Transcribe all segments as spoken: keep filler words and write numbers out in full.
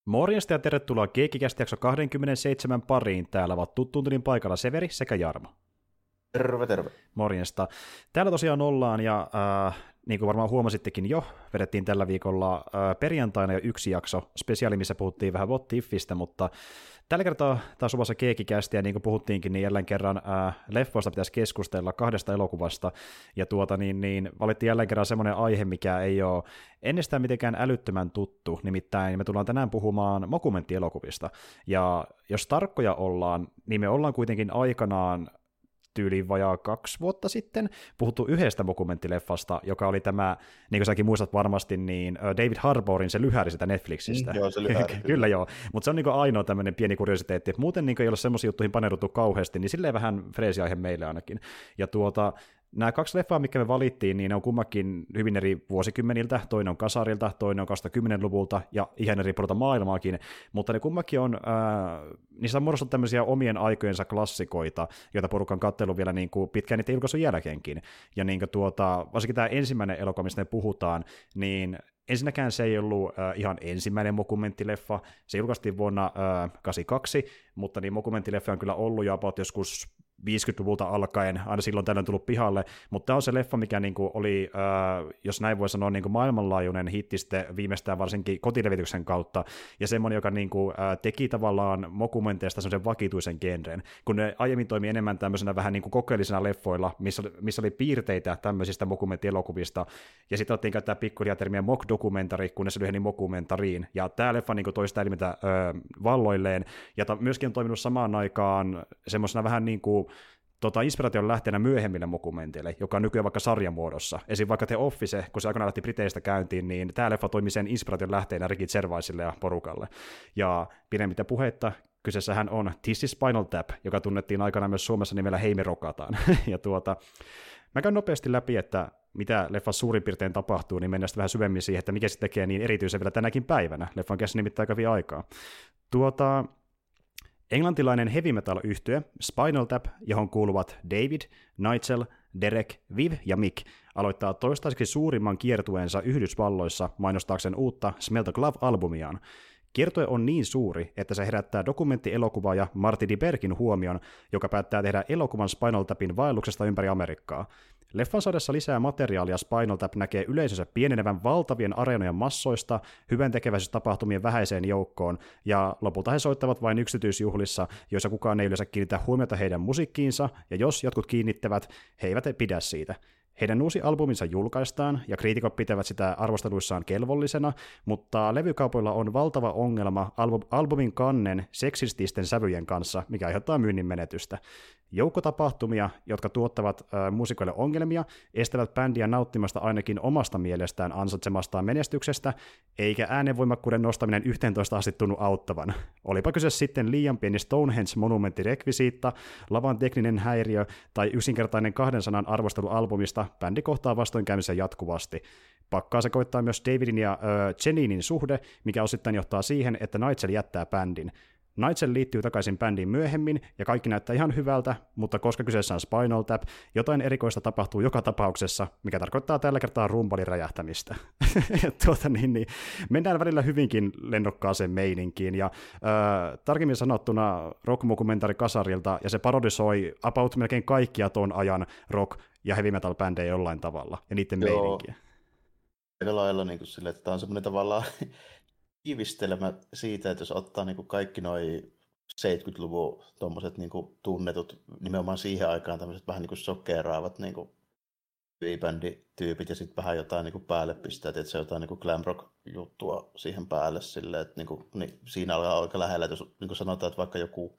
Morjesta ja tervetuloa Geekikästi jakso kaksikymmentäseitsemän pariin. Täällä ovat tuttuun tylin paikalla Severi sekä Jarmo. Terve, terve. Morjesta. Täällä tosiaan ollaan ja äh, niin kuin varmaan huomasittekin jo, vedettiin tällä viikolla äh, perjantaina jo yksi jakso spesiaali, missä puhuttiin vähän What Ifistä, mutta tällä kertaa taas luvassa Geekikästi ja niin kuin puhuttiinkin, niin jälleen kerran äh, leffoista pitäisi keskustella kahdesta elokuvasta ja tuota niin, niin valittiin jälleen kerran semmoinen aihe, mikä ei ole ennestään mitenkään älyttömän tuttu, nimittäin me tullaan tänään puhumaan dokumenttielokuvista ja jos tarkkoja ollaan, niin me ollaan kuitenkin aikanaan tyyliin vajaa kaksi vuotta sitten puhuttu yhdestä dokumenttileffasta, joka oli tämä, niin kuin säkin muistat varmasti, niin David Harbourin se lyhäri sitä Netflixistä. Mm, joo, se lyhäri. Kyllä joo, mutta se on niin kuin ainoa tämmöinen pieni kuriositeetti, että muuten niin kuin ei ole semmoisia juttuihin paneuduttu kauheasti, niin silleen vähän freesiaihe meille ainakin. Ja tuota, nämä kaksi leffaa, mitkä me valittiin, niin ne on kummakin hyvin eri vuosikymmeniltä, toinen on kasarilta, toinen on kaksituhattakymmenluvulta ja ihan eri puolilta maailmaakin, mutta ne kummakin on, ää, niissä on muodostunut tämmöisiä omien aikojensa klassikoita, joita porukka on katsellut vielä niin kuin pitkään niiden julkaisun jälkeenkin. Ja niin kuin tuota, varsinkin tämä ensimmäinen elokuva, mistä me puhutaan, niin ensinnäkään se ei ollut äh, ihan ensimmäinen dokumenttileffa, se julkaistiin vuonna äh, kahdeksankymmentäkaksi, mutta niin dokumenttileffa on kyllä ollut jo about joskus viisikymmentäluvulta alkaen, aina silloin tällöin tullut pihalle, mutta tämä on se leffa, mikä niinku oli, äh, jos näin voi sanoa, niinku maailmanlaajuinen hitti sitten viimeistään varsinkin kotilevityksen kautta, ja semmoinen, joka niinku, äh, teki tavallaan dokumenteista semmoisen vakituisen genren, kun ne aiemmin toimi enemmän tämmöisenä vähän niinku kokeellisena leffoilla, missä, missä oli piirteitä tämmöisistä dokumenttielokuvista, ja sitten otettiin käyttää pikkuhiljaa termiä mock-dokumentari, kunnes se lyheni mokumentariin, ja tämä leffa niinku toi sitä ilmiötä äh, valloilleen, ja ta- myöskin on toiminut samaan aikaan semmoisena vähän niin kuin Tota, inspiraation lähteenä myöhemmille dokumenteille, joka on nykyään vaikka sarjamuodossa. Esim. Vaikka The Office, kun se aikanaan lähti Briteistä käyntiin, niin tämä leffa toimi sen inspiraation lähteenä Ricky Gervaisille ja porukalle. Ja pidemmittä puhetta, kyseessähän on This is Spinal Tap, joka tunnettiin aikanaan myös Suomessa nimellä Hei me rokataan. ja tuota, mä käyn nopeasti läpi, että mitä leffa suurin piirtein tapahtuu, niin mennään vähän syvemmin siihen, että mikä se tekee niin erityisen vielä tänäkin päivänä. Leffa on kestänyt nimittäin aika vielä aikaa. Tuota... Englantilainen heavy metal-yhtye Spinal Tap, johon kuuluvat David, Nigel, Derek, Viv ja Mick, aloittaa toistaiseksi suurimman kiertueensa Yhdysvalloissa mainostaakseen uutta Smell the Glove-albumiaan. Kiertue on niin suuri, että se herättää dokumenttielokuvaaja Marty DiBergin huomion, joka päättää tehdä elokuvan Spinal Tapin vaelluksesta ympäri Amerikkaa. Leffan saadessa lisää materiaalia Spinal Tap näkee yleisönsä pienenevän valtavien areenojen massoista, hyväntekeväisyystapahtumien vähäiseen joukkoon, ja lopulta he soittavat vain yksityisjuhlissa, joissa kukaan ei yleensä kiinnitä huomiota heidän musiikkiinsa, ja jos jotkut kiinnittävät, he eivät pidä siitä. Heidän uusi albuminsa julkaistaan, ja kriitikot pitävät sitä arvosteluissaan kelvollisena, mutta levykaupoilla on valtava ongelma albu- albumin kannen seksististen sävyjen kanssa, mikä aiheuttaa myynnin menetystä. Joukko tapahtumia, jotka tuottavat äh, muusikoille ongelmia, estävät bändiä nauttimasta ainakin omasta mielestään ansaitsemastaan menestyksestä, eikä äänenvoimakkuuden nostaminen yhteentoista asti tunnu auttavan. Olipa kyse sitten liian pieni Stonehenge-monumenttirekvisiitta, lavan tekninen häiriö tai yksinkertainen kahden sanan arvostelu albumista, bändi kohtaa vastoinkäymisen jatkuvasti. Pakkaa se koittaa myös Davidin ja äh, Janinin suhde, mikä osittain johtaa siihen, että Nigel jättää bändin. Nigel liittyy takaisin bändiin myöhemmin, ja kaikki näyttää ihan hyvältä, mutta koska kyseessä on Spinal Tap, jotain erikoista tapahtuu joka tapauksessa, mikä tarkoittaa tällä kertaa rumbalin räjähtämistä. tuota, niin, niin, mennään välillä hyvinkin lennokkaaseen meininkiin, ja äh, tarkemmin sanottuna rock-mokumentaari Kasarilta, ja se parodisoi about melkein kaikkia ton ajan rock- ja heavy metal-bändejä jollain tavalla, ja niiden Joo. meininkiä. Aika lailla niin kuin sille, että tämä on semmoinen tavallaan kiivistelmä siitä, että jos ottaa niin kuin kaikki noi seitsemänkymmentäluvun tommoset niin kuin tunnetut, nimenomaan siihen aikaan tämmöiset vähän niin kuin sokeraavat niin kuin bändityypit ja sitten vähän jotain niin kuin päälle pistää, että se jotain niin kuin glam rock juttua siihen päälle silleen, että niin kuin, niin siinä alkaa aika lähellä, että jos niin kuin sanotaan, että vaikka joku,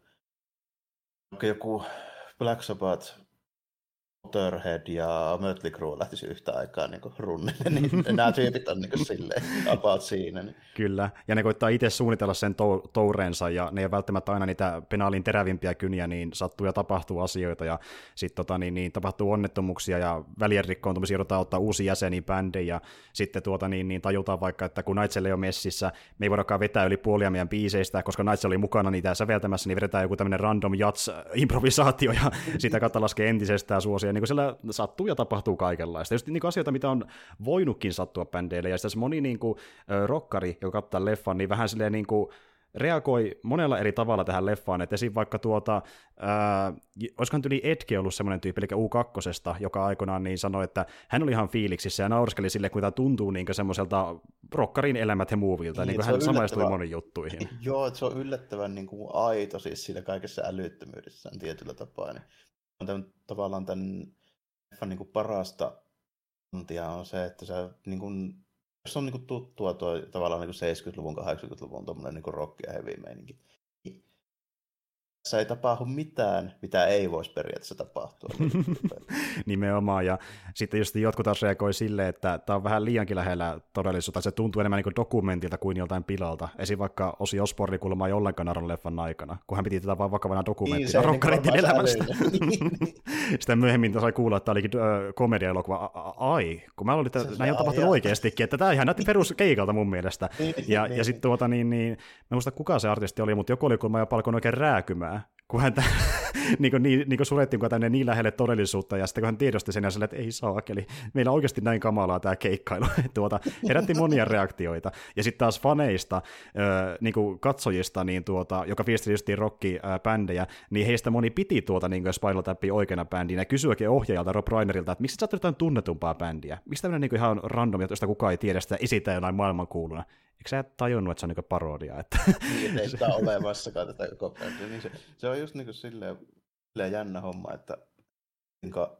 vaikka joku Black Sabbath, Motorhead ja Mötley Crüe lähtisi yhtä aikaa niin runnille, niin nämä tyypit on niin silleen about siinä. Niin. Kyllä, ja ne koittaa itse suunnitella sen tou- toureensa, ja ne ei ole välttämättä aina niitä penaalin terävimpiä kyniä, niin sattuu ja tapahtuu asioita, ja sitten tota, niin, niin, tapahtuu onnettomuuksia, ja välienrikkoontumisia joudutaan ottaa uusia jäseniä bändejä, ja sitten tuota, niin, niin, tajutaan vaikka, että kun Nigel ei ole messissä, me ei voidakaan vetää yli puolia meidän biiseistä, koska Nigel oli mukana niitä säveltämässä, niin vedetään joku tämmöinen random jats-improvisaatio, ja sitä kautta laskee entisestään suosia, niin siellä sattuu ja tapahtuu kaikenlaista. Just niin asioita, mitä on voinutkin sattua bändeille, ja sitten moni niin kuin, rokkari, joka katsoo leffan, niin vähän silleen niin kuin, reagoi monella eri tavalla tähän leffaan, että esim. Vaikka tuota, ää, olisikohan tyyli Edge ollut semmoinen tyyppi, eli U kaksi, joka aikoinaan niin sanoi, että hän oli ihan fiiliksissä ja naurskeli sille, kun tämä tuntuu niin semmoiselta rokkarin elämät ja muuvilta, niin, niin kuin hän samaistui moniin juttuihin. Joo, että se on yllättävän niin kuin aito siis siinä kaikessa älyttömyydessään tietyllä tapaa. Niin on tämän, tavallaan tämän leffan niin kuin parasta antia on se, että se niin kuin jos on niin tuttua tuo tavallaan niin seitsemänkymmentäluvun, kahdeksankymmentäluvun tuommoinen niin rock- ja heavy-meininki. Tässä ei tapahdu mitään, mitä ei voisi periaatteessa tapahtua. Nimenomaan, ja sitten just jotkut taas reagoi silleen, että tämä on vähän liiankin lähellä todellisuutta, se tuntuu enemmän niin dokumentilta kuin joltain pilalta. Esim. Vaikka Ozzy Osbourne kuulemma ei ollenkaan naron leffan aikana, kun hän piti tätä vaan vakavana dokumenttina niin, rockareiden elämästä. Sitten myöhemmin sai kuulla, että tämä olikin äh, komedia-elokuva. Ai, kun mä olin, että näin on tapahtunut oikeastikin, että tämä ihan näytti peruskeikalta mun mielestä. ja ja sitten tuota, niin, niin, mä muista kuka se artisti oli, mutta joku oli kuulemma jopa alkanut oikein rääkymään, kun hän niin kuin, niin, niin kuin surettiin kun tänne niin lähelle todellisuutta, ja sitten kun hän tiedosti sen ja sille, että ei saa, eli meillä on oikeasti näin kamalaa tämä keikkailu, tuota, herätti monia reaktioita, ja sitten taas faneista, äh, niin kuin katsojista, niin tuota, joka viesteli justiin rock-bändejä, niin heistä moni piti tuota niin kuin Spinal Tapia oikeana bändiä, ja kysyikin ohjaajalta Rob Reinerilta, että miksi sä oot jotain tunnetumpaa bändiä, miksi tämmöinen niin kuin ihan random, josta kukaan ei tiedä sitä esittää jonain maailmankuuluna. Eikö sä tajunnut, että se on niin parodia? Että niin, ei sitä ole olemassakaan tätä koko bändiä. Niin se, se on just niin kuin silleen, silleen jännä homma, että kuinka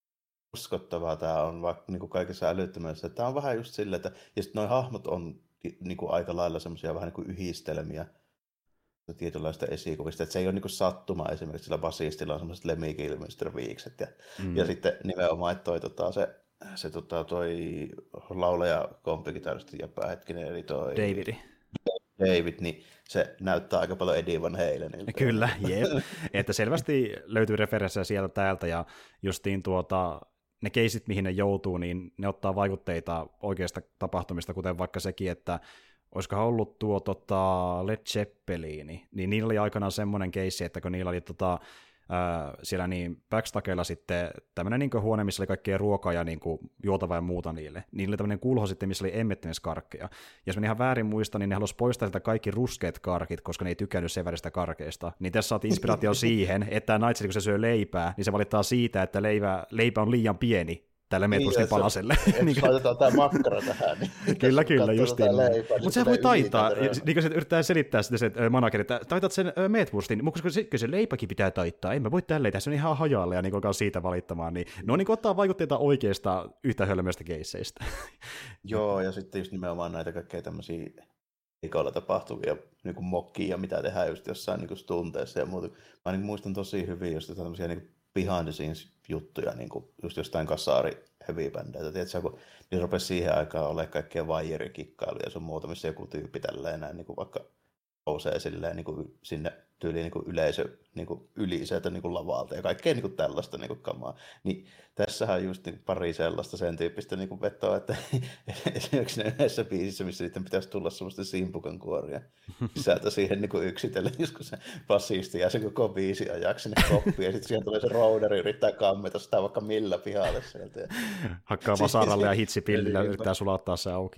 uskottavaa tämä on vaikka niin kuin kaikessa älyttömässä. Tämä on vähän just silleen, että ja sitten nuo hahmot on niin kuin aika lailla semmoisia vähän niin kuin yhdistelmiä tietynlaista esikuvista. Että se ei ole niin kuin sattuma esimerkiksi, sillä basistilla on semmoiset Lemmy Kilmister viikset. Ja, mm. ja sitten nimenomaan, että toi, tota, se Se tota, toi laulaja kompikitaristi ja päähetkinen, eli toi David. David, niin se näyttää aika paljon Eddie Van Halenilta. Kyllä, jep. Että selvästi löytyy referenssejä sieltä täältä, ja justiin tuota, ne keisit, mihin ne joutuu, niin ne ottaa vaikutteita oikeista tapahtumista, kuten vaikka sekin, että olisikohan ollut tuo tota, Led Zeppelin, niin niillä oli aikanaan semmoinen keissi, että kun niillä oli tota, Äh, siellä niin backstageilla sitten tämmöinen niin huone, missä oli kaikkea ruokaa ja niin juotavaa ja muuta niille. Niillä oli tämmöinen kulho sitten, missä oli emmettimiskarkkeja. Ja jos mä ihan väärin muistan, niin ne halusi poistaa sieltä kaikki ruskeat karkit, koska ne ei tykännyt sen väristä karkeista. Niin tässä saatiin inspiraatio siihen, että tämä naitsi, kun se syö leipää, niin se valittaa siitä, että leipä, leipä on liian pieni tälle meetwurstin palaselle. Niin, laitetaan tämä makkara tähän. Niin kyllä, kyllä, justiin. Mutta se voi taittaa, niin kuin se yrittää selittää sitten se manageri, että taitat sen meetwurstin, mutta koska se leipäkin pitää taittaa, en mä voi tälleen tehdä, se on ihan hajalle ja niin alkaa siitä valittamaan. Niin ne on niin ottaa vaikutteita oikeista yhtä hölmöistä keisseistä. Joo, ja sitten just nimenomaan näitä kaikkea tämmöisiä ikoilla tapahtuvia niin kuin mokkia, mitä tehdään just jossain niin kuin tunteessa ja muuta. Mä niin muistan tosi hyvin just tämmöisiä niin behind the scenes juttuja, niin kuin just jostain kasaari heavy-bändeitä. Tiedätkö, kun niin rupesi siihen aikaan olemaan kaikkea vaierikikkailuja ja sun muuta, missä joku tyyppi tälleen näin, niin kuin vaikka nousee silleen, niin kuin sinne tyyliin niin kuin yleisö niin kuin yli sieltä niin kuin lavalta ja kaikkea niin kuin tällaista niin kuin kamaa. Niin tässähän on just niin kuin pari sellaista sen tyyppistä niin kuin vetoa, että esimerkiksi näissä biisissä, missä sitten pitäisi tulla semmoista simpukan kuoria sisältä siihen niin kuin yksitellen, kun se basisti ja se koko biisi ajaksi sinne koppiin ja sitten siihen tulee se rouderi yrittää kammeta sitä vaikka millä pihalle sieltä. Ja hakkaa vasaralle ja hitsipillillä yrittää sulattaa se auki.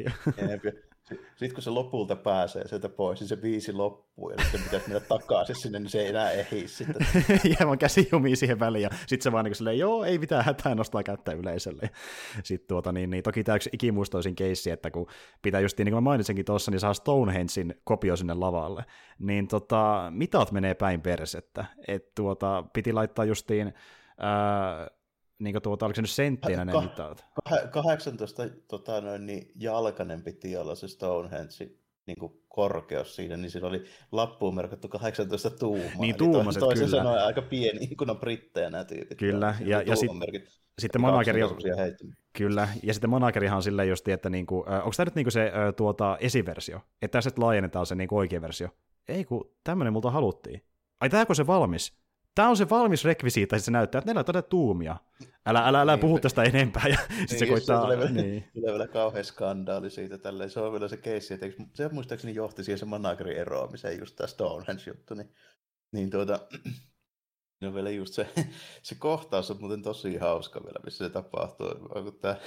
Sitten kun se lopulta pääsee sieltä pois, niin se biisi loppuu ja sitten pitäisi mennä takaisin sinne, niin se ei enää ehdi sitten. Jää vaan käsi jumiin siihen väliin ja sitten se vaan niin kuin silleen, joo, ei mitään hätää, nostaa kättä yleisölle. Sitten tuota, niin, niin, toki tämä yksi ikimuistoisin keissi, että kun pitää just niin kuin mä mainitsinkin tuossa, niin saa Stonehengein kopio sinne lavalle, niin tota, mitat menee päin persettä. Että tuota, piti laittaa justiin ää, niin kuin tuota, oliko se nyt sentteinä ne mitat? kahdeksantoista tota, noin, niin jalkainen piti olla se Stonehenge niin kuin korkeus siinä, niin siinä oli lappuun merkattu kahdeksantoista tuumaa. Niin tuumaset, toisin kyllä. sanoen aika pieni, kun on brittejä nämä tyypit. Kyllä, ja, ja sit, sitten manageri on, kyllä, ja sitten managerihan on silleen just, että niinku, äh, onko tämä nyt niinku se äh, tuota, esiversio, että tässä laajennetaan se niinku oikea versio? Ei kun tämmöinen multa haluttiin. Ai tääkö se valmis? Tämä on se valmis rekvisiitta, se näyttää, että ne laitetaan tuumia. Älä, älä, älä niin, puhu tästä enempää. Ja niin, sit se koittaa, tulee, vielä, niin. tulee vielä kauhean skandaali siitä. Tälleen. Se on vielä se keissi, että se muistaakseni johti siihen se managerin eroamiseen, just tämä Stonehenge-juttu. Niin, niin tuota, No vielä just se, se kohtaus on muuten tosi hauska vielä, missä se tapahtuu. Kun tämä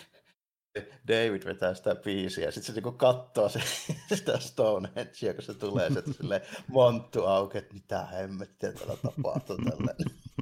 David vetää sitä biisiä, ja sitten se niinku kattoo se, sitä Stonehengea, kun se tulee sieltä silleen monttu auki, että mitä hemmettiä täällä tapahtuu tälleen.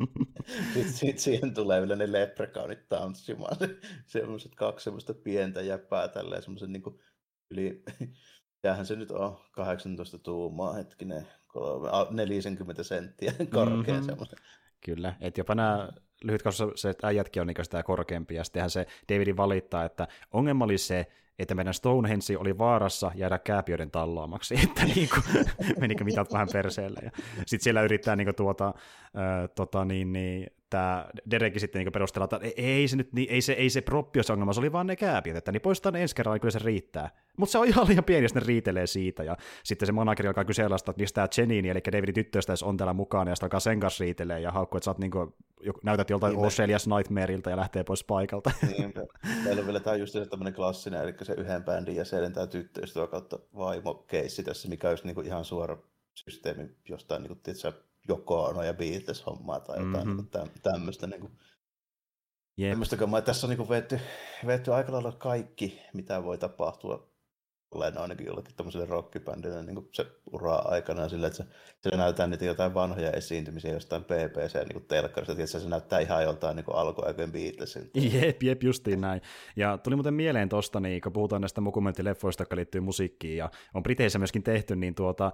Sitten sit siihen tulee vielä ne leprekaunit tanssimaan, se, semmoiset kaksi semmoista pientä jäpää tälleen, semmoisen niinku yli, mitähän se nyt on, kahdeksantoista tuumaa, hetkinen, neljäkymmentä senttiä korkea mm-hmm. semmoinen. Kyllä, että jopa nämä lyhytkasvuiset äijätkin on niin sitä korkeampia, ja sittenhän se Davidin valittaa, että ongelma oli se, että meidän Stonehenge oli vaarassa jäädä kääpiöiden tallaamaksi, että niin kuin, menikö mitat vähän perseelle. Ja sitten siellä yrittää niin kuin, tuota, äh, tota, niin, niin, tämä Derekki sitten niin perustella, että ei se, nyt, niin, ei se, ei se proppi ole se ongelma, se oli vaan ne kääpiöt, että niin poistetaan ne ensi kerralla, niin kyllä se riittää. Mutta se on ihan liian pieni, jos ne riitelee siitä, ja sitten se manageri alkaa kyseenalaistaa, että mistä tämä Jenini, eli Davidin tyttöystä on täällä mukana, ja sitten alkaa sen kanssa riitelee, ja haukkuu, että sä oot, niin kuin, näytät joltain niin Oshelias Nightmareilta, ja lähtee pois paikalta. Niinpä. Meillä on vielä tämä just se tämmöinen klassinen, eli se yhden bändin jäsenen tämä tyttöystävä kautta vaimo-keissi tässä, mikä olisi niin kuin ihan suora systeemi jostain, niin kuin, tietysti, Joko Ono ja Beatles-hommaa tai jotain mm-hmm. niin tämmöistä. Niin kuin, tämmöistä tässä on niin kuin vetty, vetty aika lailla kaikki, mitä voi tapahtua olen ainakin jollakin tämmöiselle rockibändille niin se uraa aikana sillä, että se, se näyttää niitä jotain vanhoja esiintymisiä jostain B B C-telkkarista, niin että se näyttää ihan joltain niin alkuaikojen Beatlesilta. Jep, jep, justiin näin. Ja tuli muuten mieleen tosta, niin kun puhutaan näistä dokumenttileffoista, jotka liittyy musiikkiin, ja on Briteissä myöskin tehty, niin tuota,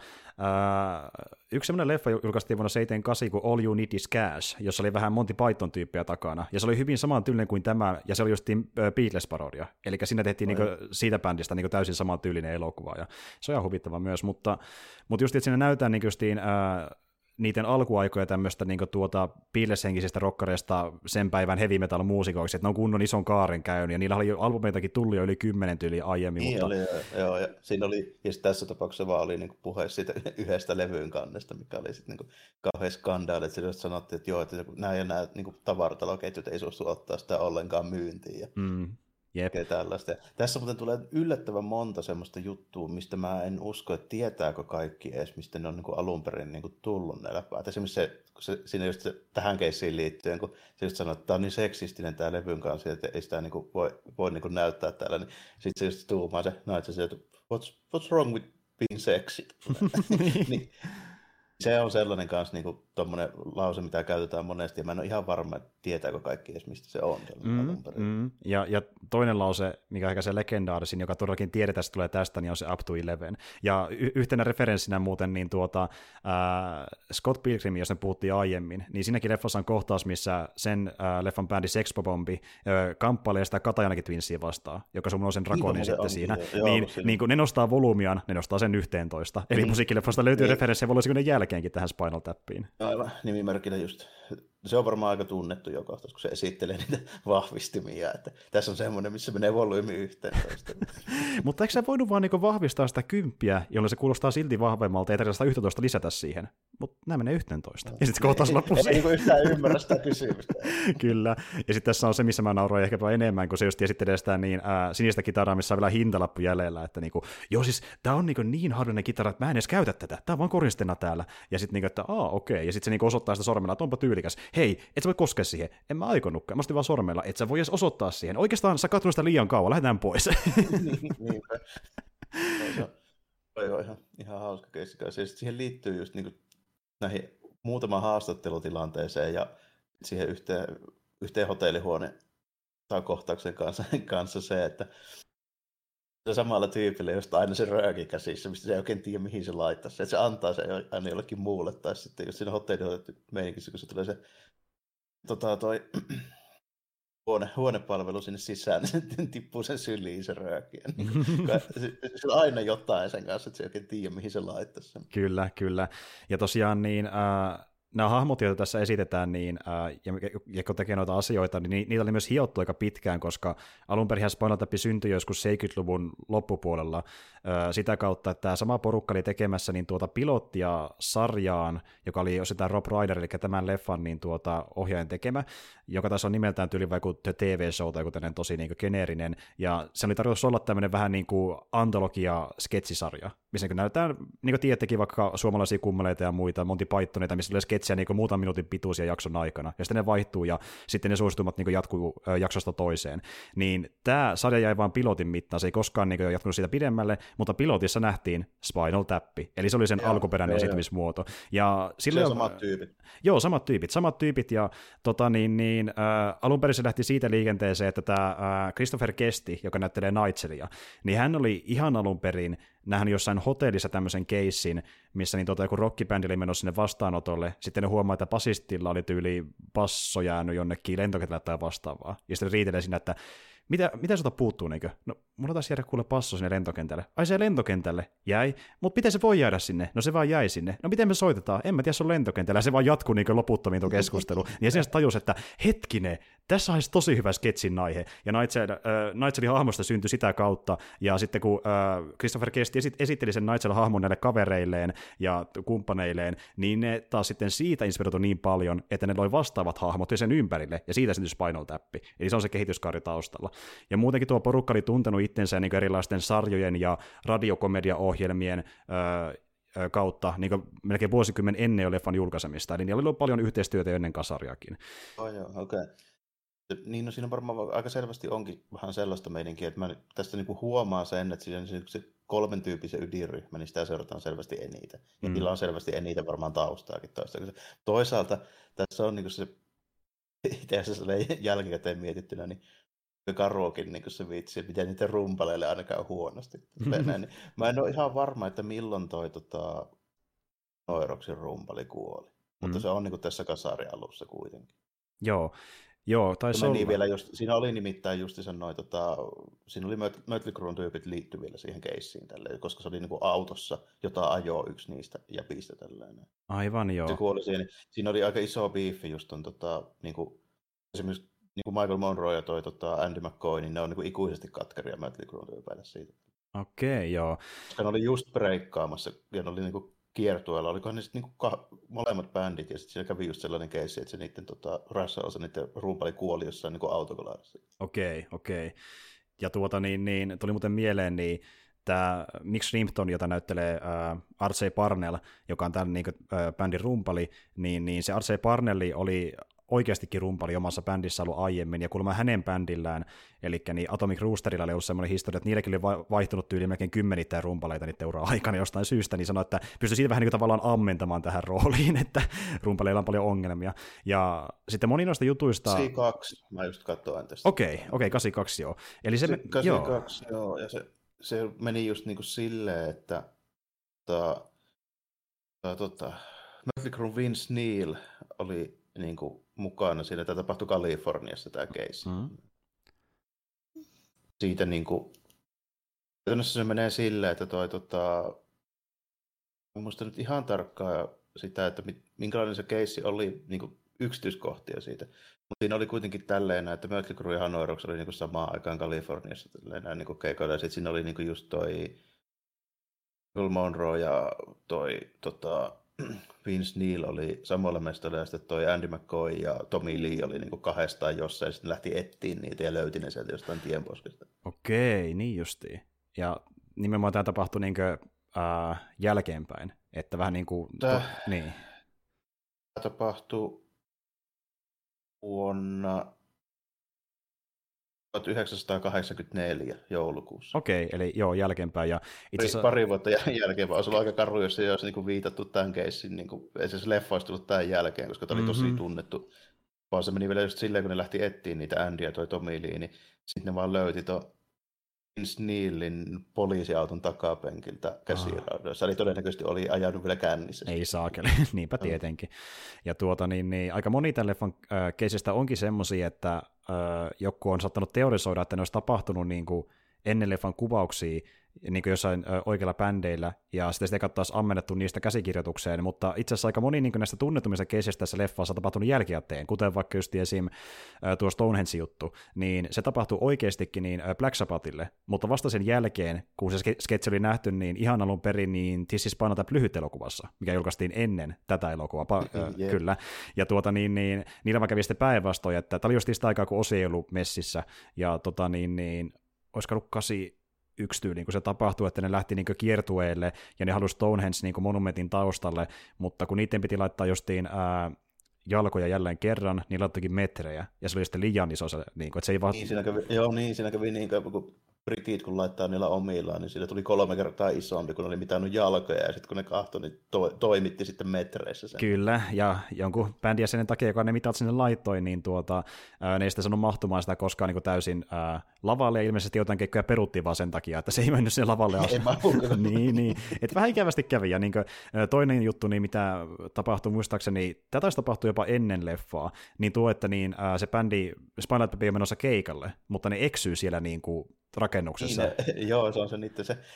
ää, yksi semmoinen leffa julkaistiin vuonna seitsemänkymmentäkahdeksan kuin All You Need Is Cash, jossa oli vähän Monty Python-tyyppiä takana, ja se oli hyvin saman tyylinen kuin tämä, ja se oli justiin Beatles-parodia, eli siinä tehtiin niinku siitä bändistä niinku täysin saman tyylinen elokuva, ja se on ihan huvittava myös, mutta, mutta just, että siinä näytetään niin justiin, ää, niiden alkuaikoja tämmöistä niin tuota Beatles-henkisestä rockareista sen päivän heavy metal muusikoiksi, että ne on kunnon ison kaaren käynyt, ja niillä oli albumeitakin tullut jo yli kymmenen tyyliä aiemmin. Niin mutta... oli, joo, joo, ja siinä oli, ja tässä tapauksessa vaan oli niin puhe siitä yhdestä levyyn kannesta, mikä oli sitten niin kauhean skandaali, että silloin sanottiin, että joo, että nämä ja nämä niin tavarataloketjut ei suostu ottaa sitä ollenkaan myyntiin, ja mm. Jep. Tällaista. Ja tässä muuten tulee yllättävän monta semmoista juttua, mistä mä en usko, että tietääkö kaikki edes, mistä ne on niin kuin alun perin niin kuin tullut ne läpäät. Esimerkiksi se, se, siinä just se, tähän keissiin liittyen, kun se just sanoo, että tämä on niin seksistinen tämä levyn kanssa, että ei sitä niin kuin voi, voi niin kuin näyttää täällä, niin sitten se just tuumaa se naitse, että what's, what's wrong with being sexy? niin, se on sellainen kanssa niin tuommoinen lause, mitä käytetään monesti, ja mä en ole ihan varma, että tietääkö kaikki edes, mistä se on. Mm, mm. Ja, ja toinen lause, mikä on ehkä se legendaarisin, joka todellakin tiedetään, että tulee tästä, niin on se Up to Eleven. Ja y- yhtenä referenssinä muuten niin tuota, ää, Scott Pilgrim, jos ne puhuttiin aiemmin, niin siinäkin leffassa on kohtaus, missä sen ää, leffan bändi Sex Bombi ää, kamppailee sitä Katajanakin Twinsia vastaan, joka sun on sen drakonin niin, sitten siinä. Joo, niin, niin kun ne nostaa volyymiaan, ne nostaa sen yhteentoista. Eli mm. musiikkileffasta löytyy niin. referenssejä vuosikymmenen jälkeenkin tähän Spinal Tappiin. Aivan, nimimerkillä just. Se on varmaan aika tunnettu jo kohtaus, kun se esittelee niitä vahvistimia, että tässä on semmoinen, missä menee volyymi yhteentoista. Mutta eikö sä voinut vaan niinku vahvistaa sitä kymppiä, jolloin se kuulostaa silti vahvemmalta, ei tarvitse sitä yksitoista lisätä siihen, mutta nämä menee yhteentoista. Ja sitten kohtaus loppuu siihen. Ei niinku yhtään ymmärrä sitä kysymystä. Kyllä, ja sitten tässä on se, missä mä nauroin ehkäpä enemmän, kun se just esittelee sitä niin, ää, sinistä kitaraa, missä on vielä hintalappu jäljellä, että niinku, joo siis tää on niinku niin harvinainen kitara, että mä en edes käytä tätä, tää on vaan koristena täällä. Ja sitten niinku, että aa okei, okay. Ja sitten se niinku osoittaa sitä sormella, että onpa tyylikäs. Hei, et sä voi koskea siihen. En mä aikonutkaan. Mä ostin vaan sormella. Et sä voi edes osoittaa siihen. Oikeastaan sä katsonut sitä liian kauan. Lähdetään pois. Niinpä. Se on ihan, ihan hauska keissi. Siihen liittyy just niin kuin näihin muutamaan haastattelutilanteeseen ja siihen yhteen, yhteen hotellihuoneen kohtauksen kanssa, kanssa se, että se samalla tyypillä, josta aina se rööki käsissä, mistä se ei oikein tiedä, mihin se laittaa se. Että se antaa se aina jollekin muulle. Tai sitten jos siinä hotellihuoneessa, kun se tulee se tota, toi, huone, huonepalvelu sinne sisään, niin se tippuu sen syliin se röökiä. Se on aina jotain sen kanssa, että se ei oikein tiedä, mihin se laittaa sen. Kyllä, kyllä. Ja tosiaan niin... Äh... Nämä hahmot, joita tässä esitetään, niin, ää, ja, ja kun tekee noita asioita, niin niitä oli myös hiottu aika pitkään, koska alun perin Spinal Tap syntyi joskus seitsemänkymmentäluvun loppupuolella ää, sitä kautta, että tämä sama porukka oli tekemässä niin tuota pilottia sarjaan, joka oli osittain Rob Ryder, eli tämän leffan niin tuota, ohjaajan tekemä, joka taas on nimeltään tyyli vaikka T V-show tai tämmöinen tosi niin kuin geneerinen, ja se oli tarkoitus olla tämmöinen vähän niin kuin antologia-sketsisarja, missä näytetään, niin kuin tiedättekin, vaikka suomalaisia kummeleita ja muita, Monty Pythoneita, missä tulee sketsejä niin muutaman minuutin pituisia jakson aikana, ja sitten ne vaihtuu, ja sitten ne suositumat niin jatkuu ö, jaksosta toiseen. Niin tämä sarja jäi vain pilotin mittaan, se ei koskaan niin jatkunut siitä pidemmälle, mutta pilotissa nähtiin Spinal Tap, eli se oli sen joo, alkuperäinen joo, esiintymismuoto. Ja se on samat tyypit. Joo, samat tyypit, samat tyypit, ja tota, niin, niin, äh, alun perin se lähti siitä liikenteeseen, että tämä äh, Christopher Guesti, joka näyttelee Nigelia, niin hän oli ihan alun perin nähnyt jossain hotellissa tämmöisen keissin, missä niin tota, joku rockibändi oli menossa sinne vastaanotolle, sitten ne huomaa, että basistilla oli tyyli basso jäänyt jonnekin lentokentällä tai vastaavaa, ja sitten riitelee siinä, että Mitä, mitä sulta puuttuu, niinkö? No, mulla taisi jäädä kuule passo sinne lentokentälle. Ai se lentokentälle? Jäi. Mutta miten se voi jäädä sinne? No se vaan jäi sinne. No miten me soitetaan? En mä tiedä, se on lentokentällä. Ja se vaan jatkuu niinkö loputtomiin tuo keskustelu. Ja siinä tajus, että hetkinen, tässä olisi tosi hyvä sketsin aihe. Ja Nigel, äh, Nigelin hahmosta syntyi sitä kautta. Ja sitten kun äh, Christopher Guest esit- esitteli sen Nigel-hahmon näille kavereilleen ja kumppaneilleen, niin ne taas sitten siitä inspiroitu niin paljon, että ne loi vastaavat hahmot sen ympärille. Ja siitä syntyi Spinal Tap. Eli se on se kehityskaari taustalla. Ja muutenkin tuo porukka oli tuntenut itsensä niin erilaisten sarjojen ja radiokomediaohjelmien öö, kautta niin melkein vuosikymmen ennen jo leffan julkaisemista, eli niillä oli ollut paljon yhteistyötä ennen kasariakin. Oh, joo, okei. Okay. Niin, no siinä varmaan aika selvästi onkin vähän sellaista meininkiä, että mä tästä niinku huomaan sen, että siinä on se kolmen tyyppisen ydinryhmä, niin sitä seurataan selvästi eniten. Ja mm. niillä on selvästi eniten varmaan taustaakin toista. Toisaalta tässä on niinku se, itse asiassa jälkikäteen mietittynä, niin Karokin niin se vitsi, että miten niiden rumpaleille ainakaan huonosti. Mm-hmm. Mä en ole ihan varma, että milloin toi tota, Noiroksin rumpali kuoli, mm-hmm. mutta se on niin tässä kasarin alussa kuitenkin. Joo, joo taisi olla. Vielä just, siinä oli nimittäin just sen noin, tota, siinä oli Mötley Crüen tyypit liittyvillä siihen keissiin, tälleen, koska se oli niin kuin autossa, jota ajoi yksi niistä jäpistä. Tälleen. Aivan joo. Se kuoli siihen. Siinä oli aika iso biifi just on tota, niin kuin, esimerkiksi niin kuin Michael Monroe ja toi tota, Andy McCoy, niin ne on niin kuin ikuisesti katkeria Mötley Crüen tyypeille siitä. Okei, okay, joo. Koska ne oli just breikkaamassa, ja ne oli niin kuin kiertueella. Olikohan ne sitten niin ka- molemmat bändit, ja sitten siinä kävi just sellainen keissi, että se niiden tota, rassa-osa, niiden rumpali kuoli jossain niin kuin autokolaarissa. Okei, okay, okei. Okay. Ja tuota niin, niin, tuli muuten mieleen, niin tämä Mick Shrimpton, jota näyttelee äh, R J Parnell, joka on tämän niin kuin, äh, bändin rumpali, niin, niin se R J Parnelli oli oikeastikin rumpali omassa bändissä ollut aiemmin, ja kuulemma hänen bändillään, eli niin Atomic Roosterilla oli ollut semmoinen historia, että niilläkin oli vaihtunut tyyliin melkein kymmenittäin rumpaleita niiden ura aikana jostain syystä, niin sanoi, että pystyi siitä vähän niin kuin tavallaan ammentamaan tähän rooliin, että rumpaleilla on paljon ongelmia. Ja sitten moni noista jutuista... kahdeksankymmentäkaksi, mä just katsoin tästä. Okei, okay, okei, okay, kahdeksankymmentäkaksi, joo. Eli se, se kahdeksankymmentäkaksi, joo. joo, ja se, se meni just niin kuin silleen, että tota, tota, Mötley Crüen Vince Neil oli niin kuin mukana siinä, tämä tapahtui Kaliforniassa tämä keissi. Mm. Siitä niin kuin, se menee silleen, että toi tota, en muista nyt ihan tarkkaan sitä, että minkälainen se keissi oli, niin kuin yksityiskohtia siitä. Mutta siinä oli kuitenkin tälleen, että Mötley Crüe ja Hanoiroks oli niin kuin samaan aikaan Kaliforniassa tälleen, niin kuin keikoilla, ja sitten siinä oli niin kuin just toi Michael Monroe ja toi tota, Vince Neil oli samalla mestolla, ja sitten toi Andy McCoy ja Tommy Lee oli niin kuin kahdestaan jossain, ja sitten lähti etsiin niitä ja löyti ne sieltä jostain tienposkesta. Okei, niin justiin. Ja nimenomaan tämä tapahtui niin kuin, äh, jälkeenpäin, että vähän niin kuin... Tämä, to, niin. tämä tapahtui vuonna tuhatyhdeksänsataakahdeksankymmentäneljä joulukuussa. Okei, eli joo, jälkeenpäin. Ja itse asiassa... Pari vuotta jälkeen, vaan olisi ollut aika karu, jos ei olisi niin kuin viitattu tämän keissin. Niin kuin, ei se leffa olisi tullut tämän jälkeen, koska tämä oli tosi mm-hmm. tunnettu. Vaan se meni vielä just silleen, kun ne lähti etsiin niitä Andy ja toi Tommy Lee, niin sitten ne vaan löyti tuon Vince Neilin poliisiauton takapenkiltä käsiraudoissa. Eli todennäköisesti oli ajanut vielä kännissä. Ei saakeli, niinpä tietenkin. Ja tuota, niin, niin, aika moni tämän leffan äh, keisistä onkin semmoisia, että äh, joku on saattanut teorisoida, että ne olisi tapahtunut niin kuin ennen leffan kuvauksia, niin kuin jossain ö, oikeilla bändeillä, ja sitten sitä taas ammennettu niistä käsikirjoitukseen, mutta itse asiassa aika moni niin kuin näistä tunnetumista keisistä tässä leffassa on tapahtunut jälkikäteen, kuten vaikka just esim. Ö, tuo Stonehenge-juttu, niin se tapahtui oikeastikin niin ö, Black Sabbathille, mutta vasta sen jälkeen, kun se sketsi oli nähty, niin ihan alun perin niin This is Spinal Tap -lyhyt-elokuvassa, mikä julkaistiin ennen tätä elokuvaa, pa- ö, yeah. kyllä, ja tuota niin, niin niillä mä kävin sitten päinvastoin, että tämä oli just sitä aikaa, kun Osi ei ollut messissä, ja tota niin, niin olisiko ollut kasi yksi tyyli, kun se tapahtui, että ne lähti niin kiertueelle, ja ne halusi Stonehenge niin monumentin taustalle, mutta kun niiden piti laittaa justiin ää, jalkoja jälleen kerran, niin laittoikin metrejä, ja se oli sitten liian iso se, niin kuin, että se ei vaan... Niin, siinä kävi, joo, niin, siinä kävi niin kuin, kun britit kun laittaa niillä omillaan, niin sillä tuli kolme kertaa isompi, kun ne oli mitannut jalkoja, ja sitten kun ne kahtoi, niin to, toimitti sitten metreissä sen. Kyllä, ja jonkun bändijäsenen takia, joka ne mitat sinne laittoi, niin tuota, ää, ne ei sitten sanonut mahtumaan sitä koskaan niin täysin ää, lavalle, ja ilmeisesti jotain keikkoja peruttiin vaan sen takia, että se ei mennyt sinne lavalle asti. niin, niin. Et vähän ikävästi kävi, ja niin kuin, toinen juttu, niin mitä tapahtui muistaakseni, tätä taisi tapahtua jopa ennen leffaa, niin tuo, että niin, ää, se bändi Spinal Tap on menossa keikalle, mutta ne eksyy siellä niin kuin rakennuksessa. Niin, ne, joo, se on se niiden se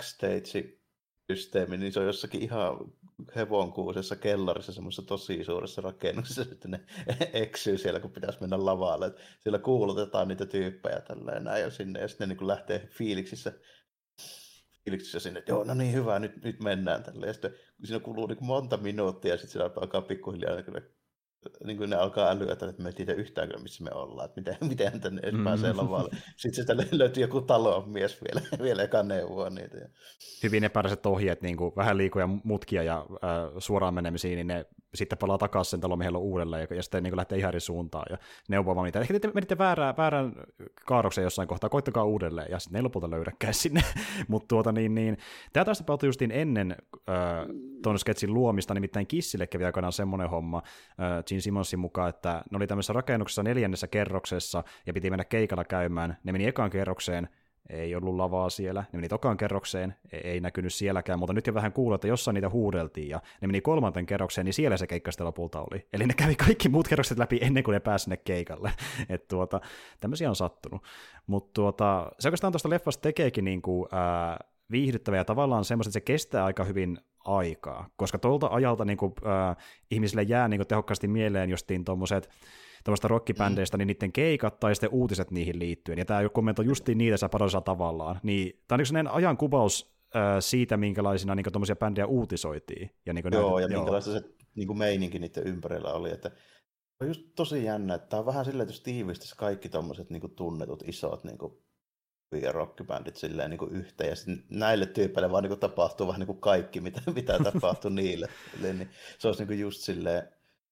backstage-systeemi, niin se on jossakin ihan hevonkuusessa kellarissa, semmoisessa tosi suuressa rakennuksessa, että ne eksyy siellä, kun pitäisi mennä lavalle. Että siellä kuulutetaan niitä tyyppejä tälleen näin ja sinne, ja sitten ne niin lähtee fiiliksissä, fiiliksissä sinne, että joo, no niin hyvä, nyt, nyt mennään tälleen. Ja sitten siinä kuluu niin monta minuuttia, ja sitten siellä alkaa pikkuhiljaa niin niin kuin ne alkaa älyätä, että me ei tiedä yhtään kyllä, missä me ollaan, että miten, miten tänne edes mm. pääsee lavalle. Sitten sitä löytyy joku talonmies vielä, vielä eka neuvoa niitä. Hyvin epäräiset ohjeet, niin kuin vähän liikoja mutkia ja äh, suoraan menemisiin, niin ne sitten palaa takaisin sen talonmiehellä uudelleen, ja, ja sitten niin lähtee ihan eri suuntaan ja neuvomaan niitä. Ehkä te menitte väärään, väärään kaarrokseen jossain kohtaa, koittakaa uudelleen, ja sitten ne ei lopulta löydäkään sinne. Mutta tuota niin, niin tämä taas tapahtui justiin ennen äh, tuon sketsin luomista, nimittäin Kissille kävi aikanaan semmoinen homma, äh, Gene Simmonsin mukaan, että ne oli tämmöisessä rakennuksessa neljännessä kerroksessa, ja piti mennä keikalla käymään. Ne meni ekaan kerrokseen, ei ollut lavaa siellä, ne meni tokaan kerrokseen, ei näkynyt sielläkään, mutta nyt jo vähän kuuluu, että jossain niitä huudeltiin, ja ne meni kolmanten kerrokseen, niin siellä se keikka sitten lopulta oli. Eli ne kävi kaikki muut kerrokset läpi ennen kuin ne pääsi sinne keikalle. Että tuota, tämmöisiä on sattunut. Mutta tuota, se oikeastaan tuosta leffasta tekeekin niinku, ää, viihdyttävä ja tavallaan semmoista, että se kestää aika hyvin aikaa, koska tuolta ajalta niinku, ää, ihmisille jää niinku tehokkaasti mieleen justiin tuommoiset tämmöistä rockibändeistä, niin niiden keikat tai sitten uutiset niihin liittyen, ja tämä kommentoi justiin niitä parodisella tavallaan, niin tämä on niin sellainen ajankuvaus äh, siitä, minkälaisina niin tuommoisia bändejä uutisoitiin. Ja niin joo, näitä, ja joo. minkälaista se niin meininki niiden ympärillä oli, että on just tosi jännä, että tämä on vähän silleen, että jos tiivistäisi kaikki tuommoiset niin tunnetut isot niin rockibändit silleen niin yhteen, ja sitten näille tyypeille vaan niin tapahtuu vähän niin kuin kaikki, mitä, mitä tapahtuu niille. Eli, niin se olisi niin just silleen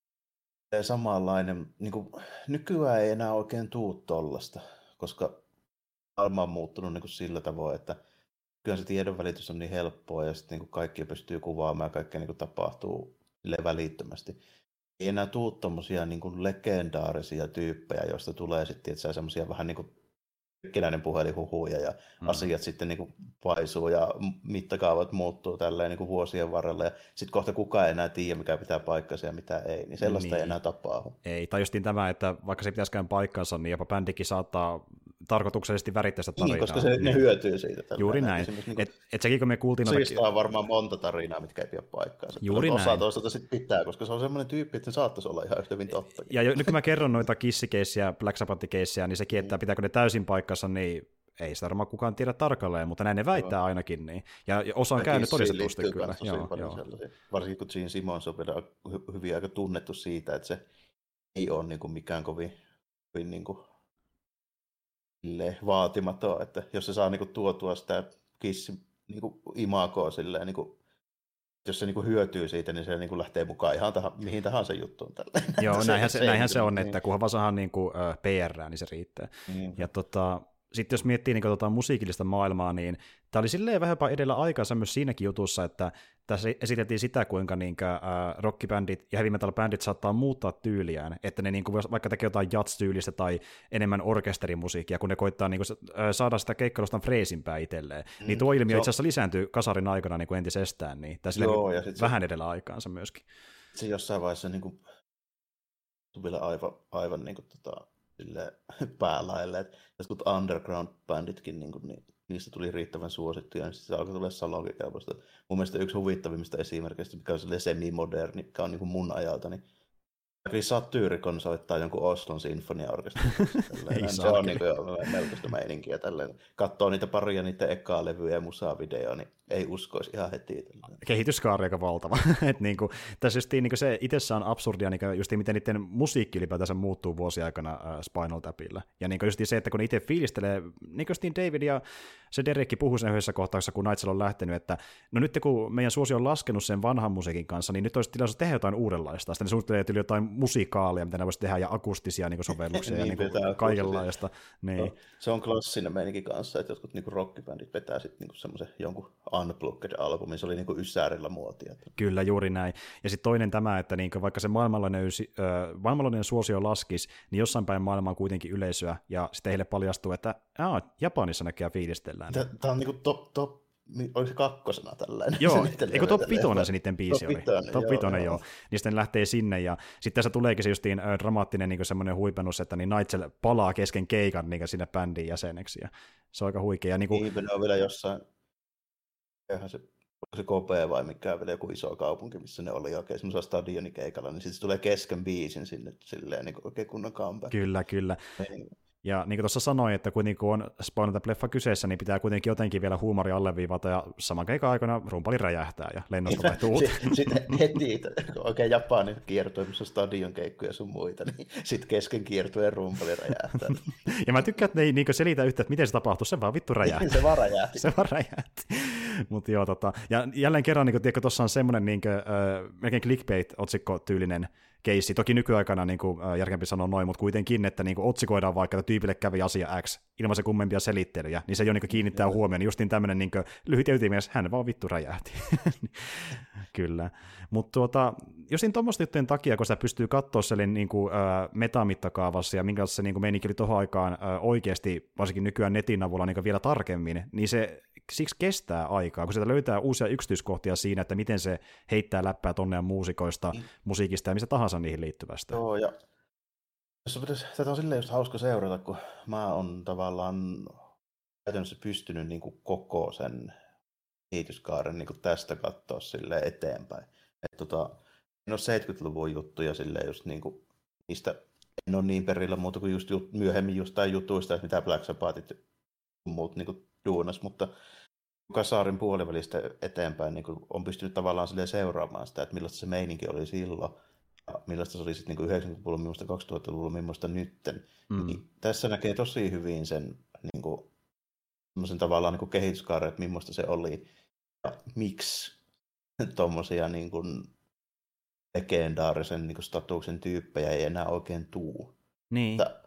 samanlainen, niin kuin, nykyään ei enää oikein tuu tollasta, koska maailma on muuttunut niin kuin sillä tavoin, että kyllä se tiedonvälitys on niin helppoa ja sitten niin kuin kaikki pystyy kuvaamaan ja kaikkea niin kuin tapahtuu välittömästi. Ei enää tuu tommosia niin kuin legendaarisia tyyppejä, joista tulee sitten semmoisia vähän niin kuin rikkinäinen puhelinhuhuja ja mm. asiat sitten niin kuin paisuu ja mittakaavat muuttuu tälleen niin kuin vuosien varrella ja sitten kohta kukaan ei enää tiedä, mikä pitää paikkansa ja mitä ei, niin sellaista niin. ei enää tapahdu. Ei, tai justiin tämä, että vaikka se pitäisikään paikkansa, niin jopa bändikin saattaa tarkoituksellisesti värittää sitä tarinaa. Niin, koska se, ne hyötyy siitä. Tällä Juuri näin. Niin et, et sekin, kun me kuultiin... Siitä noita... on varmaan monta tarinaa, mitkä ei pidä paikkaansa. Juuri osa näin. toisaalta sitten pitää, koska se on semmoinen tyyppi, että se saattaisi olla ihan yhtä hyvin totta. Ja nyt kun mä kerron noita Kiss-keissiä, Black Sabbath-keissiä, niin sekin, että pitääkö ne täysin paikkansa, niin ei sitä varmaan kukaan tiedä tarkalleen, mutta näin ne väittää ainakin. Niin. Ja osa on käynyt todistetusti kyllä. Joo, joo. Varsinkin kun Gene Simmons on vielä hyvin aika tunnettu siitä, että se ei ole niin kuin mikään kovin, kovin niin kuin vaatimaton, että jos se saa niin kuin tuotua sitä Kissin niin kuin imagoa silleen, niin kuin, jos se niin kuin hyötyy siitä, niin se niin kuin lähtee mukaan ihan tahan, mihin tahansa juttuun. Joo, näinhän se, se, näinhän se on, niin. Että kunhan vaan saadaan niin kuin, uh, P R, niin se riittää. Niin. Ja tota, sitten jos miettii niin kuin, tota, musiikillista maailmaa, niin tämä oli silleen vähän jopa edellä aikansa myös siinäkin jutussa, että tässä esiteltiin sitä, kuinka niin kuin, uh, rockibändit ja heavy metal-bändit saattaa muuttaa tyyliään, että ne niin kuin, vaikka tekee jotain jazz-tyylistä tai enemmän orkesterimusiikkia, kun ne koittaa niin kuin, saada sitä keikkailostaan freesimpää itselleen. Mm, niin tuo ilmiö itse asiassa lisääntyy kasarin aikana niin kuin entisestään, niin tässä joo, ja vähän se, edellä aikaansa myöskin. Se jossain vaiheessa niin kuin, vielä aivan, aivan niin kuin, tota, päälaille, että jotkut underground-bänditkin, niin, kuin, niin niistä tuli riittävän suosittuja, niin se alkoi tulla salonkikelpoista. Mun mielestä yksi huvittavimmista esimerkiksi, mikä on semi-moderni, mikä on niin kuin mun ajalta, niin Kyllä Satyricon soittaa jonkun Oslon sinfoniaorkesterin. Se on niin kuin melkoista meininkiä tälleen. Katsoo niitä paria niiden ekaa levyjä ja musavideoa, niin ei uskoisi ihan heti. Kehityskaari aika valtava. Et niin kuin, tässä justiin, niin kuin se itsessään on absurdia, niin justiin miten niiden musiikki ylipäätänsä muuttuu vuosien aikana äh, Spinal Tapilla. Ja niin justiin se, että kun ne itse fiilistelee, niin kuin David ja se Derekki puhui sen yhdessä kohtauksessa, kun Nigel on lähtenyt, että no nyt kun meidän suosio on laskenut sen vanhan musiikin kanssa, niin nyt olisi tilaisuus tehdä jotain uudenlaista. Sitten ne suunnittelee yli jotain musikaalia, mitä ne voisi tehdä, ja akustisia niin sovelluksia niin, ja niin kaikenlaista. Niin. No, se on klassinen meininki kanssa, että jotkut niin rockibändit vetää sitten niin semmoisen jonkun unplugged-albumin, se oli niin ysärillä muotia. Kyllä, juuri näin. Ja sitten toinen tämä, että niin vaikka se maailmanlainen, äh, maailmanlainen suosio laskisi, niin jossain päin maailmaa on kuitenkin yleisöä, ja sitten heille paljastuu, että Aa, Japanissa näköjään fiilistellään. Tämä on niin kuin top, top, oliko se kakkosena tällainen? Joo, eikö top vitonen se niiden biisi oli? Top vitonen, joo. Niin sitten lähtee sinne, ja sitten tässä tuleekin se justiin äh, dramaattinen niin semmoinen huipennus, että niin Nigel palaa kesken keikan niin sinne bändin jäseneksi, ja se on aika huikea. Ja niin kuin... Niin, on vielä jossain, eihän se, onko se Kopea vai mikä vielä joku iso kaupunki, missä ne oli oikein semmoisella stadionikeikalla, niin sitten se tulee kesken biisin sinne silleen niin oikein kunnon comeback. Kyllä, kyllä. Niin. Ja niin kuin tuossa sanoin, että kun on Spinal Tap-leffa kyseessä, niin pitää kuitenkin jotenkin vielä huumori alleviivata, ja saman keikan aikana rumpali räjähtää, ja lennosta vai tuut. Sitten heti, oikein Japanin kiertue, missä on stadionkeikkoja ja sun muita, niin sitten kesken kiertueen rumpali räjähtää. Ja mä tykkään, että ne ei niin selitä yhtä, että miten se tapahtuu, se vaan vittu räjähti. Se vaan räjähti. Se vaan räjähti. Mutta joo, tota, ja jälleen kerran, niin tiedätkö, tuossa on semmoinen niin kuin, äh, melkein clickbait-otsikko-tyylinen keissi. Toki nykyaikana niin kuin, äh, järkempi sanoa noin, mutta kuitenkin, että niin kuin, otsikoidaan vaikka, että tyypille kävi asia X ilman se kummempia selittelyjä, niin se jo niin kuin, kiinnittää mm. huomioon. Justiin tämmöinen niin kuin, lyhyt ja ytimies, hän vaan vittu räjähti. Kyllä. Mutta tuota, justiin tuommoisten juttujen takia, kun sitä pystyy katsoa sellainen niin kuin, äh, metamittakaavassa ja minkälaista se niin kuin, meininki oli tuohon aikaan äh, oikeasti, varsinkin nykyään netin avulla niin kuin, vielä tarkemmin, niin se siksi kestää aikaa, kun sieltä löytää uusia yksityiskohtia siinä, että miten se heittää läppää tonne muusikoista, mm. musiikista ja mistä tahansa niihin liittyvästä. Joo, ja tätä on silleen just hauska seurata, kun mä oon tavallaan käytännössä pystynyt niin kuin koko sen kehityskaaren niin kuin tästä katsoa silleen eteenpäin. Et tota, en ole seitsemänkymmentäluvun juttuja silleen just niin kuin, niistä en ole niin perillä muuta kuin just jut, myöhemmin just tai jutuista, että mitä Black Sabbathit muut niin kuin duunas, mutta Kasaarin puolivälistä eteenpäin niin on pystynyt tavallaan seuraamaan sitä, että millaista se meininki oli silloin, ja millaista se oli sitten niin yhdeksänkymmentäluvulla, millaista kaksituhattaluvulla, millaista nytten. Mm. Niin tässä näkee tosi hyvin sen, niin kuin, tavallaan niin kehityskaaren, että millaista se oli, ja miksi tuommoisia niin legendaarisen niin statuksen tyyppejä ei enää oikein tuu. Niin. Että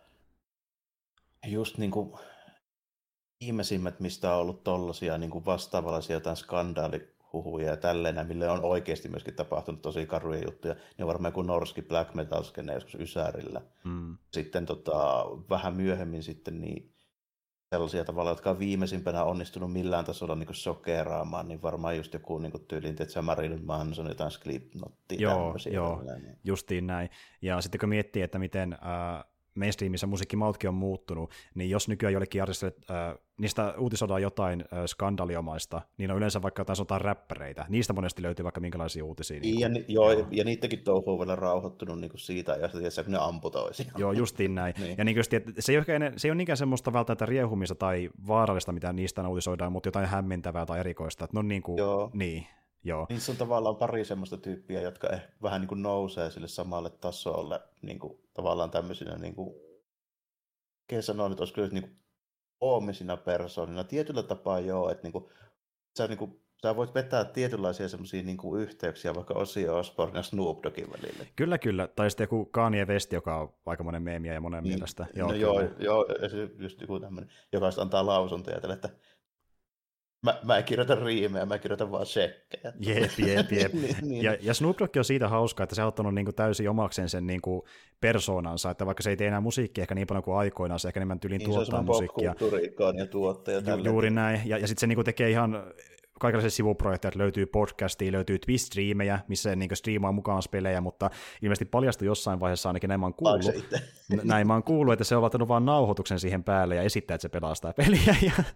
just niin kuin viimeisimmät, mistä on ollut tollaisia niin vastaavallisia jotain skandaalihuhuja ja tälleen, mille on oikeasti myöskin tapahtunut tosi karuja juttuja, niin on varmaan joku norski black metal skene joskus Ysärillä. Mm. Sitten tota, vähän myöhemmin sitten niin sellaisia tavalla, jotka on viimeisimpänä onnistunut millään tasolla niin sokeraamaan, niin varmaan just joku niin tyylin, että Marilyn Manson, jotain Slipknottia, joo, tämmöisiä. Joo, tämmöinen. Justiin näin. Ja sitten kun miettii, että miten Äh... mainstreamissa musiikkimautkin on muuttunut, niin jos nykyään jollekin artistille äh, niistä uutisoidaan jotain äh, skandaliomaista, niin on yleensä vaikka jotain sanotaan räppäreitä. Niistä monesti löytyy vaikka minkälaisia uutisia. Niin ja, ni- joo, joo, ja niitäkin touhuu vielä rauhoittunut niin kuin siitä, ja tietysti, kun ne amputoisi. Joo, justiin näin. niin. Ja niin kuin, että se, ei ole, se ei ole niinkään semmoista välttämättä riehumista tai vaarallista, mitä niistä uutisoidaan, mutta jotain hämmentävää tai erikoista. Että ne on niin kuin, joo. Niin. Joo. Niissä on tavallaan pari semmoista tyyppiä, jotka eh, vähän niin kuin nousee sille samalle tasolle, niin kuin, tavallaan tämmöisinä, niin kuin, oikein sanoa, että olisi kyllä niin kuin, oomisina persoonina. Tietyllä tapaa joo, että niin kuin, sä, niin kuin, sä voit vetää tietynlaisia semmoisia niin kuin, yhteyksiä vaikka Ozzy Osbourne ja Snoop Doggin välille. Kyllä, kyllä. Tai sitten joku Kanye West, joka on aika monen meemiä ja monen niin. mielestä. Joo, no joo, joo, just joku tämmöinen, joka antaa lausuntoja tälle, että Mä, mä en kirjoita riimejä, mä kirjoitan vaan shekkejä. Jep, jep, jep. niin, niin. Ja, ja Snoop Dogg on siitä hauskaa, että se on ottanut niinku täysin omakseen sen niinku persoonansa, että vaikka se ei tee enää musiikkia ehkä niin paljon kuin aikoinaan, se ehkä enemmän tyyliin niin, tuottaa musiikkia. Se on ja tuottaja. Ju, juuri näin, ja, ja sitten se niinku tekee ihan kaikenlaisia sivuprojekteja, löytyy podcastia, löytyy Twitch-striimejä, missä se niinku striimaa mukaan pelejä, mutta ilmeisesti paljastui jossain vaiheessa ainakin, näin mä oon kuullut, näin mä oon kuullut, että se on laittanut vaan nauhoituksen siihen päälle ja esittää, että se pelastaa peliä. Ja,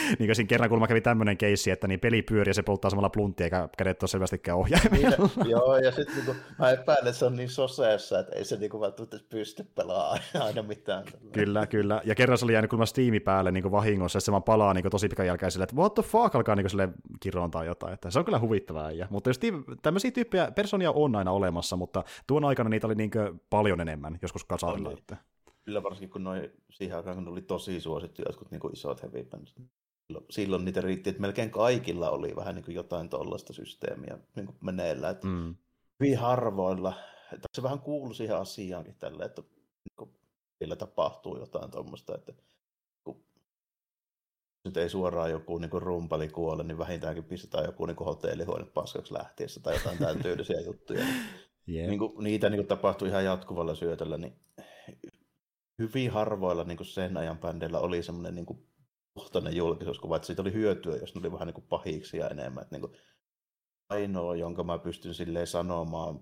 niin siinä kerran kulma kävi tämmöinen keissi, että niin peli pyörii ja se polttaa samalla plunttia, eikä kädet ole selvästikään ohjaimella. Niin, joo, ja sitten niinku, mä epäilen, että se on niin soseessa, että ei se niinku välttämättä pysty pelaamaan aina mitään. Kyllä, kyllä. Ja kerran se oli jäänyt kulma Steami päälle niin vahingossa, ja se vaan palaa niin tosi pikan jälkeen silleen, että what the fuck, alkaa niin sille kiroon tai jotain. Että se on kyllä huvittavaa. Ja, mutta jos tämmöisiä tyyppejä, personia on aina olemassa, mutta tuon aikana niitä oli niin paljon enemmän, joskus kasarilla. Että. Kyllä varsinkin, kun noi, siihen aikaan kun ne oli tosi suosittu jotkut niin isot heavy bandit. Silloin, silloin niitä riitti, että melkein kaikilla oli vähän niin kuin jotain tollaista systeemiä niin meneillään. Että mm. hyvin harvoilla, että se vähän kuului siihen asiaankin tälle, että niin niillä tapahtuu jotain tuommoista, että kun nyt ei suoraan joku niin rumpali kuole, niin vähintäänkin pistetään joku niin hotellihuone paskaksi lähtiessä tai jotain tämän tyylisiä juttuja. Yeah. Niin kuin, niitä niin kuin tapahtui ihan jatkuvalla syötöllä, niin hyvin harvoilla niin kuin sen ajan bändeillä oli semmoinen niin kuin puhtainen julkisuuskuva, että siitä oli hyötyä, jos ne oli vähän niin kuin pahiksi ja enemmän. Että niin kuin ainoa, jonka mä pystyn silleen sanomaan,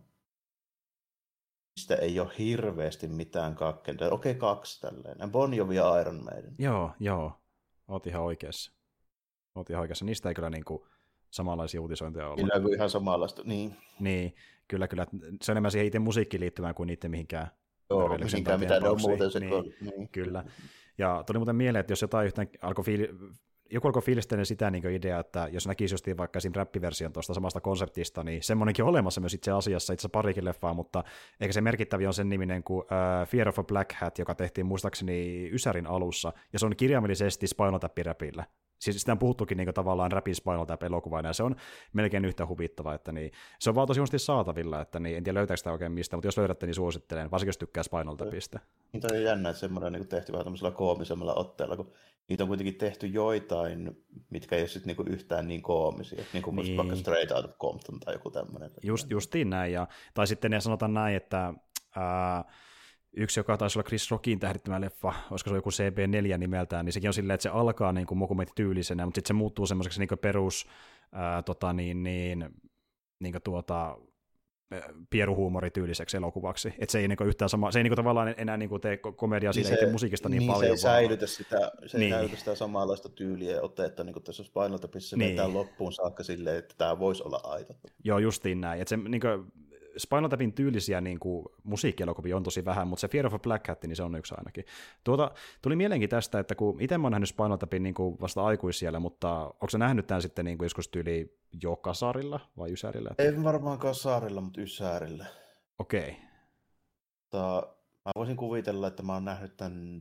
mistä ei ole hirveästi mitään kakkentaa. Okei, okay, kaksi tälleen. Bon Jovi ja Iron Maiden. Joo, joo. Oot ihan oikeassa. Oot ihan oikeassa. Niistä ei kyllä niin kuin samanlaisia uutisointeja ollut. Kyllä, ihan samanlaista. Niin. Niin, kyllä, kyllä. Se on enemmän siihen itse musiikkiin liittyvään kuin niiden mihinkään. Joo, mihinkään mitä ne on muuten se. Niin, niin. Kyllä. Ja tuli muuten mieleen, että jos jotain yhtään alkoi fiili... joku alkoi fiilistellä sitä niin ideaa, että jos näkisi justiin vaikka siinä räppiversion tuosta samasta konseptista, niin semmoinenkin on olemassa myös itse asiassa, itse parikin leffaa, mutta ehkä se merkittävi on sen niminen kuin uh, Fear of a Black Hat, joka tehtiin muistaakseni Ysärin alussa, ja se on kirjaimellisesti Spinal Tap-räpillä. Siis sitä on puhuttukin niin tavallaan rapin Spinal Tap-elokuvana, ja se on melkein yhtä huvittava, että niin, se on vaan tosi huonosti saatavilla, että niin, en tiedä löytääkö sitä oikein mistä, mutta jos löydätte, niin suosittelen, varsinkin jos tykkää Spinal Tapista. Niin on jännä, että semmoinen niin tehty vähän tämmöisellä koomisemmalla otteella, kun niitä on kuitenkin tehty joitain, mitkä ei ole sitten niinku yhtään niin koomisia, niin kuin niin. Vaikka Straight Outta Compton tai joku tämmöinen. Just, justiin näin, ja, tai sitten ne sanotaan näin, että ää, yksi, joka taisi olla Chris Rockin tähdittämä leffa, olisiko se joku C B neljä nimeltään, niin sekin on silleen, että se alkaa niin kuin mokumentti-tyylisenä, mutta sitten se muuttuu semmoiseksi niin kuin perus ää, tota, niin, niin, niin kuin tuota, pieruhuumorityyliseksi elokuvaksi. Että se ei niinku yhtään sama, se ei niinku tavallaan enää niinku tee komediaa siitä itse musiikista niin, niin paljon. Se ei säilytä sitä, se niin. säilytä sitä samanlaista tyyliä ja otetta, niin kuin tässä Spinal Tapissa se niin. vetää loppuun saakka silleen, että tämä voisi olla aito. Joo, justiin näin. Että se niinku Spinal Tapin tyylisiä niin kuin musiikkielokuvia on tosi vähän, mutta se Fear of a Black Hat, niin se on yksi ainakin. Tuota, tuli mielenkin tästä, että kun itse mä oon nähnyt Spinal Tapin niin kuin vasta aikuisiellä, mutta onko sä nähnyt tämän sitten niin kuin joskus tyyli jo kasarilla vai ysärillä? Ei varmaan kasarilla, mutta ysärillä. Okei. Okay. Mutta mä voisin kuvitella, että mä oon nähnyt tämän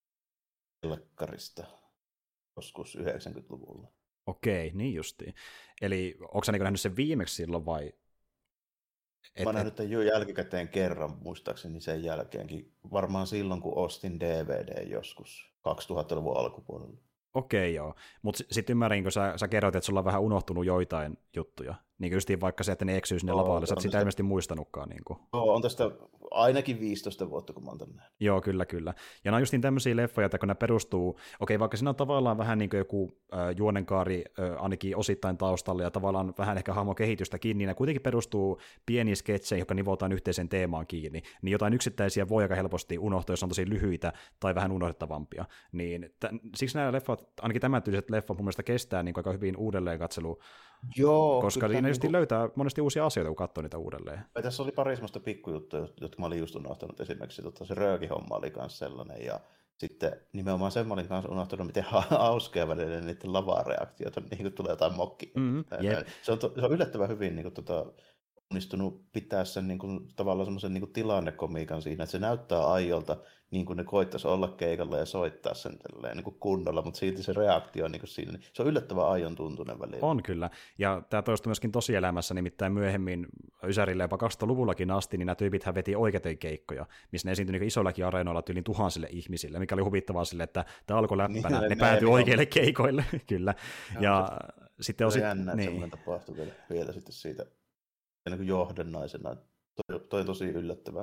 telkkarista joskus yhdeksänkymmentäluvulla. Okei, niin justiin. Eli onko sä niin nähnyt sen viimeksi silloin vai? Et, mä oon nähnyt tämän jo jälkikäteen kerran, muistaakseni sen jälkeenkin. Varmaan silloin, kun ostin D V D joskus kaksituhattaluvun alkupuolella. Okei, joo. Mutta sitten ymmärrin, kun sä, sä kerroit, että sulla on vähän unohtunut joitain juttuja. Niin justiin vaikka se, että ne eksyy sinne lavalle. Sä et sitä ilmeisesti muistanutkaan. Niin kuin. Joo, on tästä ainakin viisitoista vuotta, kun mä oon tämän nähnyt. Joo, kyllä, kyllä. Ja nämä on justiin tämmöisiä leffoja, että kun ne perustuu, okei, vaikka siinä on tavallaan vähän niin kuin joku äh, juonenkaari äh, ainakin osittain taustalla ja tavallaan vähän ehkä hahmokehitystäkin, niin ne kuitenkin perustuu pieniin sketseihin, jotka nivotaan yhteiseen teemaan kiinni. Niin jotain yksittäisiä voi aika helposti unohtaa, jos on tosi lyhyitä tai vähän unohdettavampia. Niin t- siksi nämä leffat, ainakin tämän tyyliset leffat mun mielestä kestää niin aika hyvin uudelleen katselu. Joo, koska siinä just niin löytää monesti uusia asioita, kun katsoo niitä uudelleen. Ja tässä oli pari semmoista pikkujuttuja, jotka mä olin just unohtanut. Esimerkiksi tota, se röökihomma oli myös sellainen. Ja sitten nimenomaan sen mä olin kanssa unohtanut, miten hauskaa välillä niiden lavareaktioita, niin kuin tulee jotain mokkia. Mm-hmm, yep. se, on to, se on yllättävän hyvin niin kuin, tota, onnistunut pitää sen niin kuin, tavallaan semmoisen niin kuin tilannekomiikan siinä, että se näyttää aiolta niin kuin ne koittaisi olla keikalla ja soittaa sen tälleen, niin kuin kunnolla, mutta silti se reaktio on niin kuin siinä. Se on yllättävän aion tuntunen välillä. On kyllä, ja tämä toistui myöskin tosielämässä, nimittäin myöhemmin Ysärille jopa kaksituhattaluvullakin asti, niin nämä tyypithän veti oikeita keikkoja, missä ne esiintyi niin isoillakin areenoilla tyylin tuhansille ihmisille, mikä oli huvittavaa sille, että tämä alkoi läppänä, niin, ne päätyi oikeille keikoille, kyllä. Ja, ja se, sitten on sitten... jännä, että semmoinen tapahtui vielä, vielä sitten siitä niin kuin johdannaisena. Toi, toi tosi yllättävää.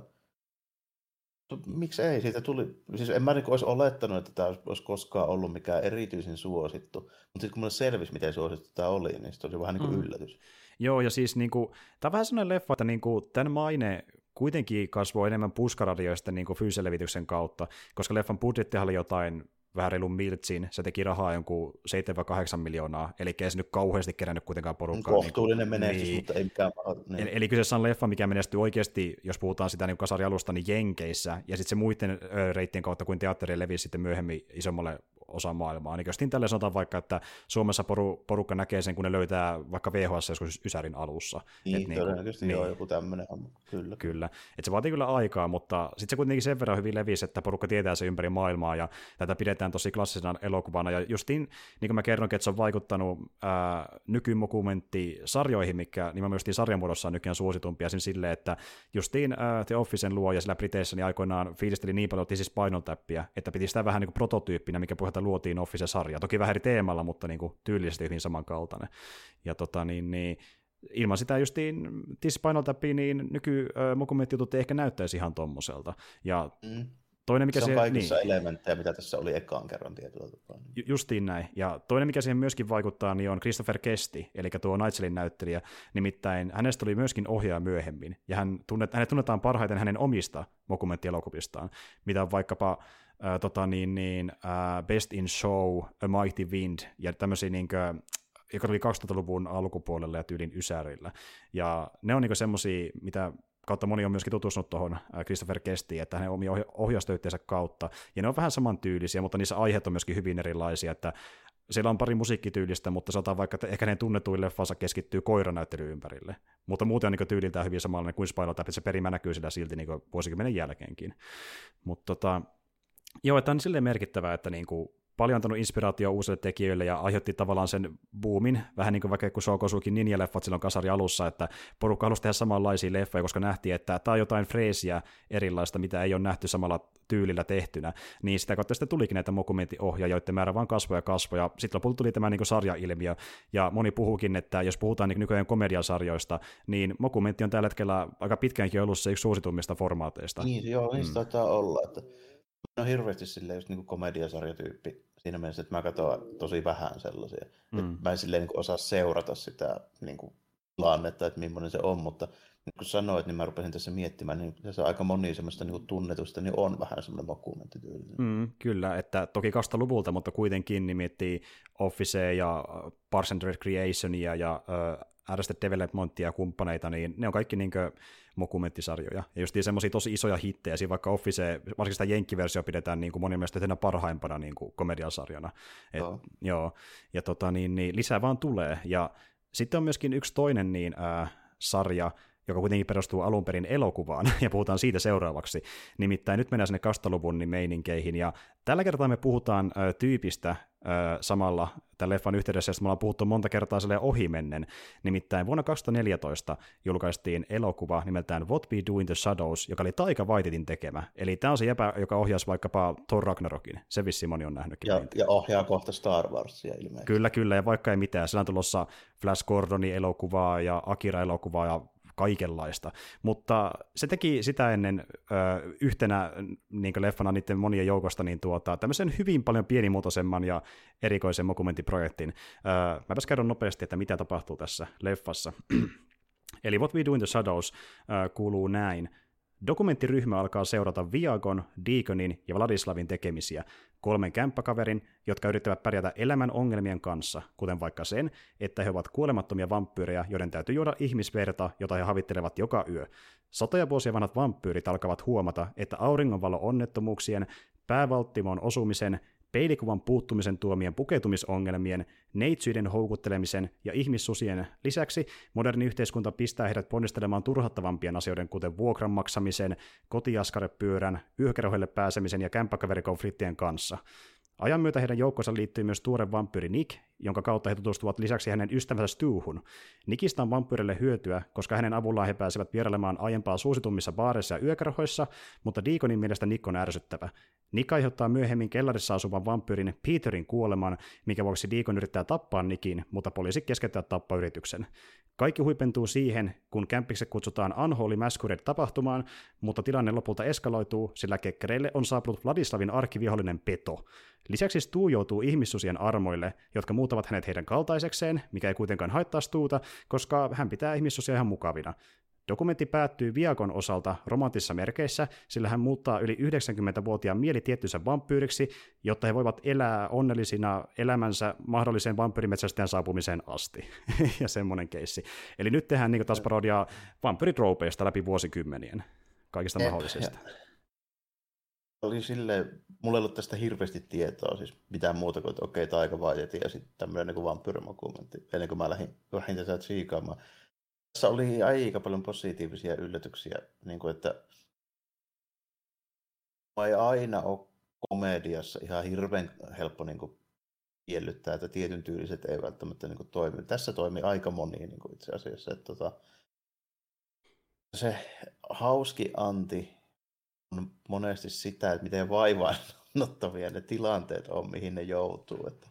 Miksi ei? Siitä tuli, siis en mä niin olisi olettanut, että tämä olisi koskaan ollut mikään erityisen suosittu, mutta sitten kun mulle selvisi, miten suosittu tämä oli, niin se oli vähän niin kuin mm. yllätys. Joo, ja siis niin kuin, tämä on vähän sellainen leffa, että niin kuin, tämän maine kuitenkin kasvoi enemmän puskaradioista niin kuin fyysisen levityksen kautta, koska leffan budjettihan oli jotain vähän reilun miltsin, se teki rahaa jonkun seitsemän kahdeksan miljoonaa, eli ei se nyt kauheasti kerännyt kuitenkaan porukkaa. Kohtuullinen niin, menestys, niin. mutta ei mikään... Niin. Eli, eli kyseessä on leffa, mikä menestyy oikeasti, jos puhutaan sitä niin kasarialusta, niin Jenkeissä, ja sitten se muiden ö, reittien kautta kuin teatteri levisi sitten myöhemmin isommalle osa maailmaa. Niin jos tälle sanotaan vaikka, että Suomessa poru, porukka näkee sen, kun ne löytää vaikka V H S joskus Ysärin alussa. Niin, niin todennäköisesti niin, joo, joku tämmöinen on. Kyllä. Kyllä. Et se vaatii kyllä aikaa, mutta sitten se kuitenkin sen verran hyvin levisi, että porukka tietää se ympäri maailmaa, ja tätä pidetään tosi klassisena elokuvana. Ja justiin, niin kuin mä kerronkin, että se on vaikuttanut ää, nykymokumenttisarjoihin, mikä nimenomaan justiin sarjamuodossa on nykyään suositumpia, sen silleen, että justiin ää, The Officen luoja sillä Briteissä niin aikoinaan fiilisteli niin paljon siis Spinal Tapia, että piti sitä vähän niin kuin prototyyppinä, mikä pohjalta luotiin Office-sarja. Toki vähän eri teemalla, mutta niin kuin tyylisesti hyvin samankaltainen. Ja tota niin, niin ilman sitä justiin Spinal Tapia, niin nyky-mokumenttijutut ei ehkä näyttäisi ihan tommoselta. Ja mm. toinen, mikä se on siihen, kaikissa niin, elementtejä, mitä tässä oli ekaan kerran tietyllä tapaa. Ju- justiin näin. Ja toinen, mikä siihen myöskin vaikuttaa, niin on Christopher Kesti, eli tuo Nigelin näyttelijä. Nimittäin hänestä oli myöskin ohjaaja myöhemmin, ja hän tunnet, hänet tunnetaan parhaiten hänen omista mokumenttielokuvista, mitä on vaikkapa äh, tota niin, niin, äh, Best in Show, A Mighty Wind, ja tämmöisiä niinkö, joka tuli kaksituhattaluvun alkupuolella ja tyylin Ysärillä. Ja ne on niinku semmosia, mitä kautta moni on myöskin tutustunut tuohon Christopher Kestiin, että hänen omia ohjaustöitteensä kautta, ja ne on vähän samantyylisiä, mutta niissä aiheet on myöskin hyvin erilaisia, että siellä on pari musiikkityylistä, mutta sanotaan vaikka, että ehkä ne tunnetuin leffansa keskittyy koiranäyttelyyn ympärille, mutta muuten on niin tyyliltään hyvin samanlainen kuin Spinal Tap, että se perimä näkyy sillä silti niin vuosikymmenen jälkeenkin. Mutta tota, joo, että on silleen merkittävää, että niin kuin paljon antanut inspiraatioa uusille tekijöille ja aiheutti tavallaan sen boomin, vähän niin kuin vaikka kun Shou Kosukin Ninja-leffat silloin kasari alussa, että porukka halusi tehdä samanlaisia leffoja, koska nähtiin, että tämä on jotain freesiä erilaista, mitä ei ole nähty samalla tyylillä tehtynä, niin sitä kautta sitten tulikin näitä mokumenttiohjaajia, joiden määrä vaan kasvoi ja kasvoi, ja sitten lopulta tuli tämä niin kuin sarjailmiö, ja moni puhuukin, että jos puhutaan niin nykyään komediasarjoista, niin mokumentti on tällä hetkellä aika pitkäänkin ollut se yksi suosituimmista formaateista. Niin, joo, niin se mm. taitaa olla, että mä oon hirveästi silleen just niin kuin komediasarjatyyppi siinä mielessä, että mä katson tosi vähän sellaisia. Mm. Että mä en silleen niin kuin osaa seurata sitä niin kuin tilannetta, että millainen se on, mutta niin kuin sanoit, niin mä rupesin tässä miettimään, niin tässä aika moni semmoista niin kuin tunnetusta, niin on vähän semmoinen mokumenttityyli. Mm, kyllä, että toki kaksituhattaluvulta, mutta kuitenkin niin miettii Officea ja Parks and Recreationia ja uh, Arrested Developmentia ja kumppaneita, niin ne on kaikki niin kuin mokumenttisarjoja. Ja just semmoisia tosi isoja hittejä, siinä vaikka Office, varsinkin sitä jenkkiversiota pidetään niin kuin monin mielestä yhtenä parhaimpana niin kuin komediasarjana. Et, oh. Joo, ja tota, niin, niin, lisää vaan tulee. Ja sitten on myöskin yksi toinen niin, äh, sarja, joka kuitenkin perustuu alun perin elokuvaan, ja puhutaan siitä seuraavaksi. Nimittäin nyt mennään sinne kaksituhattaluvun niin meininkeihin, ja tällä kertaa me puhutaan ö, tyypistä ö, samalla tämän leffan yhteydessä, josta me ollaan puhuttu monta kertaa silleen ohimennen. Nimittäin vuonna kaksituhattaneljätoista julkaistiin elokuva nimeltään What We Do in the Shadows, joka oli Taika Waititin tekemä. Eli tämä on se jäpä, joka ohjasi vaikkapa Thor Ragnarokin. Se vissiin moni on nähnytkin. Ja, ja ohjaa kohta Star Warsia ilmeisesti. Kyllä, kyllä, ja vaikka ei mitään. Siellä on tulossa Flash Gordonin elokuvaa ja Akira-elokuvaa ja kaikenlaista, mutta se teki sitä ennen ö, yhtenä niin leffana niiden monien joukosta niin tuota, tämmöisen hyvin paljon pienimuotoisemman ja erikoisen mokumenttiprojektin. Ö, mäpäs kerron nopeasti, että mitä tapahtuu tässä leffassa. Eli What We Do in the Shadows ö, kuuluu näin. Dokumenttiryhmä alkaa seurata Viagon, Deaconin ja Vladislavin tekemisiä, kolmen kämppäkaverin, jotka yrittävät pärjätä elämän ongelmien kanssa, kuten vaikka sen, että he ovat kuolemattomia vampyyrejä, joiden täytyy juoda ihmisverta, jota he havittelevat joka yö. Satoja vuosia vanhat vampyyrit alkavat huomata, että auringonvalo-onnettomuuksien, päävalttimon osumisen, peilikuvan puuttumisen tuomien pukeutumisongelmien, neitsyyden houkuttelemisen ja ihmissusien lisäksi moderni yhteiskunta pistää heidät ponnistelemaan turhattavampien asioiden, kuten vuokran maksamisen, kotiaskarepyörän, yökerhoille pääsemisen ja kämppäkaverikonfliktien kanssa. Ajan myötä heidän joukkonsa liittyy myös tuore vampyyri Nick, jonka kautta he tutustuvat lisäksi hänen ystävänsä Stuhun. Nickistä on vampyyrille hyötyä, koska hänen avullaan he pääsevät vierailemaan aiempaa suositummissa baareissa ja yökerhoissa, mutta Deaconin mielestä Nick on ärsyttävä. Nick aiheuttaa myöhemmin kellarissa asuvan vampyyrin Peterin kuoleman, mikä vuoksi Deacon yrittää tappaa Nickin, mutta poliisi keskeyttää tappayrityksen. Kaikki huipentuu siihen, kun kämpikset kutsutaan Unholy Masquerade-tapahtumaan, mutta tilanne lopulta eskaloituu, sillä kekkereille on saapunut Vladislavin arkkivihollinen Peto. Lisäksi Stu joutuu ihmissusien armoille, jotka muuttavat hänet heidän kaltaisekseen, mikä ei kuitenkaan haittaa Stuuta, koska hän pitää ihmissusia ihan mukavina. Dokumentti päättyy Viagon osalta romanttisissa merkeissä, sillä hän muuttaa yli yhdeksänkymmentävuotiaan mieli tiettynsä vampyyriksi, jotta he voivat elää onnellisina elämänsä mahdollisen vampyyrimetsästäjän saapumiseen asti. Ja semmoinen keissi. Eli nyt tehdään niin taas parodiaa vampyyritroupeista läpi vuosikymmenien. Kaikista mahdollisista. Oli silleen, mulla ei ollut tästä hirveästi tietoa, siis mitään muuta kuin, että okei, taikavaitet ja sitten tämmöinen niin vampyyrimakuumentti, ennen kuin mä lähdin, lähdin tätä tsiikaamaan. Tässä oli aika paljon positiivisia yllätyksiä, niin kuin, että ei aina ole komediassa ihan hirveän helppo niin kuin, kiellyttää, että tietyn tyyliset ei välttämättä niin kuin, toimi. Tässä toimii aika moni niin kuin, itse asiassa. Että, tota, se hauski anti on monesti sitä, että miten vaivaannuttavia ne tilanteet on, mihin ne joutuu. Että,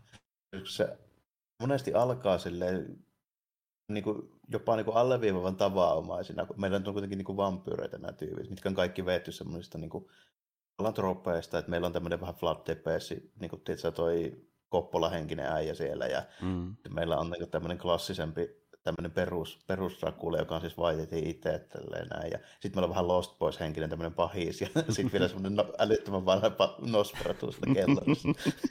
se monesti alkaa silleen, niin kuin, jopa niin kuin alleviivavan tavanomaisina, kun meillä on kuitenkin niin kuin vampyyreitä nämä tyypit, mitkä on kaikki veetty semmoisista niin kuin tropeista, että meillä on tämmöinen vähän flat D P S, niin kuin tietysti toi Koppola-henkinen äijä siellä, ja mm. meillä on niin tämmöinen klassisempi tämmöinen perus, perus Dracula, joka on siis vaitettiin itse, näin. Ja sitten meillä on vähän Lost Boys-henkinen tämmöinen pahis, ja sitten vielä semmoinen no, älyttömän vanha Nosferatu sitä kellarissa.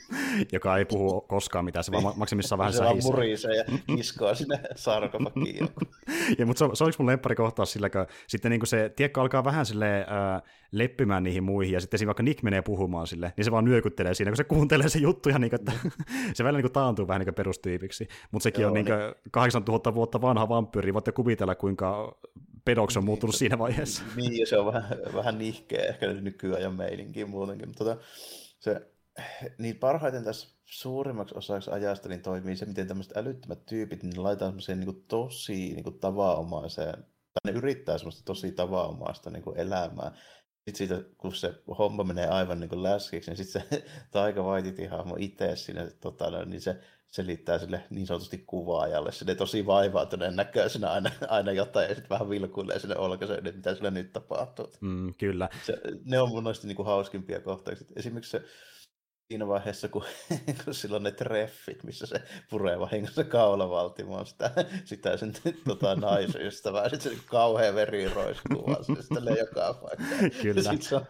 Joka ei puhu koskaan mitään, se vaan maksimissaan vähän sähisee. Se vaan murisee ja kiskoa sinne sarkofagiin. Ja, mutta se, se oliko mun lemparikohtaus sillä, kun sitten niin se tiekka alkaa vähän silleen, äh, leppymään niihin muihin, ja sitten siinä vaikka Nick menee puhumaan sille, niin se vaan nyökyttelee siinä, kun se kuuntelee se juttu, ja niin kuin, että se välillä niin taantuu vähän niin perustyypiksi. Mutta sekin Joo, on niin niin... kahdeksantuhatta vuotta vanha vampyyri, voitte kuvitella, kuinka pedoksi on muuttunut niin, siinä vaiheessa. Niin, ja se on vähän, vähän nihkeä ehkä nykyajan meininkiä muutenkin. Mutta tota, se, niin parhaiten tässä suurimmaksi osaksi ajasta niin toimii se, miten tämmöiset älyttömät tyypit, niin ne laitetaan semmoiseen niin tosi niin tavanomaiseen, tai ne yrittää semmoista tosi tavanomaista niin elämää. Sitten siitä, kun se homma menee aivan niin kuin läskiksi, niin sitten se Taika Waititin hahmo itse siinä, tota, niin se selittää sille niin sanotusti kuvaajalle, sille tosi vaivautuneen näköisenä aina, aina jotain, ja sitten vähän vilkuilee sinne olkaiseen, että mitä sillä nyt tapahtuu. Mm, kyllä. Se, ne on monesti niin kuin hauskimpia kohtauksia. Esimerkiksi se siinä vaiheessa, kun, kun sillä on ne treffit, missä se puree vahingossa kaulavaltimoon sitä, sitä sen tota, naisystävää. Sitten se kauhea veri roiskuu vaan sitten joka paikkaan. Kyllä. On,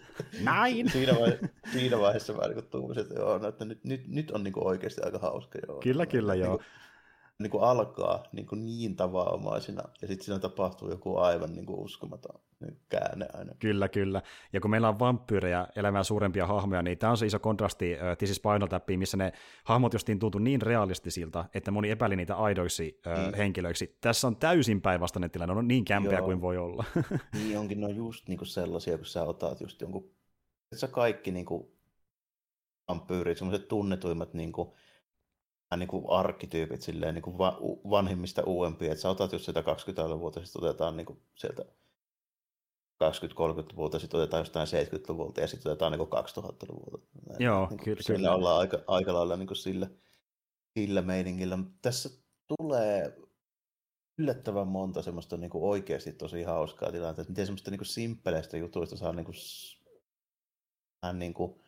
näin! Siinä vaiheessa, siinä vaiheessa mä niin tuumisin, että, joo, no, että nyt, nyt, nyt on niin kuin oikeasti aika hauska. Joo. Kyllä, kyllä, niin, joo. Niin, niin kuin alkaa niin, kuin niin tavanomaisina, ja sitten siinä tapahtuu joku aivan niin kuin uskomaton niin käänne aina. Kyllä, kyllä. Ja kun meillä on vampyyrejä, elämää suurempia hahmoja, niin tämä on se iso kontrasti uh, This is Spinal Tapiin, missä ne hahmot justiin tuntuu niin realistisilta, että moni epäili niitä aidoiksi uh, mm. henkilöiksi. Tässä on täysin päinvastainen tilanne, on niin kämpeä kuin voi olla. Niin onkin, ne on just niin kuin sellaisia, kun sä otat just jonkun, että sä kaikki niin kuin vampyyrit, sellaiset tunnetuimmat niin kuin niin kuin arkkityypit silleen, niin kuin va- vanhimmista uudempia, että sä otat just sitä kaksikymmentä-luvulta, sitten otetaan niin kuin sieltä kaksikymmentä-kolmekymmentäluvulta, sitten otetaan jostain seitsemänkymmentäluvulta ja sitten otetaan niin kuin kaksituhattaluvulta. Joo, niin kyllä. Siinä ollaan aika, aika lailla niin kuin sillä, sillä meiningillä. Tässä tulee yllättävän monta semmoista niin kuin oikeasti tosi hauskaa tilannetta, että miten semmoista niin kuin simppeleistä jutuista saa niin kuin, vähän niin kuin,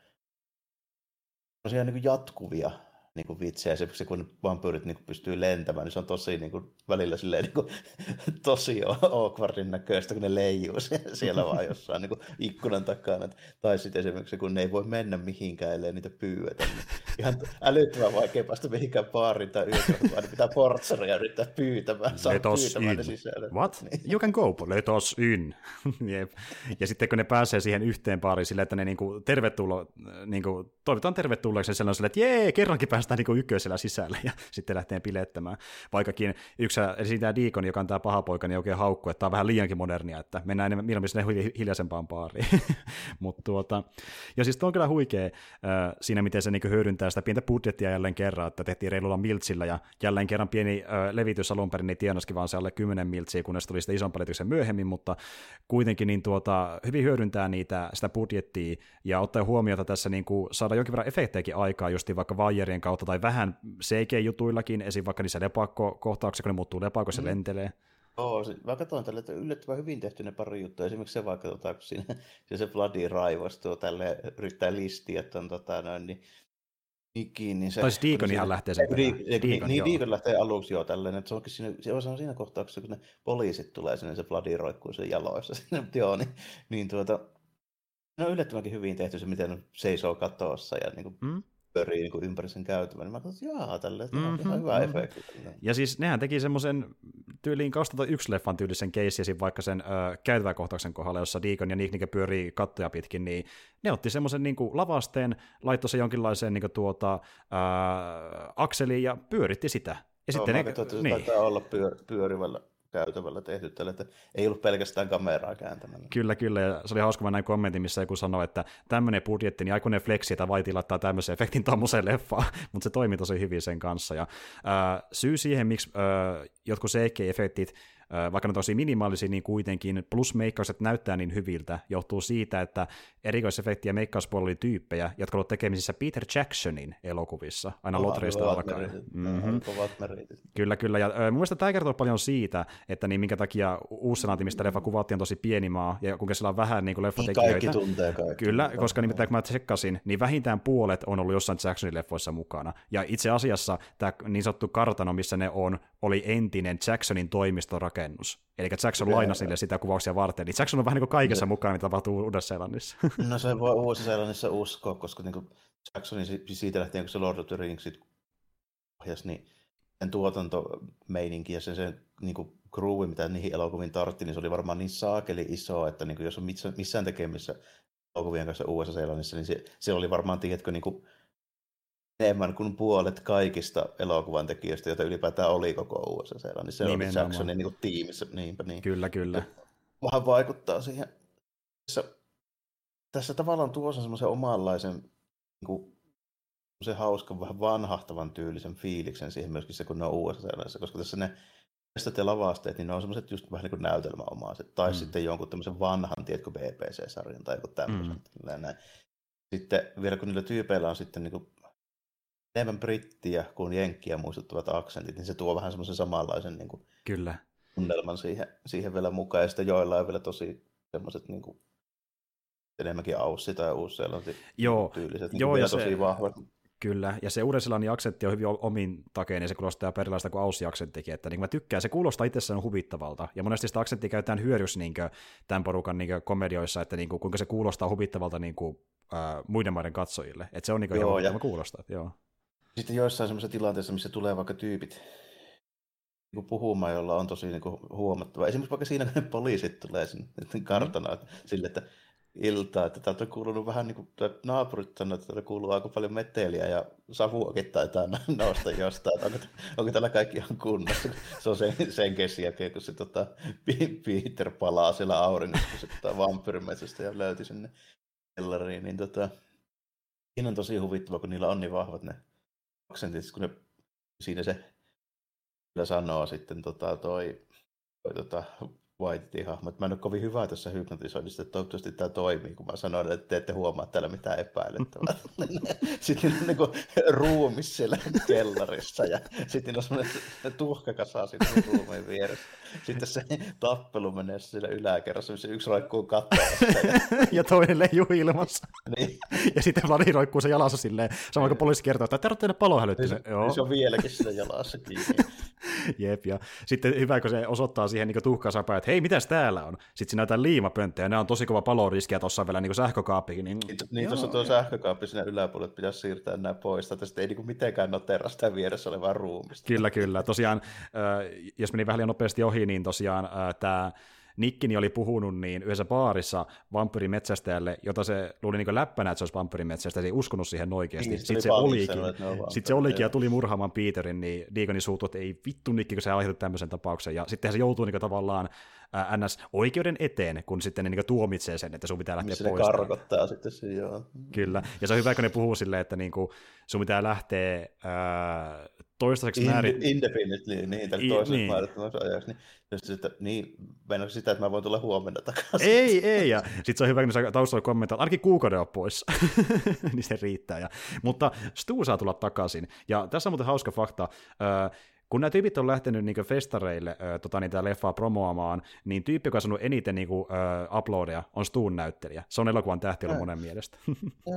niin kuin jatkuvia niin kuin vitsejä. Se, kun vampyyrit niin kuin pystyy lentämään, niin se on tosi niin kuin, välillä silleen, niin kuin, tosi awkwardin näköistä, kun ne leijuu siellä vaan jossain niin kuin, ikkunan takana. Tai sitten esimerkiksi, kun ne ei voi mennä mihinkään, ellei niitä pyydetä. Niin ihan älyttömän vaikea päästä mihinkään baariin tai yökertaan, vaan pitää portsaria yrittää pyytämään. Let us in. What? Niin. You can go, let us in. Jep. Ja sitten kun ne pääsee siihen yhteen baariin silleen, että ne niinku tervetulo, niinku, toivotaan tervetulleeksi, siellä on silleen, että jee, kerrankin päästään niinku ykkösellä sisälle, ja sitten lähtee bilettämään. Vaikkakin yksi, eli tämä Deacon, joka on tämä paha poika, niin oikein haukkuu, että tämä on vähän liiankin modernia, että mennään enemmän mieluummin sinne hiljaisempaan baariin. Mutta tuota, ja siis on kyllä huikea äh, siinä, miten se niinku hyödyntää sitä pientä budjettia jälleen kerran, että tehtiin reilulla miltsillä, ja jälleen kerran pieni äh, levitys alun perin, niin tienaskin vaan se alle kymmenen miltsiä, kunnes tuli sitä ison palityksen myöhemmin, mutta kuitenkin niin tuota, hyvin hyödyntää niitä, sitä budjettia, ja ottaa huomiota tässä niin kuin saada jonkin verran efektejäkin aikaa, justiin vaikka vaijerien kautta, tai vähän C G-jutuillakin, esim. Vaikka niissä lepakko-kohtauksissa, kun ne muuttuu lepakossa, se mm. lentelee. Joo, mä katsoin tälle, että yllättävän hyvin tehty ne pari juttua. Esimerkiksi se vaikka, tota, kun siinä se Bloody raivostuu, tälle yrittää listiä, että on tota, noin, niin Nikin, niin se... Tai siis Deacon ihan lähtee sen perään. Di- Deacon, niin, Deacon lähtee aluksi jo tälleen, että se onkin siinä, se on siinä kohtauksessa, kun ne poliisit tulee sinne, se Bloody roikkuu sen jaloissa sinne, mutta joo, niin, niin tuota, ne on yllättävänkin hyvin tehty se, miten ne seisoo katossa ja niin kuin, mm. pyörii niin kuin ympäri sen käytävän, niin mä katsoin, että jaa, tälleen, että mm-hmm, ihan hyvä mm-hmm. efekti. Ja siis nehän teki semmoisen tyyliin kaksituhattayksi leffan tyylisen keissin vaikka sen äh, käytäväkohtauksen kohdalla, jossa Deacon ja Nick pyörii kattoja pitkin, niin ne otti semmoisen niin kuin lavasteen, laittoi se jonkinlaiseen niin kuin tuota, äh, akseliin ja pyöritti sitä. Ja no, sitten mä ne, katsoin, että se niin. taitaa olla pyör- pyörivällä käytävällä tehty tällä, että ei ollut pelkästään kameraa kääntämällä. Kyllä, kyllä, ja se oli hauska, mä näin kommentin, missä joku sanoi, että tämmöinen budjetti, niin aikuinen fleksi, että vaitiin laittaa tämmöisen efektin tommoseen leffaan, mutta se toimi tosi hyvin sen kanssa. Ja, ää, syy siihen, miksi ää, jotkut C G-efektit, ää, vaikka ne tosi minimaalisia, niin kuitenkin plus meikkaukset näyttää niin hyviltä, johtuu siitä, että erikoisefekti- ja meikkauspuolella oli tyyppejä, jotka olivat tekemisissä Peter Jacksonin elokuvissa, aina Lotreista alkaen. Mm-hmm. Kyllä, kyllä, ja ää, mun mielestä tämä kertoo paljon siitä, että niin minkä takia Uus-Seelanti, mistä leffa kuvattiin, on tosi pieni maa, ja kuinka sillä on vähän niin kuin leffatekijöitä. Kaikki tuntee kaikki. Kyllä, koska nimittäin kun mä tsekkasin, niin vähintään puolet on ollut jossain Jacksonin leffoissa mukana. Ja itse asiassa tämä niin sanottu kartano, missä ne on, oli entinen Jacksonin toimistorakennus. Eli Jackson lainasi niille sitä kuvauksia varten. Niin Jackson on vähän niin kuin kaikessa no. mukana, mitä tapahtuu Uudessa-Seelannissa. No se voi Uudessa-Seelannissa uskoa, koska niin kuin Jacksonin siitä lähtien, kun se Lord of the Ringsit ohjasi, niin sen tuotantomeininki ja sen, sen niin kuin groovi, mitä niihin elokuviin tartti, niin se oli varmaan niin saakeli iso, että niin kuin jos on missään tekemissä elokuvien kanssa Uudessa-Seelannissa, niin se, se oli varmaan, tiedätkö, niin kuin enemmän kuin puolet kaikista elokuvan tekijöistä, joita ylipäätään oli koko Uudessa-Seelannissa. Se oli Jacksonin niin kuin tiimissä. Niinpä, niin. Kyllä, kyllä. Vähän vaikuttaa siihen. Tässä, tässä tavallaan tuossa semmoisen omanlaisen niin kuin, se hauskan, vähän vanhahtavan tyylisen fiiliksen siihen myöskin se, kun ne on Uudessa-Seelannissa, koska tässä ne testat ja lavasteet, niin ne on semmoiset just vähän niin kuin näytelmäomaiset, tai mm. sitten jonkun tämmöisen vanhan, tiedätkö, B B C-sarjan tai joku tämmöisen. Mm. Näin. Sitten vielä kun niillä tyypeillä on sitten niin kuin enemmän brittiä kuin jenkkiä muistuttavat aksentit, niin se tuo vähän semmoisen samanlaisen niin kuin Kyllä. tunnelman siihen, siihen vielä mukaan, ja sitten joilla on vielä tosi semmoiset niin kuin enemmänkin Aussi tai Uus-Seelanti tyyliset, niin joo, ja tosi se... vahvat. Kyllä, ja se Uuden-Seelannin aksentti on hyvin omin takeen, ja se kuulostaa erilaista kuin Aussi-aksenttikin, että niin mä tykkään, se kuulostaa itsessään huvittavalta, ja monesti sitä aksenttia käytetään hyödyksi niin tämän porukan niin komedioissa, että niin kuin, kuinka se kuulostaa huvittavalta niin kuin, äh, muiden maiden katsojille, että se on niin kuin, joo, ihan ja... kuulostaa. Joo. Sitten joissain semmoisissa tilanteissa, missä tulee vaikka tyypit niin puhumaan, jolla on tosi niin kuin huomattava, esimerkiksi vaikka siinä, kun ne poliisit tulee sinne kartanoon, mm. sille, että iltaa, että täältä on kuulunut vähän niin kuin naapurit sanoo, että täällä kuuluu aika paljon meteliä ja savuakin taitaa nousta jostain, että onko, onko täällä kaikki ihan kunnossa. Se on sen, sen kesän jälkeen, kun se tota, Peter palaa siellä auringossa, kun se tota, vampyyrimetsästä ja löytyi sinne kellariin, niin tota, siinä on tosi huvittava, kun niillä on niin vahvat ne aksentit, kun ne siinä se kyllä sanoo sitten tota, toi, toi tota, Whitey-hahmo. Mä en ole kovin hyvä tässä hypnotisoinnissa, että toivottavasti tämä toimii, kun mä sanoin, että te ette huomaa täällä mitään epäilyttävää. Sitten on niin ruumis siellä kellarissa ja sitten on semmoinen tuhkakasa siinä ruumiin vieressä. Sitten se tappelu menee siellä yläkerrassa, missä yksi roikkuu kattoassa. Ja, ja toinen leijuu ilmassa. Niin. Ja sitten Vladi roikkuu se jalassa silleen, samoin kuin poliisi kertoo, että tarvitsee teille palohälyttimen. Niin se, se on vieläkin siinä jalassa kiinni. Jep, ja sitten hyvä, kun se osoittaa siihen niin tuhkasapaan, että hei, mitäs täällä on? Sitten siinä näytetään liimapönttöjä, ja nämä on tosi kova paloriski, ja tuossa on vielä niin sähkökaappikin. Niin, niin, niin tuossa tuo sähkökaappi siinä yläpuolella, pitäisi siirtää nämä pois, että sitten ei niin mitenkään noteraa sitä vieressä olevaa ruumista. Kyllä, kyllä. Tosiaan, jos meni vähän liian nopeasti ohi, niin tosiaan tämä Nikkini oli puhunut niin yhdessä baarissa vampyyrimetsästäjälle, jota se luuli niin läppänä, että se olisi vampyyrimetsästäjä, se ei uskonut siihen oikeasti. Niin, sitten se olikin, sitten se olikin ja tuli murhaamaan Peterin, niin Deaconi suuttui, että ei vittu Nikki, kun sä aiheutat tämmöisen tapauksen. Ja sitten se joutuu niin tavallaan ää, ns. Oikeuden eteen, kun sitten ne niin tuomitsee sen, että sun pitää lähteä pois. Missä ne karkottaa sitten se, joo. Kyllä, ja se on hyvä, kun ne puhuu silleen, että niin kuin, sun pitää lähteä ää, toistaiseksi In, määrin... Indefinitely, niin, tai toisessa niin. määrittämässä ajaksi. Niin, sitten, niin, mennäänkö sitä, että mä voin tulla huomenna takaisin? Ei, ei, ja sitten se on hyvä, kun sä taustalla kommentoit, ainakin kuukauden on pois, niin se riittää. Ja, mutta Stu saa tulla takaisin, ja tässä on muuten hauska fakta, kun nämä tyypit on lähtenyt niin festareille äh, tota, niitä leffaa promoamaan, niin tyyppi, joka on saanut eniten niin kuin, äh, uploadeja, on Stuun näyttelijä. Se on elokuvan tähti ollut monen mielestä. Joo.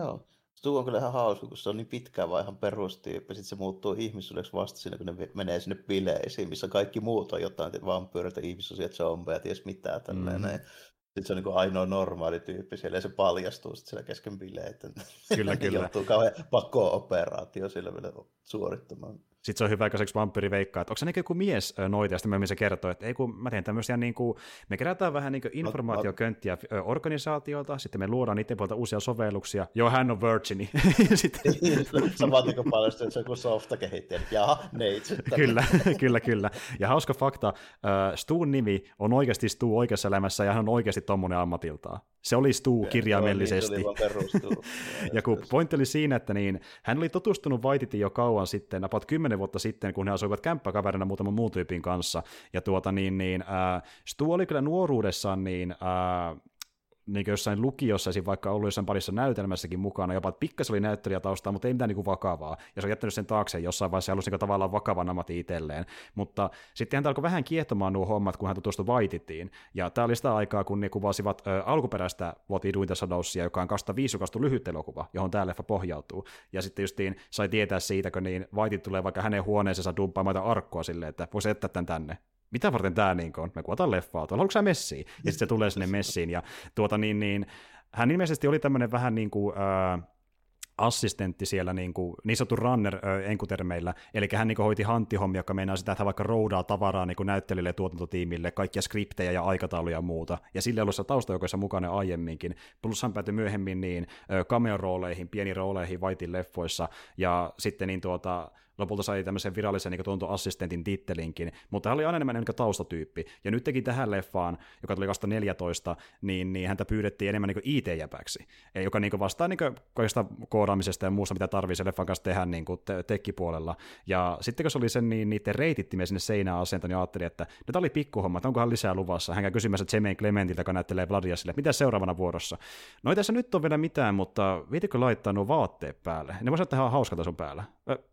Stu on kyllä ihan hauska, kun se on niin pitkään vaan ihan perustyyppi. Sitten se muuttuu ihmissuudeksi vasta siinä, kun ne menee sinne bileisiin, missä kaikki muut on jotain vampyyreitä, ihmissuusia, zombeja, ties mitään tälleen. Mm. Sitten se on niin ainoa normaali tyyppi siellä, ja se paljastuu sitten siellä kesken bileitä. Kyllä, kyllä. Joutuu kauhean pakko-operaatio sillä vielä suorittamaan. Sitten se on hyväaikaiseksi vampyyri veikkaa, että onko se niin joku mies noita, ja sitten myöhemmin se kertoo, että ei kun mä teen tämmöisiä, niin kuin, me kerätään vähän niin informaatiokönttiä organisaatiolta, sitten me luodaan niiden puolta uusia sovelluksia, joo hän on virgini. sitten... Samat niin paljastuu, että se on kuin softa-kehittäjä, jaha, neitsyt. kyllä, kyllä, kyllä. Ja hauska fakta, Stuun nimi on oikeasti Stu oikeassa elämässä, ja hän on oikeasti tommonen ammatiltaan. Se oli Stu kirjaimellisesti. Niin, se oli vaan ja kun pointti oli siinä, että niin, hän oli tutustunut Whiteitiin jo kauan sitten, about kymmenen vuotta sitten, kun he asuivat kämppäkaverina muutaman muun tyypin kanssa. Ja tuota niin, niin äh, Stu oli kyllä nuoruudessaan niin... Äh, niin jossain lukiossa, esim. Vaikka ollut jossain parissa näytelmässäkin mukana, jopa pikkasen oli näyttelijätaustaa, mutta ei mitään niin vakavaa. Ja se on jättänyt sen taakseen jossain vaiheessa, halusi niin tavallaan vakavan ammatin itselleen. Mutta sitten hän alkoi vähän kiehtomaan nuo hommat, kun hän tutustui Whiteitiin. Ja tämä oli sitä aikaa, kun ne kuvasivat ä, alkuperäistä What We Do in the Shadowsia, joka on kaksituhattaviisi julkaistu lyhyt elokuva, johon tämä leffa pohjautuu. Ja sitten justiin sai tietää siitä, kun niin Whiteit tulee vaikka hänen huoneeseensa dumppaamaan arkkoa silleen, että voisi jättää tämän tänne. Mitä varten tämä niin on? Me kuvataan leffaa, tuolla haluatko sä messiin? Ja sitten se tulee sinne messiin, ja tuota niin, niin hän ilmeisesti oli tämmöinen vähän niin kuin äh, assistentti siellä, niin, kuin, niin sanottu runner äh, enkutermeillä, eli hän niin kuin hoiti hanttihommia, joka meinaa sitä, että hän vaikka roudaa tavaraa niin kuin näyttelijille ja tuotantotiimille, kaikkia skriptejä ja aikatauluja ja muuta, ja sille ollut se taustajoukoissa mukana aiemminkin, plus hän päätyi myöhemmin niin äh, cameo-rooleihin, pieniin rooleihin Whitein leffoissa, ja sitten niin tuota... lopulta sai tämmöisen virallisen niin tuotantoassistentin tittelinkin, mutta hän oli aina enemmän niin taustatyyppi. Ja nyt teki tähän leffaan, joka tuli kaksituhattaneljätoista, niin, niin häntä pyydettiin enemmän niin I T-jäpäksi, joka niin vastaa niin kaikesta koodaamisesta ja muusta, mitä tarvii sen leffan kanssa tehdä niin te- tekkipuolella. Ja sitten kun se oli sen, niin niiden reitittimeen sinne seinään asentanut, niin ajattelin, että nyt oli pikkuhomma, että onkohan lisää luvassa. Hän käy kysymässä Jemaine Clementiltä, joka näyttelee Vladia sille, mitä seuraavana vuorossa. No ei tässä nyt ole vielä mitään, mutta viitikö laittaa nuo vaatteet päälle? Ne voisivat tehdä hauskalta sun päällä.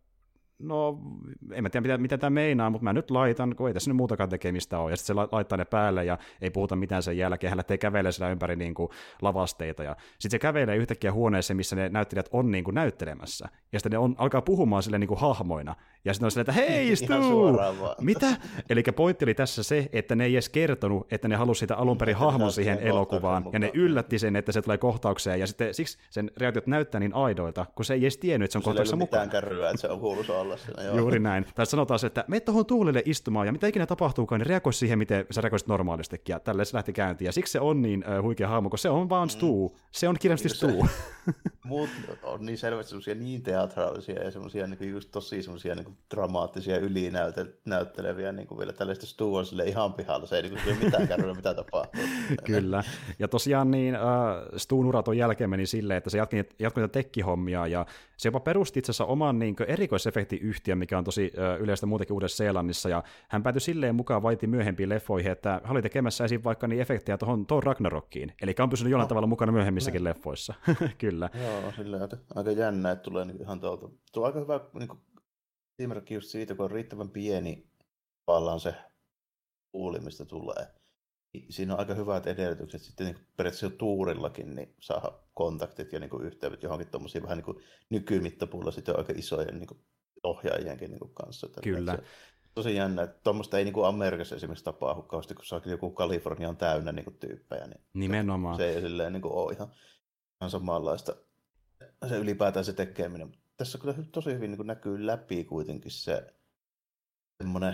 No, en mä tiedä, mitä, mitä tämä meinaa, mutta mä nyt laitan, kun ei tässä nyt muutakaan tekemistä ole. Ja sitten se laittaa ne päälle ja ei puhuta mitään sen jälkeen. Hän lähtee kävelemään siellä ympäri niin kuin lavasteita. Ja sitten se kävelee yhtäkkiä huoneeseen, missä ne näyttelijät on niin kuin näyttelemässä. Ja sitten ne on, alkaa puhumaan sille niin kuin hahmoina. Ja sitten on silleen, että hei Stu! Mitä? Eli pointti oli tässä se, että ne ei edes kertonut, että ne halusi sitä alun perin hahmon siihen elokuvaan. Ja ne yllätti sen, että se tulee kohtaukseen. Ja sitten siksi sen reaktiot näyttää niin aidoilta, kun se ei edes tiennyt, että se on kohtauksessa mukana. Sillä ei ole mitään kärryä, että se on kuuluisa olla siinä. Joo. Juuri näin. Tai sanotaan se, että mene tuohon tuulille istumaan, ja mitä ikinä tapahtuukaan, niin reagoi siihen, miten sä reagoisit normaalistikin. Ja tälleen se lähti käyntiin. Ja siksi se on niin äh, huikea hahmo, kun se on vaan Stu. Se on kirjallisesti Stu. Muut on niin selvästi semmoisia niin teatraalisia ja semmoisia niin just tosi semmoisia niin dramaattisia ylinäytteleviä niin kuin vielä tällaista Stu on sille ihan pihalla. Se ei niin kuin mitään kärryä, mitä tapahtuu. Kyllä. Ja tosiaan niin äh, Stuun uraton jälkeen meni silleen, että se jatkoi, jatkoi niitä tekkihommia ja se jopa perusti itse asiassa oman niin erikoisefektiyhtiön, mikä on tosi äh, yleistä muutenkin Uudessa-Seelannissa, ja hän päätyi silleen mukaan Whitein myöhempiin leffoihin, että hän oli tekemässä esim. Vaikka niin efektejä tuohon Thor Ragnarokkiin, eli on pysynyt jollain no. tavalla mukana myöhemmissäkin no. leffoissa. Kyllä. Joo, silleen aika, aika jännä, että tulee niin ihan tuolta. Tuo on aika hyvä niin kuin, esimerkki just siitä, kun on riittävän pieni tavallaan se kuuli, mistä tulee. Siinä on aika hyvät edellytykset sitten niin periaatteessa tuurillakin niin saada kontaktit ja niin kuin yhteydet johonkin tuommoisiin vähän niin kuin nykymittapuulla sitten on aika isojen niin kuin ohjaajienkin niin kuin kanssa. Kyllä. Se, tosi jännä, että tuommoista ei niin kuin Amerikassa esimerkiksi tapahdu kauheasti, kun saakin joku Kalifornia on täynnä niin kuin tyyppejä. Niin nimenomaan. Se ei silleen niin kuin ole ihan, ihan samanlaista se ylipäätään se tekeminen. Tässä kyllä tosi hyvin niin kuin näkyy läpi kuitenkin se semmoinen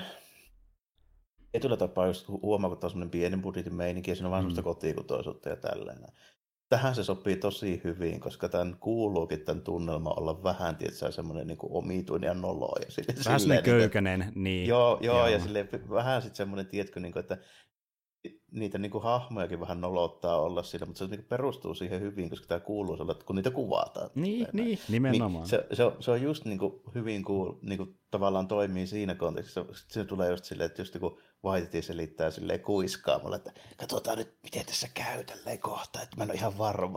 tietyllä tapaa just huomaa, kun tämä on semmoinen pienen budjetin meininki ja siinä on vaan mm. semmoista kotikutoisuutta ja tällainen. Tähän se sopii tosi hyvin, koska tämän kuuluukin tämän tunnelma olla vähän, tietysti semmoinen niin kuin omituinen ja nolo. Ja sille, vähän semmoinen köykäinen, niin. Joo, joo, joo. Ja silleen, vähän sitten semmoinen, tiedätkö, niin kuin, että niitä niin kuin hahmojakin vähän nolottaa olla siinä, mutta se niin kuin perustuu siihen hyvin, koska tämä kuuluu sellainen, kun niitä kuvataan. Niin, niin nimenomaan. Niin, se, se, on, se on just niin kuin hyvin cool, niin kuin tavallaan toimii siinä kontekstissa. Se tulee just silleen, että just niin kuin Whitey selittää silleen kuiskaa mulle, että katsotaan nyt, miten tässä käy tälleen kohta, että mä en ole ihan varma.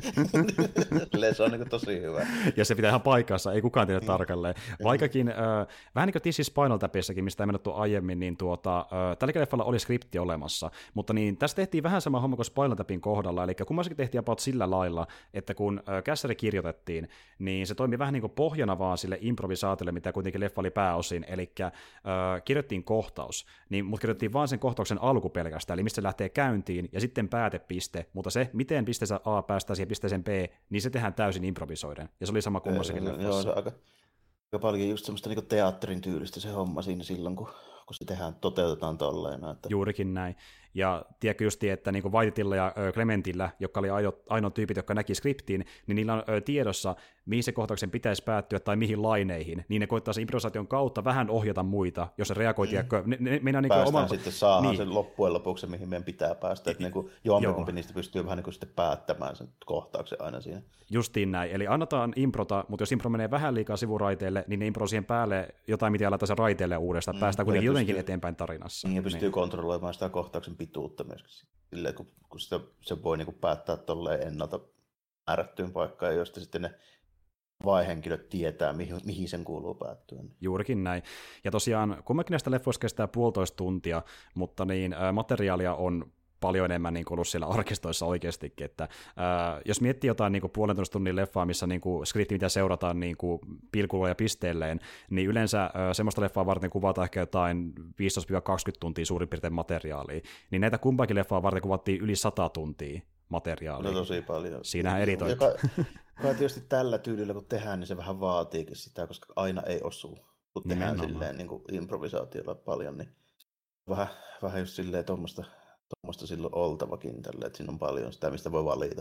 Niin. Se on niin tosi hyvä. Ja se pitää ihan paikassa, ei kukaan tiedä tarkalleen. Vaikkakin, äh, vähän niin kuin This is Spinal Tapissakin, mistä ei mennyt aiemmin, niin tuota, äh, tälläkin leffalla oli skripti olemassa, mutta niin, tässä tehtiin vähän sama homma kuin Spinal Tapin kohdalla, eli kummassakin tehtiin about sillä lailla, että kun äh, kässäri kirjoitettiin, niin se toimi vähän niin kuin pohjana vaan sille improvisaatiolle, mitä kuitenkin leffa oli pääosin, eli äh, kirjoittiin kohtaus, niin, mutta kirjoittiin vaan sen kohtauksen alku pelkästään, eli mistä se lähtee käyntiin, ja sitten päätepiste, mutta se, miten pisteessä A päästään siihen pisteeseen B, niin se tehdään täysin improvisoiden, ja se oli sama kummassakin leffassa. Joo, se on aika, aika paljon just semmoista niin teatterin tyylistä se homma siinä silloin, kun, kun se tehdään, toteutetaan tolleen. Että... Juurikin näin. Ja tiedätkö just, että niin Whiteylla ja Clementillä, jotka oli ainoa tyypit, jotka näki skriptiin, niin niillä on tiedossa, mihin se kohtauksen pitäisi päättyä tai mihin laineihin. Niin ne koittaa sen improvisaation kautta vähän ohjata muita, jos se reagoi. Mm. Ne, ne, ne, niin Päästään oma... sitten saadaan niin. sen loppujen lopuksi, mihin meidän pitää päästä. Että niin kuin jompikumpi niistä pystyy vähän niin kuin sitten päättämään sen kohtauksen aina siinä. Justiin näin. Eli annetaan improta, mutta jos impro menee vähän liikaa sivuraiteille, niin ne impro siihen päälle jotain, mitä laittaa sen raiteelle uudestaan. Mm. Päästään kuitenkin pystyy, jotenkin eteenpäin tarinassa. Niin, ja pystyy niin. kontrolloimaan sitä kohtauksen pituutta myöskin. Silleen, kun, kun sitä, se voi niin kuin päättää tolleen ennalta määrättyyn paikkaan, josta sitten ne vaihenkilöt tietää, mihin, mihin sen kuuluu päättyä. Juurikin näin. Ja tosiaan, kummankin näistä leffoista kestää puolitoista tuntia, mutta niin, ä, materiaalia on paljon enemmän niin kuin ollut siellä arkistoissa oikeastikin, että ää, jos miettii jotain niin kuin puolentoista tunnin leffaa, missä niin kuin skripti, mitä seurataan niin kuin pilkulla ja pisteelleen, niin yleensä ää, semmoista leffaa varten kuvataan ehkä jotain viisitoista kaksikymmentä tuntia suurin piirtein materiaalia, niin näitä kumpaakin leffaa varten kuvattiin yli sata tuntia materiaalia. No tosi paljon. Siinähän editoit. Joka tietysti tällä tyylillä, kun tehdään, niin se vähän vaatiikin sitä, koska aina ei osu, kun tehdään silleen niin kuin improvisaatiolla paljon, niin vähän, vähän just silleen tuommoista Tuommoista silloin oltavakin tällä, että siinä on paljon sitä, mistä voi valita.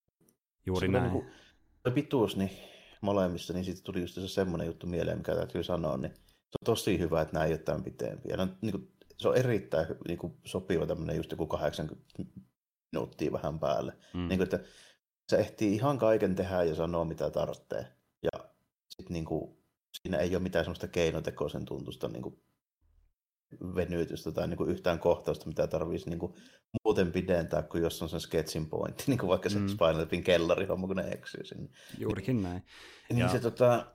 Juuri se näin. Niin kuin, pituus niin molemmissa, niin siitä tuli just se semmoinen juttu mieleen, mikä täytyy sanoa, niin se on tosi hyvä, että nämä ei ole tämän pitempiä. No, niin kuin, se on erittäin niin kuin, sopiva tämmöinen just joku kahdeksankymmentä minuuttia vähän päälle. Mm. Niin kuin, että se ehtii ihan kaiken tehdä ja sanoa, mitä tarvitsee. Ja sitten niin kuin, siinä ei ole mitään semmoista keinotekoisen tuntusta niin kuin, venytystä tai niinku yhtään kohtausta, mitä tarvitsisi niinku muuten pidentää, kuin jos on sen sketsin pointti, niin kuin vaikka se mm. Spinal Tapin kellarihomma, kun ne eksyy sinne. Juurikin näin. Niin ja... se, tota,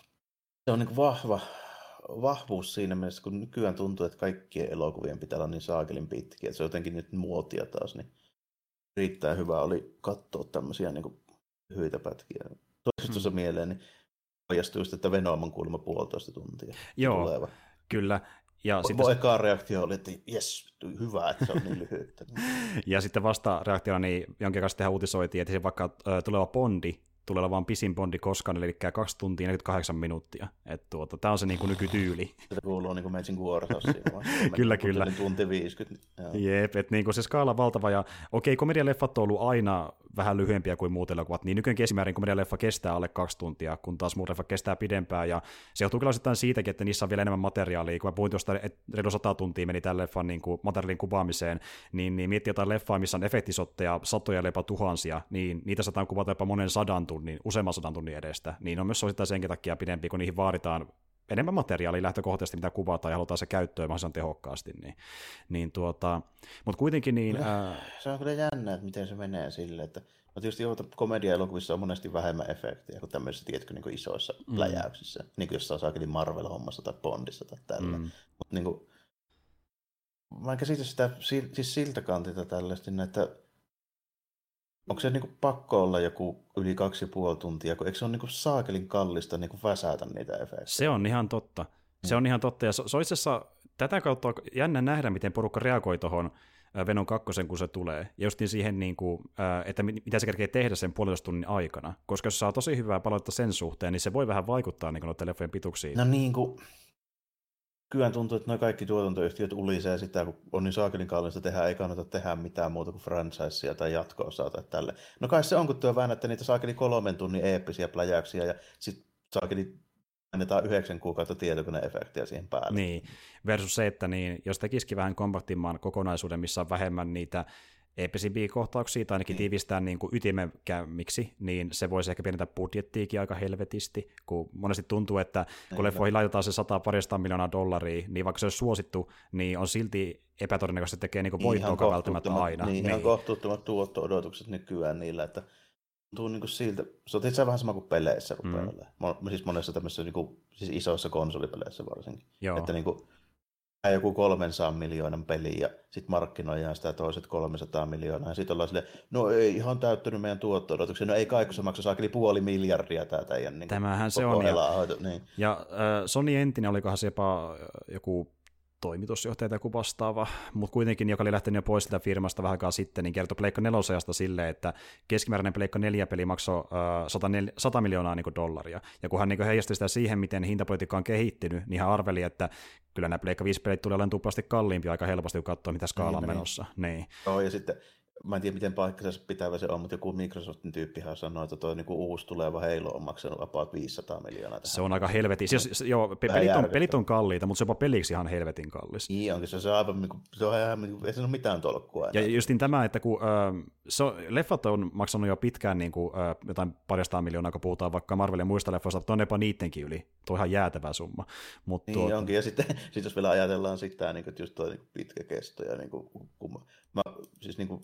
se on niinku vahva vahvuus siinä mielessä, kun nykyään tuntuu, että kaikkien elokuvien pitää olla niin saakelin pitkiä, että se on jotenkin nyt muotia taas, niin riittää hyvä oli katsoa tämmöisiä niinku lyhyitä pätkiä. Toisesta tuossa mm. mieleen, niin ojastui just, että Venom on kuulemma puolitoista tuntia. Joo, tuleva. Kyllä. Ja sitten se... ekaan reaktio oli, että jes, hyvä, että se on niin lyhyttä. Ja sitten vasta reaktiona niin jonkin kanssa tehdään uutisoitiin, että se vaikka äh, tuleva Bondi tulee olemaan pisin Bondi koskaan, eli kaksi tuntia neljäkymmentäkahdeksan minuuttia. Että tuota, tämä on se niin kuin nykytyyli. Se kuuluu niin kuin Meitsin Warsaussiin. Kyllä, kyllä. Tunti viisikymmentä. Joo. Jep, että niin kuin se skaala on valtava. Ja okei, komedialeffat on ollut aina vähän lyhyempiä kuin muut elokuvat, niin nykyään keskimäärin komedialeffa kestää alle kaksi tuntia, kun taas muut leffa kestää pidempään. Ja se johtuu kyllä osittain siitäkin, että niissä on vielä enemmän materiaalia. Kun mä puhuin tuosta, että reilu sata tuntia meni tämän leffan niin kuin materiaalin kuvaamiseen, niin, niin miettii jotain leffaa, missä on efektisotteja satoja jopa tuhansia, niin niitä saadaan kuvata jopa monen sadan tunnin, useamman sadan tunnin edestä. Niin on myös osittain senkin takia pidempi, kun niihin vaaditaan enemmän materiaalia lähtökohtaisesti, mitä kuvataan ja halutaan se käyttöön mahdollisimman tehokkaasti. Niin, niin tuota, mutta kuitenkin niin... Ää... Se on kyllä jännä, että miten se menee silleen, että no tietysti komedia-elokuvissa on monesti vähemmän efektiä kuin tämmöisissä, tiedätkö, niin kuin isoissa mm. pläjäyksissä, niin kuin jossain saakelin Marvel-hommassa tai Bondissa tai tällä. Mm. Mutta niin kuin, mä en käsitä sitä siis siltä kantilta tällaisesti, että onko se niin kuin pakko olla joku yli kaksi ja puoli tuntia, kun eikö se ole niin kuin saakelin kallista niin kuin väsätä niitä efektejä? Se on ihan totta. Se on ihan totta, ja se, se on itse asiassa tätä kautta on jännä nähdä, miten porukka reagoi tuohon Venom kakkosen, kun se tulee, ja just niin siihen, niin kuin, että mitä se kerkee tehdä sen puolitoista tunnin aikana, koska jos saa tosi hyvää palautetta sen suhteen, niin se voi vähän vaikuttaa niin noiden leffojen pituksiin. No niin kuin, kyllä tuntuu, että nuo kaikki tuotantoyhtiöt ulisee sitä, kun on niin saakelin kallista tehdä, ei kannata tehdä mitään muuta kuin franchisea tai jatko-osaa tai tälle. No kai se on, kun työ väännätte niitä saakelin kolmen tunnin eeppisiä pläjäyksiä, ja sitten saakelin annetaan yhdeksän kuukautta tietokoneefektiä siihen päälle. Niin, versus se, että niin, jos tekisikin vähän kompaktimman kokonaisuuden, missä on vähemmän niitä eeppisimpiä kohtauksia, tai ainakin Niin. tiivistää niin kuin ytimekkäämmiksi, niin se voisi ehkä pienentää budjettiikin aika helvetisti, kun monesti tuntuu, että kun leffoihin laitetaan se sata parista miljoonaa dollaria, niin vaikka se olisi suosittu, niin on silti epätodennäköisesti, että tekee niin voittoakaan välttämättä aina. Niin, niin. ihan kohtuuttomat tuotto-odotukset nykyään niillä, että tuntuu niin kuin siltä, se on itse vähän sama kuin peleissä rupeaa mm. olemaan. Siis monessa tämmöisissä niin kuin, siis isoissa konsolipeleissä varsinkin. Joo. Että niin kuin, joku kolmesataa miljoonan peli ja sitten markkinoidaan sitä toiset kolmesataa miljoonaa ja sitten ollaan silleen, no ei ihan täyttänyt meidän tuotto-odotuksia, no ei kai kun se maksaa saakeli puoli miljardia tämä teidän niin tämähän se on. Ja, niin. ja äh, Sony entinen, olikohan se jopa joku toimitusjohtaja tai vastaava, mutta kuitenkin, joka oli lähtenyt jo pois sitä firmasta vähän aikaa sitten, niin kertoi Pleikka nelosajasta silleen, että keskimääräinen Pleikka neljä peli maksoi uh, sata miljoonaa niin kuin dollaria. Ja kun hän niin kuin heijasti sitä siihen, miten hintapolitiikka on kehittynyt, niin hän arveli, että kyllä nämä Pleikka viisi pelit tulee olemaan tuplasti kalliimpia aika helposti, kun katsoo, mitä skaala on niin, menossa. Niin. Joo, ja sitten mä en tiedä, miten paikkansa pitävä se on, mutta joku Microsoftin tyyppihän sanoi, että tuo niinku uusi tuleva Halo on maksanut about viisisataa miljoonaa. Tähän. Se on aika helvetin. Siis, joo, pelit on, pelit on kalliita, mutta se on jopa peliksi ihan helvetin kallis. Niin onkin, se on aivan, se on ihan, ei se ole mitään tolkkua. Ja justin tämä, että kun äh, so, leffat on maksanut jo pitkään niin kuin, äh, jotain parista miljoonaa, kun puhutaan vaikka Marvelin ja muista leffoista, mutta on jopa niidenkin yli. Tuo on ihan jäätävä summa. Mut niin tuota... onkin, ja sitten sit jos vielä ajatellaan sitä, niin kuin, että just tuo niin pitkä kesto, ja niin kuin, kun mä, siis niin kuin,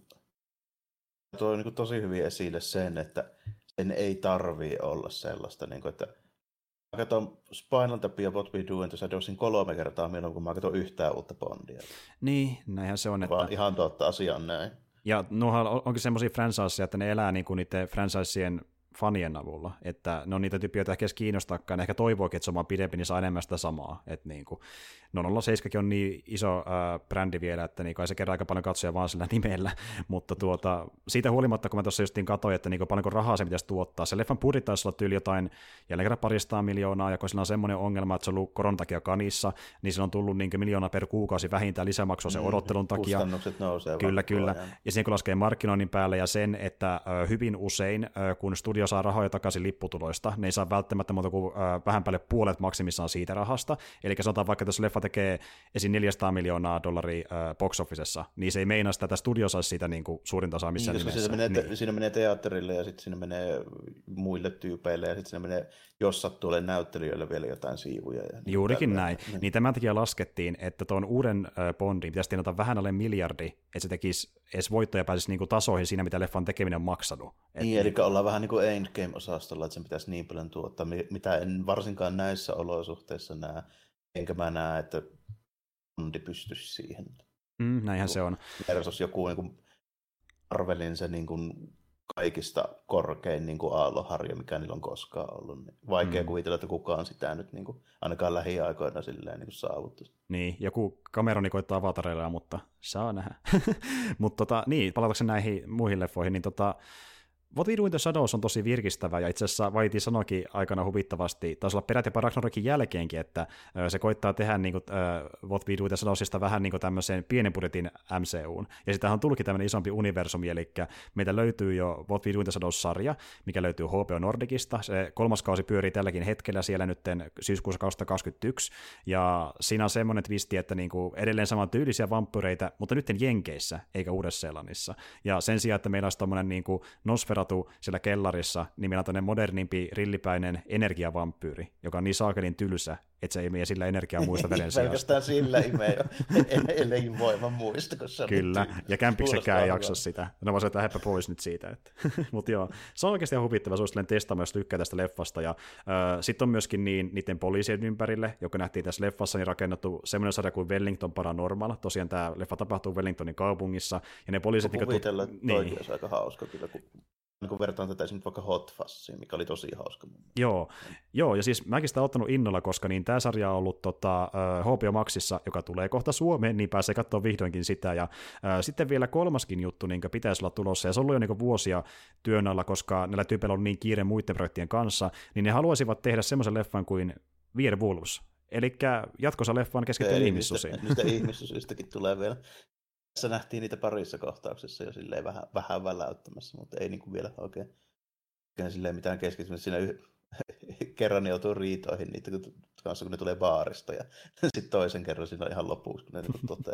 tuo on niin tosi hyvin esille sen, että sen ei tarvii olla sellaista, niin kuin, että mä katson Spinal Tapia What We Do in the Shadowsin kolme kertaa mieluummin, kun mä katson yhtään uutta Bondia. Niin, näinhän se on. Että... Vaan ihan totta, asia on näin. Ja nuohan onkin semmoisia franchiseja, että ne elää niin kuin niiden franchiseen fanien avulla, että ne on niitä tyyppiä, joita ehkä edes kiinnostaakaan, ehkä toivoakin, että se on vaan pidempi, niin saa enemmän sitä samaa, että niin kuin, no nolla seitsemän on niin iso äh, brändi vielä, että niin kai se kerää aika paljon katsoja vaan sillä nimellä, mutta tuota, siitä huolimatta, kun mä tuossa justiin katsoin, että niin kuin paljonko rahaa se pitäisi tuottaa, se leffan budjetti taisi olla tyyli jotain jälleen kerran paristaa miljoonaa, ja kun sillä on semmoinen ongelma, että se on ollut koronan takia kanissa, niin sillä on tullut niin kuin miljoona per kuukausi vähintään lisämaksua sen odottelun takia. Kustannukset nousee. Kyllä, kyllä. Ajan. Ja sen kun laskee markkinoinnin päälle ja sen, että äh, hyvin usein, äh, kun studio saa rahoja takaisin lipputuloista, ne ei saa välttämättä muuta kuin äh, vähän päälle puolet maksimissaan siitä rahasta. Eli sanotaan vaikka, että jos leffa tekee esim. neljäsataa miljoonaa dollaria äh, box officessa, niin se ei meinaa sitä, että studio saisi siitä niin kuin suurinta osaa missään niin, nimessä. Siinä menee, niin. te- siinä menee teatterille ja sitten siinä menee muille tyypeille ja sitten siinä menee, jos sattuu olemaan näyttelijöille vielä jotain siivuja. Ja niin juurikin tällä. näin. Niin. niin tämän takia laskettiin, että tuon uuden äh, Bondin pitäisi tienata vähän alle miljardi, että se tekisi edes voittoja pääsisi niin kuin tasoihin siinä, mitä leffan tekeminen on maksanut. Niin, eli ollaan vähän niin kuin Endgame-osastolla, että sen pitäisi niin paljon tuottaa, mitä en varsinkaan näissä olosuhteissa näe, enkä mä näe, että Bondi pystyisi siihen. Mm, näinhän se on. Versus joku niin kuin Marvelin se niin kuin kaikista korkein niin kuin aalloharja, mikä niillä on koskaan ollut. Niin vaikea mm. kuvitella, että kukaan sitä nyt niin kuin, ainakaan lähiaikoina silleen niin kuin saavuttaisi. Niin, joku Cameroni koittaa avatareilla, mutta saa nähdä. Mutta tota, niin, palatakseni näihin muihin leffoihin, niin tota, What We Do in the Shadows on tosi virkistävä, ja itse asiassa Vaiti sanoikin aikana huvittavasti, taisi olla peräti jopa Ragnarokin jälkeenkin, että se koittaa tehdä niin kuin, uh, What We Do in the Shadowsista vähän niin kuin tämmöisen pienen budjetin M C U:n, ja sitähän on tullutkin tämmöinen isompi universumi, eli meitä löytyy jo What We Do in the Shadows-sarja, mikä löytyy H B O Nordicista, se kolmas kausi pyörii tälläkin hetkellä siellä nyt syyskuussa kaksituhattakaksikymmentäyksi, ja siinä on semmoinen twisti, että niin kuin edelleen saman tyylisiä vampyreitä, mutta nyt Jenkeissä, eikä Uudessa-Seelannissa, ja sen sijaan, että meillä olisi tommoinen niin kuin Nosferatu siellä kellarissa, niin meillä on tämmöinen modernimpi, rillipäinen energiavampyyri, joka on niin saakelin tylsä, että se ei mene sillä energiaa muista veden sijasta. Pelkästään sillä imee jo elinvoiman muista, kun se on kyllä, ja kämpiksekään ei jaksa sitä. No vaan se, että heppä pois nyt siitä. Mutta joo, se on oikeasti ihan huvittava, suosittelen testaamaan, jos tykkää tästä leffasta. Ja äh, sitten on myöskin niin, niiden poliisien ympärille, joka nähtiin tässä leffassa, niin rakennettu semmoinen sarja kuin Wellington Paranormal. Tosiaan tämä leffa tapahtuu Wellingtonin kaupungissa. Ja ne poliisit... Niin kuvitella, että toikin niin. olisi aika hauska kyllä, kun kun vertaan tätä esimerkiksi vaikka Hot Fussiin, mikä oli tosi hauska. Joo, joo, ja siis mäkin sitä olen ottanut innolla, koska niin tämä sarja on ollut tota, H B O Maxissa, joka tulee kohta Suomeen, niin pääsee katsoa vihdoinkin sitä. Ja ää, sitten vielä kolmaskin juttu, niin pitäisi olla tulossa, ja se on ollut jo niin vuosia työn alla, koska näillä tyypeillä on niin kiire muiden projektien kanssa, niin ne haluaisivat tehdä semmoisen leffan kuin Werewolves. Eli jatkossa leffaan keskittyy ihmissusiin. Niistä ihmissusiistakin tulee vielä. Tässä nähtiin niitä parissa kohtauksessa jo silleen vähän, vähän väläyttämässä, mutta ei niinku vielä oikein, oikein silleen mitään keskittymistä. Siinä yh- kerran joutuu riitoihin niitä kanssa, kun ne tulee baarista, ja sitten toisen kerran siinä on ihan lopuksi, kun ne niinku toteaa, kun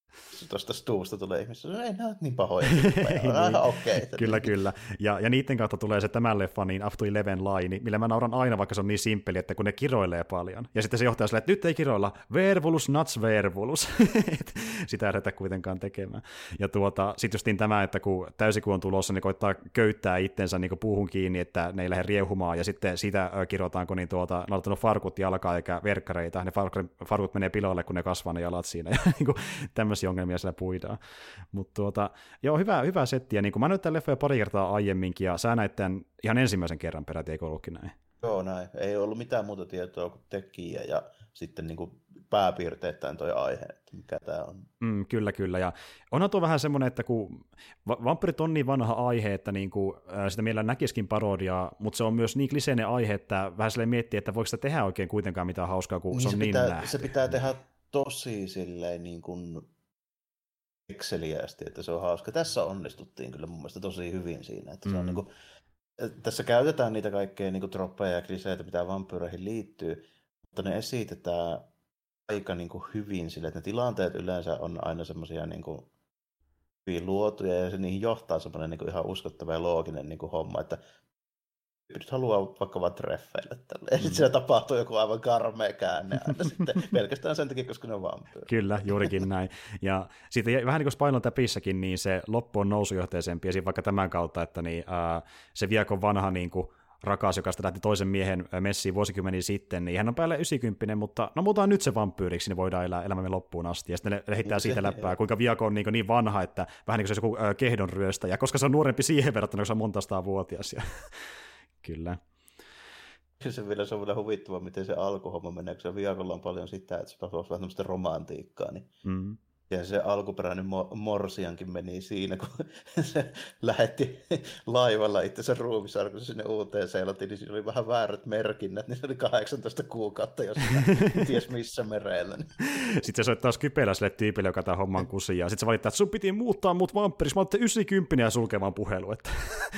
tuosta Stuusta tulee ihmisiä, no ei nämä ole niin pahoja. niin. okay, kyllä, kyllä. Ja, ja niiden kautta tulee se tämän leffa, niin Up to Eleven line, millä mä nauran aina, vaikka se on niin simppeli, että kun ne kiroilee paljon. Ja sitten se johtaa silleen, että nyt ei kiroilla, wervolus, nuts, wervolus. Sitä ei lähdetä kuitenkaan tekemään. Ja tuota, sitten justiin tämä, että kun täysikuu on tulossa, niin koittaa köyttää itsensä niin puuhun kiinni, että ne ei lähde riehumaan, ja sitten siitä kirotaanko niin tuota, ne on laittanut farkut jalkaa eikä verkkareita, ne farkut, farkut menee piloille, kun ne kasvaa ne jalat siinä, ja niin kuin, tämmöisiä ongelmia siellä puidaan. Mutta tuota, joo, hyvä, hyvä setti, ja niin kuin mä näin tämän leffoja pari kertaa aiemminkin, ja sä näit tämän ihan ensimmäisen kerran peräti, eikö ollutkin näin? Joo, näin. Ei ollut mitään muuta tietoa kuin tekijä, ja sitten niin kuin pääpiirteittäin toi aihe, että mikä tämä on. Mm, kyllä, kyllä, ja onhan tuo vähän semmoinen, että kun vampyrit on niin vanha aihe, että niin kuin, äh, sitä mielellä näkisikin parodiaa, mutta se on myös niin kliseinen aihe, että vähän silleen miettii, että voiko sitä tehdä oikein kuitenkaan mitään hauskaa, kun niin se on se niin pitää, nähty. Se pitää tehdä tosi silleen niin kuin ekseliästi, että se on hauska. Tässä onnistuttiin kyllä mun mielestä tosi hyvin siinä, että se on mm. niin kuin, tässä käytetään niitä kaikkea niin kuin troppeja ja kliseitä, mitä vampyyreihin liittyy, mutta ne esitetään aika niin kuin hyvin sille, että ne tilanteet yleensä on aina semmoisia niin kuin hyvin luotuja ja se niihin johtaa semmoinen niin kuin ihan uskottava ja looginen niin kuin homma, että nyt haluaa vaikka vaan treffeille tälle. Ja sitten siellä tapahtuu joku aivan karmea käänne aina sitten pelkästään sen takia, koska ne on vampyyri. Kyllä, juurikin näin. Ja sitten vähän niin kuin Spinal Tapissakin, niin se loppu on nousujohteisempi, ja vaikka tämän kautta, että niin, ää, se viekon vanha niin kuin rakas, joka lähti toisen miehen messiin vuosikymmeniä sitten, niin hän on päälle yhdeksänkymmentä, mutta no muutaan nyt se vampyyriksi, niin voidaan elää elämämme loppuun asti. Ja sitten ne lehittää siitä läppää, kuinka viako on niin, niin vanha, että vähän niin kuin se on joku äh, kehdonryöstäjä, koska se on nuorempi siihen verrattuna, kun se on monta vuotias. Ja kyllä. Se, vielä, se on vielä huvittava, miten se alkuhomma menee, kun se viakolla on paljon sitä, että se on vähän tämmöistä romantiikkaa, niin mm. ja se alkuperäinen morsiankin meni siinä, kun se lähetti laivalla itsensä ruumisarkussa sinne uuteen Seelantiin, niin siinä oli vähän väärät merkinnät, niin se oli kahdeksantoista kuukautta jossain ties missä merellä. Sitten se soittaa Skypellä sille tyypille, joka tämä homman kusi, ja sitten se valittaa, että sun piti muuttaa mut vampiriksi, mä olette yhdeksänkymmentä ja sulkee vaan puhelu, että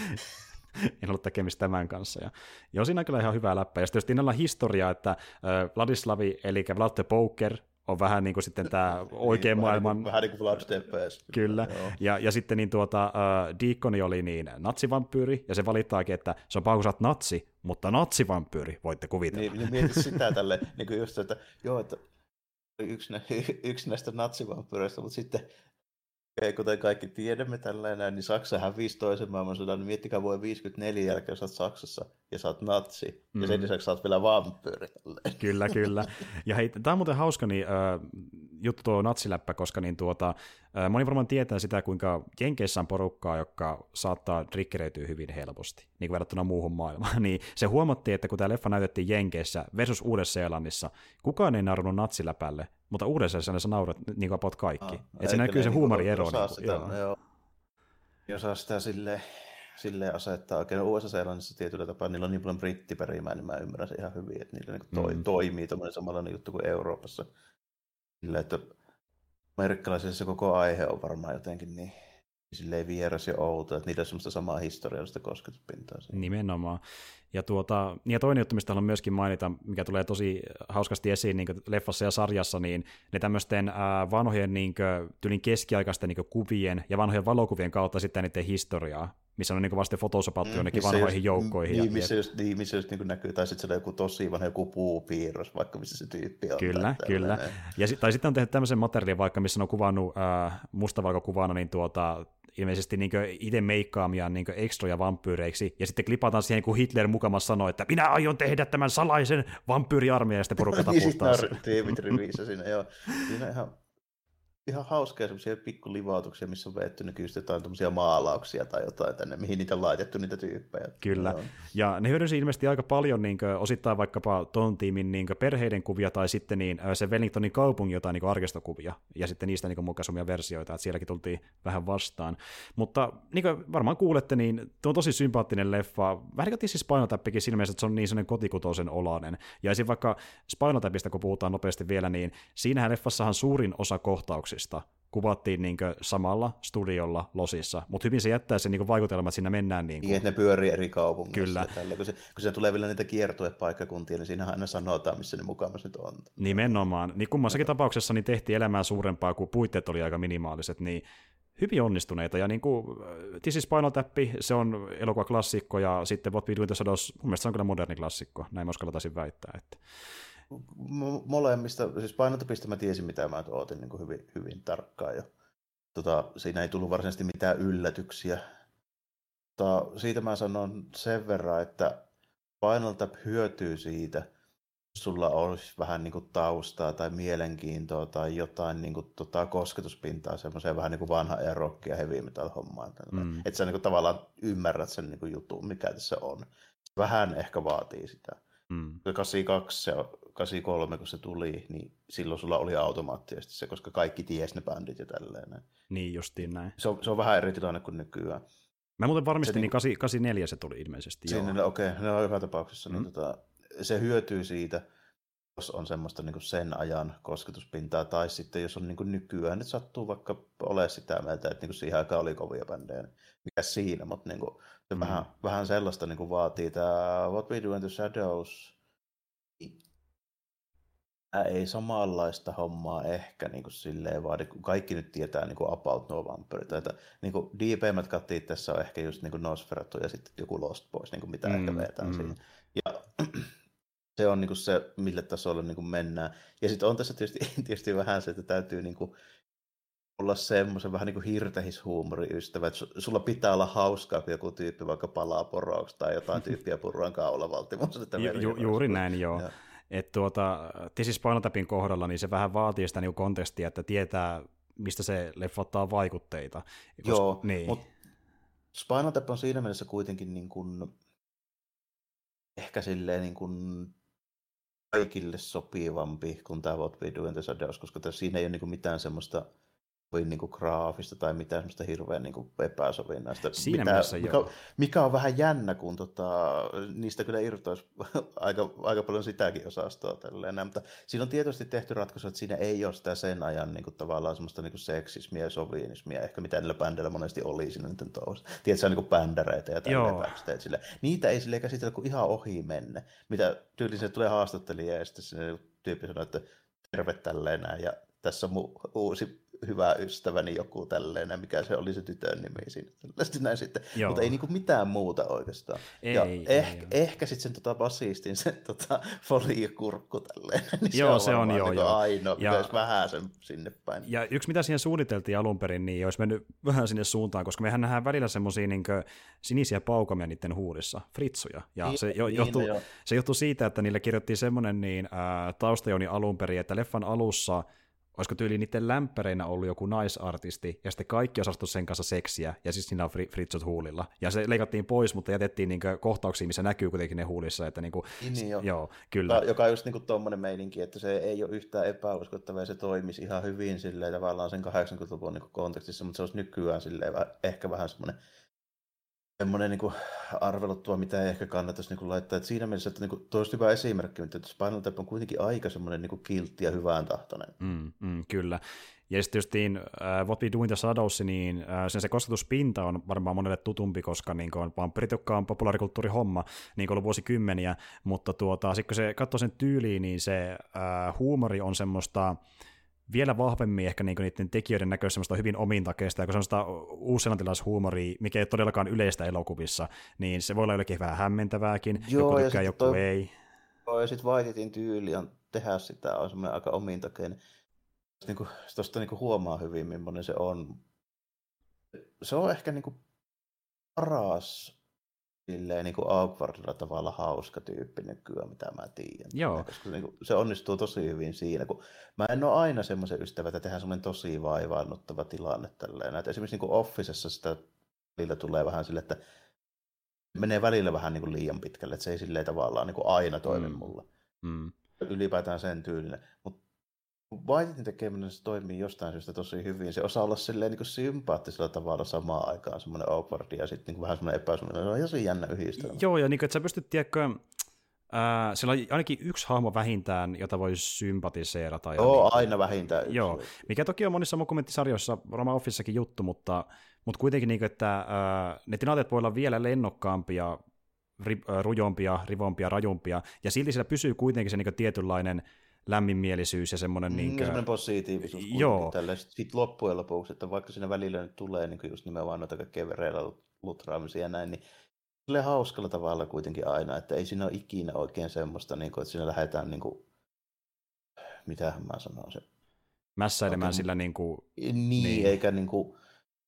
en ollut tekemistä tämän kanssa. Ja, ja siinä on kyllä ihan hyvä läppä. Ja sitten jos Tinnalla on historia, että äh, Vladislavi, eli Vlad the Poker, on vähän niin kuin sitten tämä oikean maailman... Vähän niin kuin Vlad the Pest. Kyllä. Ja, ja sitten niin tuota, äh, Deaconi oli niin natsivampyyri, ja se valittaakin, että se on paha, kun sä oot natsi, mutta natsivampyyri, voitte kuvitella. Niin, niin mieti sitä tälle, niin kuin just, että joo, että yksi, nä, yksi näistä natsivampyyreistä, mutta sitten kuten kaikki tiedämme tällainen, niin Saksa hävisi toisen maailmansodan, niin miettikää vuoden viisikymmentäneljä jälkeen, jos olet Saksassa ja sä oot natsi, mm. ja sen lisäksi sä oot vielä vampyyri. Kyllä, kyllä. Ja hei, tämä on muuten hauska niin, äh, juttu tuo natsiläppä, koska niin tuota, äh, moni varmaan tietää sitä, kuinka Jenkeissä on porukkaa, joka saattaa triggereytyä hyvin helposti, niin kuin verrattuna muuhun maailmaan. Niin se huomattiin, että kun tämä leffa näytettiin Jenkeissä versus Uudessa-Seelannissa, kukaan ei naurunut natsiläpälle, mutta Uudessa-Seelannissa naurat niin kuin about kaikki. Ah, että se näkyy se huumoriero. Osaa sitä, joo. Joo. Osaa sitä silleen, silleen asettaa. Oikein Uudessa-Seelannissa tietyllä tapaa, niillä on niin paljon brittiperimää, niin mä ymmärrän sen ihan hyvin, että niillä niin toi, mm. toimii tommoinen samanlainen juttu kuin Euroopassa. Sillä, että amerikkalaisissa koko aihe on varmaan jotenkin niin silleen vieras ja outo, että niillä on semmoista samaa historiallista kosketuspintaa. Nimenomaan. Ja, tuota, ja toinen juttu, mistä haluan myöskin mainita, mikä tulee tosi hauskasti esiin niin leffassa ja sarjassa, niin ne tämmöisten äh, vanhojen niin kuin, tylin keskiaikaisten niin kuvien ja vanhojen valokuvien kautta sitten niiden historiaa, missä on niin vasta photoshopattu mm, jonnekin vanhoihin just, joukkoihin. Niin, missä just, niin, missä just niin näkyy, tai sitten siellä joku tosi vanha joku puupiirros, vaikka missä se tyyppi on. Kyllä, kyllä. Ja, tai sitten on tehty tämmöisen materiaalin, vaikka missä on kuvannut äh, mustavalkokuvana, niin tuota, ilmeisesti niin itse meikkaamia niin ekstroja vampyyreiksi, ja sitten klipataan siihen, kun Hitler mukamassa sanoi, että minä aion tehdä tämän salaisen vampyyriarmeijan, ja sitten porukka taputtaa sen. Niin, tiivit rivissä siinä, joo. Siinä ihan, ihan hauskaa semmoisia pikkulivautuksia, missä on veetty nykyistä jotain tämmöisiä maalauksia tai jotain tänne, mihin niitä on laitettu niitä tyyppejä. Kyllä, joo. Ja ne hyödynsi ilmeisesti aika paljon niin kuin, osittain vaikkapa ton tiimin niin kuin, perheiden kuvia, tai sitten niin, se Wellingtonin kaupungin jotain niin kuin, arkistokuvia, ja sitten niistä niin mukaisomia versioita, että sielläkin tultiin vähän vastaan. Mutta niin kuin varmaan kuulette, niin tuo on tosi sympaattinen leffa. Vähän niin kuin siis Spinal Tappikin siinä mielessä, että se on niin sellainen kotikutoisen olainen. Ja esim. Vaikka Spinal Tapista, kun puhutaan nopeasti vielä, niin siinähän leffassahan suurin osa kohtauksista kuvattiin niin samalla studiolla Losissa, mutta hyvin se jättää sen niin vaikutelman, että siinä mennään niin kuin... Niin, että ne pyörii eri kaupungeissa. Kyllä. Tällä, kun, se, kun se tulee vielä niitä kiertuepaikkakuntia, niin siinä aina sanotaan, missä ne mukamassa nyt on. Nimenomaan. Niin kummassakin no. tapauksessa niin tehtiin elämää suurempaa, kun puitteet oli aika minimaaliset, niin hyvin onnistuneita. Ja niin kuin This is Spinal Tap, se on elokuvaklassikko, ja sitten What We Do in the Shadows, mun mielestä se on kyllä moderni klassikko, näin mä uskallataisin väittää. Että... Molemmista, siis Spinal Tapista mä tiesin, mitä mä ootin niin kuin hyvin, hyvin tarkkaan jo. Tota, siinä ei tullut varsinaisesti mitään yllätyksiä. Tota, siitä mä sanon sen verran, että Spinal Tap hyötyy siitä, jos sulla olisi vähän niin kuin taustaa tai mielenkiintoa tai jotain niin kuin, tota, kosketuspintaa semmoiseen vähän niin kuin vanha ajan rock ja heavy metal hommaan. Mm. Että sä niin kuin, tavallaan ymmärrät sen niin kuin, jutun, mikä tässä on. Vähän ehkä vaatii sitä. Mm. kahdeksankymmentäkaksi se kahdeksankymmentäkolme, kun se tuli, niin silloin sulla oli automaattisesti se, koska kaikki tiesi ne bändit ja tälleen. Niin, justiin näin. Se on, se on vähän eri tilanne kuin nykyään. Mä muuten varmistin, se, niin kahdeksankymmentäneljä se tuli ilmeisesti. Siinä, okei, okay, no joka tapauksessa. Mm. Niin, tota, se hyötyy siitä, jos on semmoista niin kuin sen ajan kosketuspintaa, tai sitten jos on niin kuin nykyään, nyt sattuu vaikka ole sitä mieltä, että niin kuin siihen aikaan oli kovia bändejä, niin mikä siinä, mutta niin kuin, se mm. vähän, vähän sellaista niin kuin vaatii tämä What We Do in the Shadows. Tämä ei samanlaista hommaa ehkä niin kuin silleen vaadi, kun kaikki nyt tietää niin kuin about nuo vampyrit. Niin deepeimmät kattiit tässä on ehkä just niin kuin Nosferatu ja sitten joku Lost Boys, niin kuin mitä mm, ehkä vetään mm. siinä. Ja se on niin kuin se, mille tasolle niin kuin mennään. Ja sitten on tässä tietysti, tietysti vähän se, että täytyy niin kuin olla semmoisen vähän niin kuin hirtehishuumoriystävä, että sulla pitää olla hauskaa, kun joku tyyppi vaikka palaa poroksi tai jotain tyyppiä purruan kaulavaltimossa. Ju, ju, juuri näin, joo. Ja. Että tuota, This is Spinal Tapin kohdalla niin se vähän vaatii sitä niin kontekstia, että tietää, mistä se leffa ottaa vaikutteita. Koska, joo, niin. Mutta Spinal Tap on siinä mielessä kuitenkin niin kuin, ehkä silleen niin kuin kaikille sopivampi kuin tämä What We Do in the Shadows, koska siinä ei ole niin kuin mitään semmoista niin kuin graafista tai mitään semmoista hirveän niin kuin epäsovinnaista. Siinä mitä, mielessä mikä, joo. mikä on vähän jännä, kun tota, niistä kyllä irtoisi aika, aika paljon sitäkin osastoa. Tälleen. Mutta siinä on tietysti tehty ratkaisu, että siinä ei ole sitä sen ajan niin kuin, tavallaan semmoista niin kuin seksismiä ja sovinismia, ehkä mitä niillä bändeillä monesti oli siinä nyt touhussa. Tiedätkö, se on niin kuin bändäreitä ja tälleen. Sille. Niitä ei silleen käsitellä kuin ihan ohi menne. Mitä tyyliin se tulee haastattelija ja sitten se tyyppi sanoo, että terve tälleen näin ja tässä on mun uusi hyvä ystäväni joku tälleen, mikä se oli se tytön nimi siinä. Näin sitten. Mutta ei niinku mitään muuta oikeastaan. Ei, ja ei, ehkä, ei, ehkä sitten sen tota basistin se tota foliokurkku tälleen. Niin joo, se, se on, on joo, niinku joo. ainoa, mikä olisi vähän sen sinne päin. Ja yksi mitä siihen suunniteltiin alun perin, niin olisi mennyt vähän sinne suuntaan, koska mehän nähdään välillä semmoisia niin sinisiä paukamia niiden huudissa, fritsuja. Ja niin, se, jo, johtuu, niin, se johtuu siitä, että niille kirjoittiin semmoinen niin, äh, taustajouni alun perin, että leffan alussa olisiko tyyli niiden lämpäreinä ollut joku naisartisti, ja sitten kaikki osastu sen kanssa seksiä, ja siis siinä on fri- fritsut huulilla. Ja se leikattiin pois, mutta jätettiin niinku kohtauksia, missä näkyy kuitenkin ne huulissa. Että niinku, niin, joo. joo, kyllä. Joka, joka on just niinku tommonen meininki, että se ei ole yhtään epäuskottava, ja se toimisi ihan hyvin silleen, tavallaan sen kahdeksankymmentäluvun niinku kontekstissa, mutta se olisi nykyään silleen, ehkä vähän semmoinen semmoinen niin arveluttava, mitä ei ehkä kannattaisi niin laittaa. Että siinä mielessä, että niin kuin, tuo olisi hyvä esimerkki, että Spinal Tap on kuitenkin aika semmoinen niin kiltti ja hyvään tahtoinen. Mm, mm, kyllä. Ja sitten just uh, What We Do in the Shadows, niin uh, sen se kosketuspinta on varmaan monelle tutumpi, koska niin on vampyrit, jotka on populaarikulttuurihomma, niin on ollut vuosikymmeniä, mutta tuota, sitten kun se katsoo sen tyyliin, niin se uh, huumori on semmoista vielä vahvemmin ehkä niinku niiden tekijöiden näköistä semmoista hyvin omintakeista, ja kun semmoista uusselantilaishuumoria, mikä ei ole todellakaan yleistä elokuvissa, niin se voi olla jollekin vähän hämmentävääkin, joo, joku tykkää, joku toi, ei. Joo, ja sitten Whiteitin tyyli on tehdä sitä, on semmoinen aika omintakeinen. Niinku, tuosta niinku huomaa hyvin, millainen se on. Se on ehkä niinku paras silleen niin kuin awkwardilla tavalla hauska tyyppi nykyään, mitä mä tiedän. Joo. Koska niin kuin, se onnistuu tosi hyvin siinä, kun mä en ole aina semmoisen ystävä, että tehdään semmoinen tosi vaivaannuttava tilanne tälleen. Että esimerkiksi niin kuin Officessa sitä välillä tulee vähän sille, että menee välillä vähän niin kuin liian pitkälle, että se ei silleen tavallaan niin kuin aina toimi mm. mulla. Mm. Ylipäätään sen tyylinen. Mutta Whiteitin tekeminen se toimii jostain syystä tosi hyvin. Se osaa olla silleen niin kuin sympaattisella tavalla samaan aikaan, semmoinen awkward ja sitten niin vähän semmoinen epäsemmoinen. Se on tosi jännä yhdistelmä. Joo, ja niin kuin, että sä pystyt, tiedätkö, Ää, siellä on ainakin yksi hahmo vähintään, jota voi sympatiseerata. Joo, niin, aina vähintään yksi. Joo, mikä toki on monissa dokumenttisarjoissa, varmaan Officeissakin juttu, mutta, mutta kuitenkin, niin kuin, että ää, ne tilanteet voi olla vielä lennokkaampia, ri, ää, rujompia, rivompia, rajumpia, ja silti siellä pysyy kuitenkin se niin kuin, tietynlainen lämminmielisyys ja semmoinen... Mm, niin kuin, semmoinen positiivisuus kuitenkin. Sitten loppujen lopuksi, että vaikka siinä välillä nyt tulee niin just nimenomaan noita kaikkea verellä lutraamisia ja näin, niin sille hauskalla tavalla kuitenkin aina, että ei siinä ole ikinä oikein semmoista, niin kuin, että siinä lähdetään, niin kuin, mitähän mä sanoisin, mässäilemään sillä niin kuin... Niin, niin. eikä niin kuin,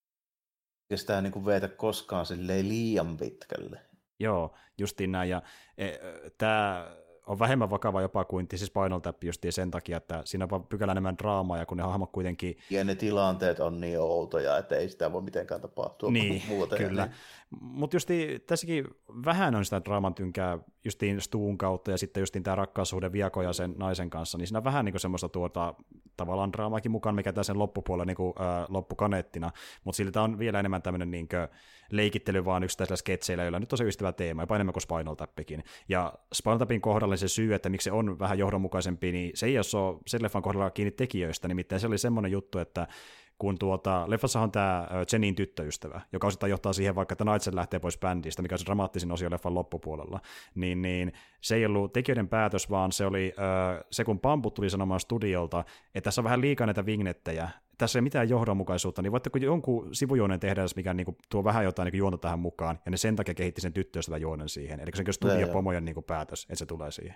sitä niin kuin veetä koskaan silleen liian pitkälle. Joo, justiin näin, ja e, tämä on vähemmän vakava jopa kuin siis Spinal Tap justiin sen takia, että siinä on vaan pykälä enemmän draamaa, ja kun ne hahmot kuitenkin... Ja ne tilanteet on niin outoja, että ei sitä voi mitenkään tapahtua niin, muuten. Kyllä, mutta justiin tässäkin vähän on sitä draaman tynkää justiin Stuun kautta, ja sitten justiin tämä rakkaussuhde Viako ja sen naisen kanssa, niin siinä on vähän niin kuin semmoista tuota, tavallaan draamaakin mukaan, mikä tässä sen loppupuolella niin kuin, äh, loppukaneettina, mutta siltä on vielä enemmän tämmöinen niin kuin leikittely vaan yksittäisillä sketseillä, joilla nyt on se ystävä teema, jopa enemmän kuin Spinal Tappikin. Ja Spinal Tapin kohdalla se syy, että miksi se on vähän johdonmukaisempi, niin se ei ole sen leffan kohdalla kiinni tekijöistä, nimittäin se oli semmoinen juttu, että kun tuota, leffassa on tämä Jennin tyttöystävä, joka osittain johtaa siihen vaikka, että Nigel lähtee pois bändistä, mikä on se dramaattisin osio leffan loppupuolella, niin, niin se ei ollut tekijöiden päätös, vaan se oli äh, se, kun Pamput tuli sanomaan studiolta, että tässä on vähän liikaa näitä vignettejä, tässä ei mitään johdonmukaisuutta, niin voitteko jonkun sivujuonen tehdä, mikä niin kuin, tuo vähän jotain niin kuin juonta tähän mukaan, ja ne sen takia kehitti sen tyttöystävän juonen siihen, eli se on studiopomojen niin kuin päätös, että se tulee siihen.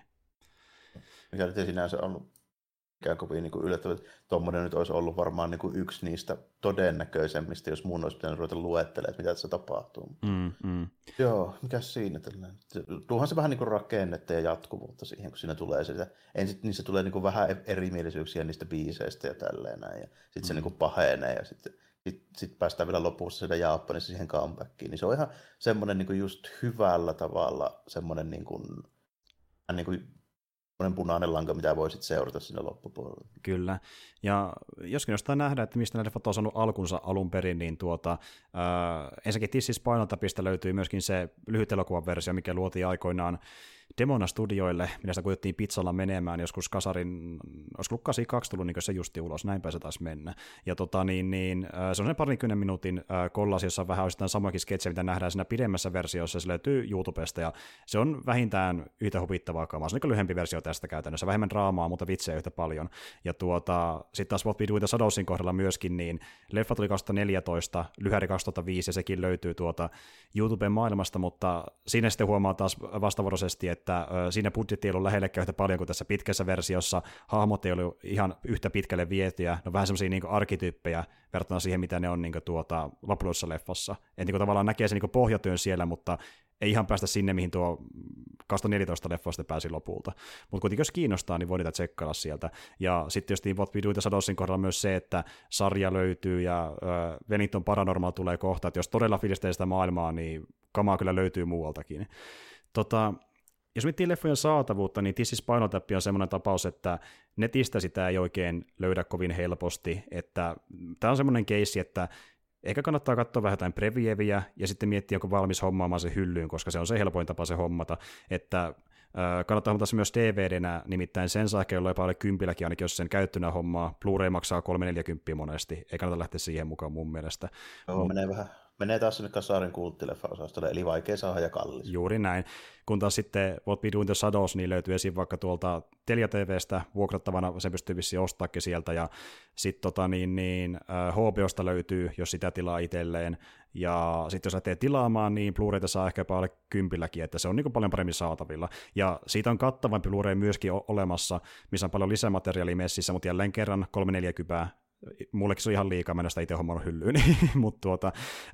Mikä nyt ei sinänsä ollut ikään kuin, niin kuin yllättävää, että tuommoinen nyt olisi ollut varmaan niin kuin yksi niistä todennäköisemmistä, jos mun olisi pitänyt ruveta luettelemaan, että mitä tässä tapahtuu. Mm, mm. Joo, mikä siinä tällainen? Tuohan se vähän niin kuin rakennetta ja jatkuvuutta siihen, kun siinä tulee sitä. Ensin niin se tulee niin kuin vähän erimielisyyksiä niistä biiseistä ja tälleen näin, ja sitten mm. se niin kuin pahenee, ja sitten sit, sit päästään vielä lopussa sitä Japanissa siihen comebackiin. Niin se on ihan semmoinen niin kuin just hyvällä tavalla semmoinen niin kuin, niin kuin punainen lanka, mitä voisit seurata sinne loppupuolelle. Kyllä, ja jos kiinnostaa nähdä, että mistä nämä leffat on saanut alkunsa alun perin, niin tuota, äh, ensinnäkin This is Spinal Tapista löytyy myöskin se lyhyt elokuvan versio, mikä luotiin aikoinaan Demona Studioille, millä sitä kuitettiin pizzalla menemään, joskus kasarin, olisiko kahdeksankymmentäkaksi tullut niin se justi ulos, näinpä se taisi mennä. Ja tota, niin, niin, se on se parikymmenen minuutin kollasi, jossa on vähän osittain samakin sketsejä, mitä nähdään siinä pidemmässä versiossa, se löytyy YouTubesta, ja se on vähintään yhtä huvittavaa kamaa. Se on niin lyhyempi versio tästä käytännössä, vähemmän draamaa, mutta vitsejä yhtä paljon. Ja tuota, sitten taas What We Do in the Shadowsin kohdalla myöskin, niin leffa tuli kaksituhattaneljätoista, lyhäri kaksituhattaviisi, ja sekin löytyy tuota YouTuben maailmasta, mutta siinä sitten huomaa taas vastavuoroisesti, että siinä budjetti ei ollut lähellekään yhtä paljon kuin tässä pitkässä versiossa, hahmot ei ollut ihan yhtä pitkälle vietyjä, ne on vähän semmoisia niin arkityyppejä verrattuna siihen, mitä ne on niin tuota, lopullisessa leffassa. Et niin tavallaan näkee sen niin pohjatyön siellä, mutta ei ihan päästä sinne, mihin tuo kaksituhattaneljätoista leffoista pääsi lopulta. Mutta kuitenkin jos kiinnostaa, niin voi niitä tsekkailla sieltä. Ja sitten tietysti What We Do in the Shadowsin kohdalla myös se, että sarja löytyy ja äh, Wellington Paranormal tulee kohta, että jos todella fiilistää sitä maailmaa, niin kamaa kyllä löytyy muualtakin. Tota, jos miettii leffojen saatavuutta, niin This is Spinal Tap on semmoinen tapaus, että netistä sitä ei oikein löydä kovin helposti. Että tämä on semmoinen keissi, että ehkä kannattaa katsoa vähän jotain previeviä ja sitten miettiä, onko valmis hommaamaan se hyllyyn, koska se on se helpoin tapa se hommata. Että äh, kannattaa hommata se myös D V D-nä, nimittäin sen saa ehkä jollain paljon kympilläkin, ainakin jos sen käyttönä hommaa. Blu-ray maksaa kolme neljäkymmentä monesti, ei kannata lähteä siihen mukaan mun mielestä. Joo, Mut... menee vähän. Menee taas sinne kasarin kulttileffa-osastolle, eli vaikea saada ja kallis. Juuri näin. Kun taas sitten What We Do in the Shadows, niin löytyy esim. Vaikka tuolta Telia T V:stä vuokrattavana, sen pystyy vissiin ostaakin sieltä, ja sitten tota, niin, niin, H B Osta löytyy, jos sitä tilaa itselleen, ja sitten jos lähtee tilaamaan, niin Blu-rayta saa ehkä jopa alle kympilläkin, että se on niin kuin paljon paremmin saatavilla. Ja siitä on kattavampi Blu-ray myöskin olemassa, missä on paljon lisämateriaalia messissä, mutta jälleen kerran kolme neljäkymmentä. Mullekin se on ihan liikaa, mennä sitä itse hommannut hyllyyn, mutta tuota,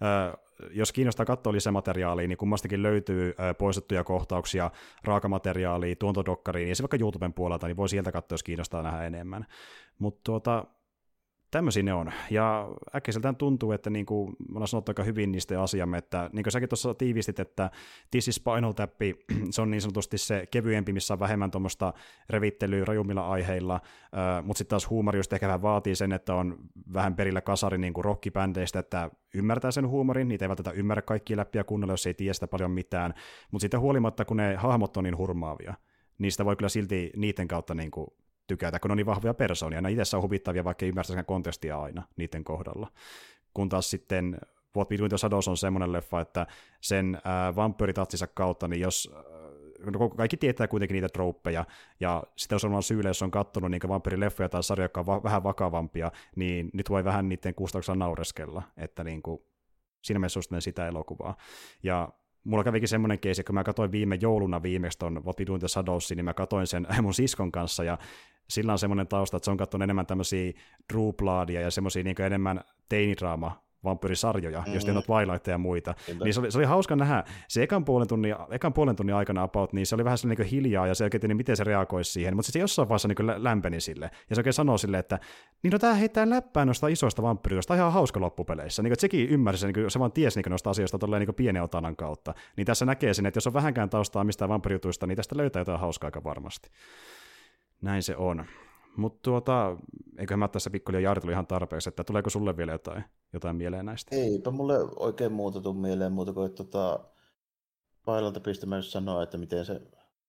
jos kiinnostaa katsoa lisämateriaalia, niin kummastakin löytyy poistettuja kohtauksia, raakamateriaalia, tuontodokkariin, ja se vaikka YouTuben puolelta, niin voi sieltä katsoa, jos kiinnostaa nähdä enemmän. Mutta tuota, tämmöisiä ne on. Ja äkkiseltään tuntuu, että niin kuin me ollaan sanottu aika hyvin niistä asiamme, että niin kuin säkin tuossa tiivistit, että This is Spinal Tap, se on niin sanotusti se kevyempi, missä on vähemmän tuommoista revittelyä rajummilla aiheilla, mutta sitten taas huumori just ehkä vähän vaatii sen, että on vähän perillä kasari niin kuin rockibändeistä, että ymmärtää sen huumorin, niitä ei välttämättä ymmärrä kaikkia läppiä kunnolla, jos ei tiedä sitä paljon mitään, mutta sitten huolimatta, kun ne hahmot on niin hurmaavia, niin sitä voi kyllä silti niiden kautta niin kuin tykätä, kun ne on niin vahvoja persoonia. Ne itse on huvittavia, vaikka ei ymmärtäisi kontekstia aina niiden kohdalla. Kun taas sitten What Between the Shadows on semmoinen leffa, että sen äh, vampyyritatsinsa kautta, niin jos no, kaikki tietää kuitenkin niitä trouppeja, ja sitten jos on syyllä, jos on katsonut niin vampyyrileffoja tai sarjoja, jotka on va- vähän vakavampia, niin nyt voi vähän niiden kustannuksella naureskella, että niin kuin, siinä mielessä suosittelen sitä elokuvaa. Ja mulla kävikin semmoinen keisi, kun mä katsoin viime jouluna viimeksi ton What We Do in the Shadows, niin mä katsoin sen mun siskon kanssa, ja sillä on semmoinen tausta, että se on katsonut enemmän tämmöisiä True Bloodia ja semmoisia niin enemmän teinidraama vampyyrisarjoja, mm-hmm. jos tein Twilightia ja muita. Niin se oli, se oli hauska nähdä. Se ekan puolen tunnin, ekan puolen tunnin aikana about, niin se oli vähän sellainen niin hiljaa, ja se oikein tiedä, miten se reagoisi siihen, mutta sitten se jossain vaiheessa niin lämpeni sille, ja se oikein sanoo silleen, että niin no tää heittää läppää noista isoista vampyyrijoista, ihan hauska loppupeleissä. Niin, että sekin ymmärsi, niin se vaan tiesi niin noista asioista tolleen niin pienen otanan kautta. Niin tässä näkee sen, että jos on vähänkään taustaa mistään vampyyrijutuista, niin tästä löytää jotain hauskaa aika varmasti. Näin se on. Mutta tuota, eiköhän mä tässä pikkuhiljaa Jaari tuli ihan tarpeeksi, että tuleeko sulle vielä jotain, jotain mieleen näistä? Eipä mulle oikein muuta tule mieleen muuta kuin, että tota, Pailalta pistä mä just sanoa, että miten se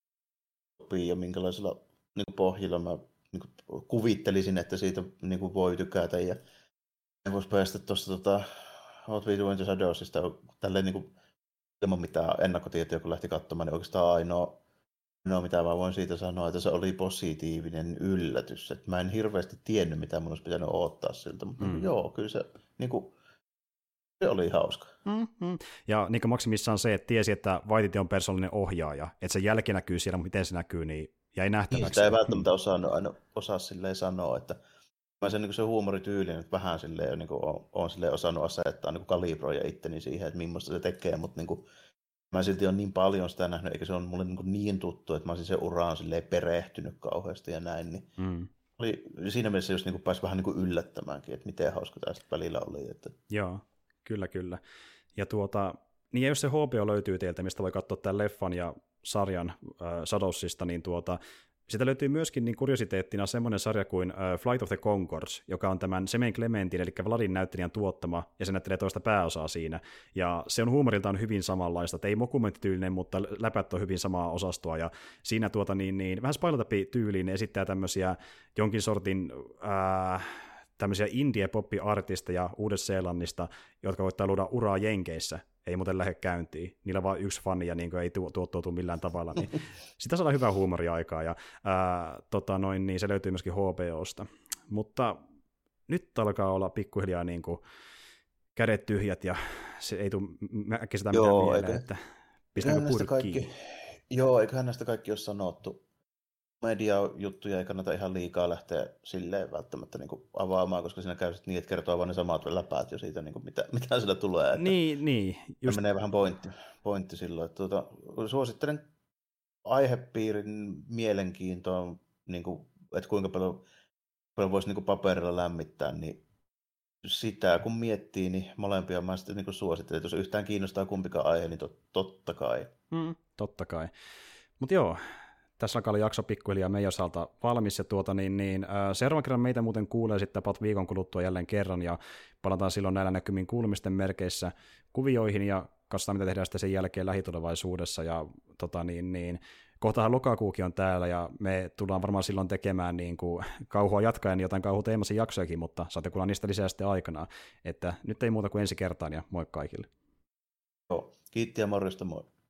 sopii ja minkälaisella niin kuin pohjilla mä niin kuin kuvittelisin, että siitä niin kuin voi tykätä. Ja en voisi päästä tuosta tota, What We Do in the Shadowsista tälleen niin kuin, ilman mitään ennakkotietoja, kun lähti katsomaan, niin oikeastaan ainoa No mitä mä voin siitä sanoa, että se oli positiivinen yllätys. Että mä en hirveästi tiennyt, mitä mun olisi pitänyt odottaa siltä, mutta mm. joo, kyllä se, niin kuin, se oli hauska. Mm-hmm. Ja niin kuin maksimissaan se, että tiesi, että Waititi on persoonallinen ohjaaja, että se jälki näkyy siellä, mutta miten se näkyy, niin jäi nähtäväksi. Sitä ei välttämättä osaa, aina osaa silleen sanoa, että mä sen, niin se huumorityyli nyt vähän silleen, niin kuin on, on silleen osannut asettaa niin kalibroida itteni siihen, että millaista se tekee, mutta niin kuin, mä silti on niin paljon sitä nähnyt, eikä se on mulle niin, niin tuttu, että mä olisin sen uraan silleen perehtynyt kauheasti ja näin. Niin mm. oli, siinä mielessä just niin pääsi vähän niin yllättämäänkin, että miten hauska tämä sitten välillä oli. Että... Joo, kyllä, kyllä. Ja tuota, niin ja jos se H B O löytyy teiltä, mistä voi katsoa tämän leffan ja sarjan äh, Shadowsista, niin tuota, sitä löytyy myöskin niin kuriositeettina semmoinen sarja kuin uh, Flight of the Conchords, joka on tämän Semen Clementin, eli Vladin näyttelijän tuottama, ja se näyttelee toista pääosaa siinä. Ja se on huumoriltaan hyvin samanlaista, että ei mokumenttityylinen, mutta läpät on hyvin samaa osastoa, ja siinä tuota niin, niin vähän Spinal-Tap-tyyliin esittää tämmöisiä jonkin sortin äh, tämmöisiä indie-poppi-artisteja Uudessa-Seelannista, jotka voittaa luoda uraa Jenkeissä, ei muuten lähde käyntiin. Niillä on vain yksi fani ja niin ei tuottoutu millään tavalla. Niin sitä saadaan hyvää huumoriaikaa ja ää, tota noin, niin se löytyy myöskin H B Osta. Mutta nyt alkaa olla pikkuhiljaa niin kuin kädet tyhjät ja se ei tule äkkiä mitään mieleen, että pistetäänkö purkkiin. Joo, eiköhän näistä kaikki ole sanottu. Media-juttuja ei kannata ihan liikaa lähteä silleen välttämättä niin kuin avaamaan, koska siinä käy niin, että kertoo vain ne samat läpäät jo siitä, niin kuin mitä, mitä sillä tulee. Että niin, niin. Just... menee vähän pointti, pointti silloin. Että, tuota, suosittelen aihepiirin mielenkiintoa, niin kuin, että kuinka paljon, paljon voisi niin kuin paperilla lämmittää, niin sitä kun miettii, niin molempia mä sitten niin suosittelen. Että jos yhtään kiinnostaa kumpikaan aihe, niin tot, totta kai. Mm, totta kai. Mutta joo, tässä alkaa olla jakso pikkuhiljaa meidän osalta valmis, ja tuota, niin, niin, ää, seuraavan kerran meitä muuten kuulee sitten about viikon kuluttua jälleen kerran, ja palataan silloin näillä näkymin kuulumisten merkeissä kuvioihin, ja katsotaan, mitä tehdään sitten sen jälkeen lähitulevaisuudessa, ja tota, niin, niin, kohtahan lokakuukin on täällä, ja me tullaan varmaan silloin tekemään niin kuin kauhua jatkaen jotain kauhuteemaisia jaksojakin, mutta saatte kuulla niistä lisää sitten aikanaan, että nyt ei muuta kuin ensi kertaan, ja moi kaikille. Joo, kiitti ja morjesta, moi.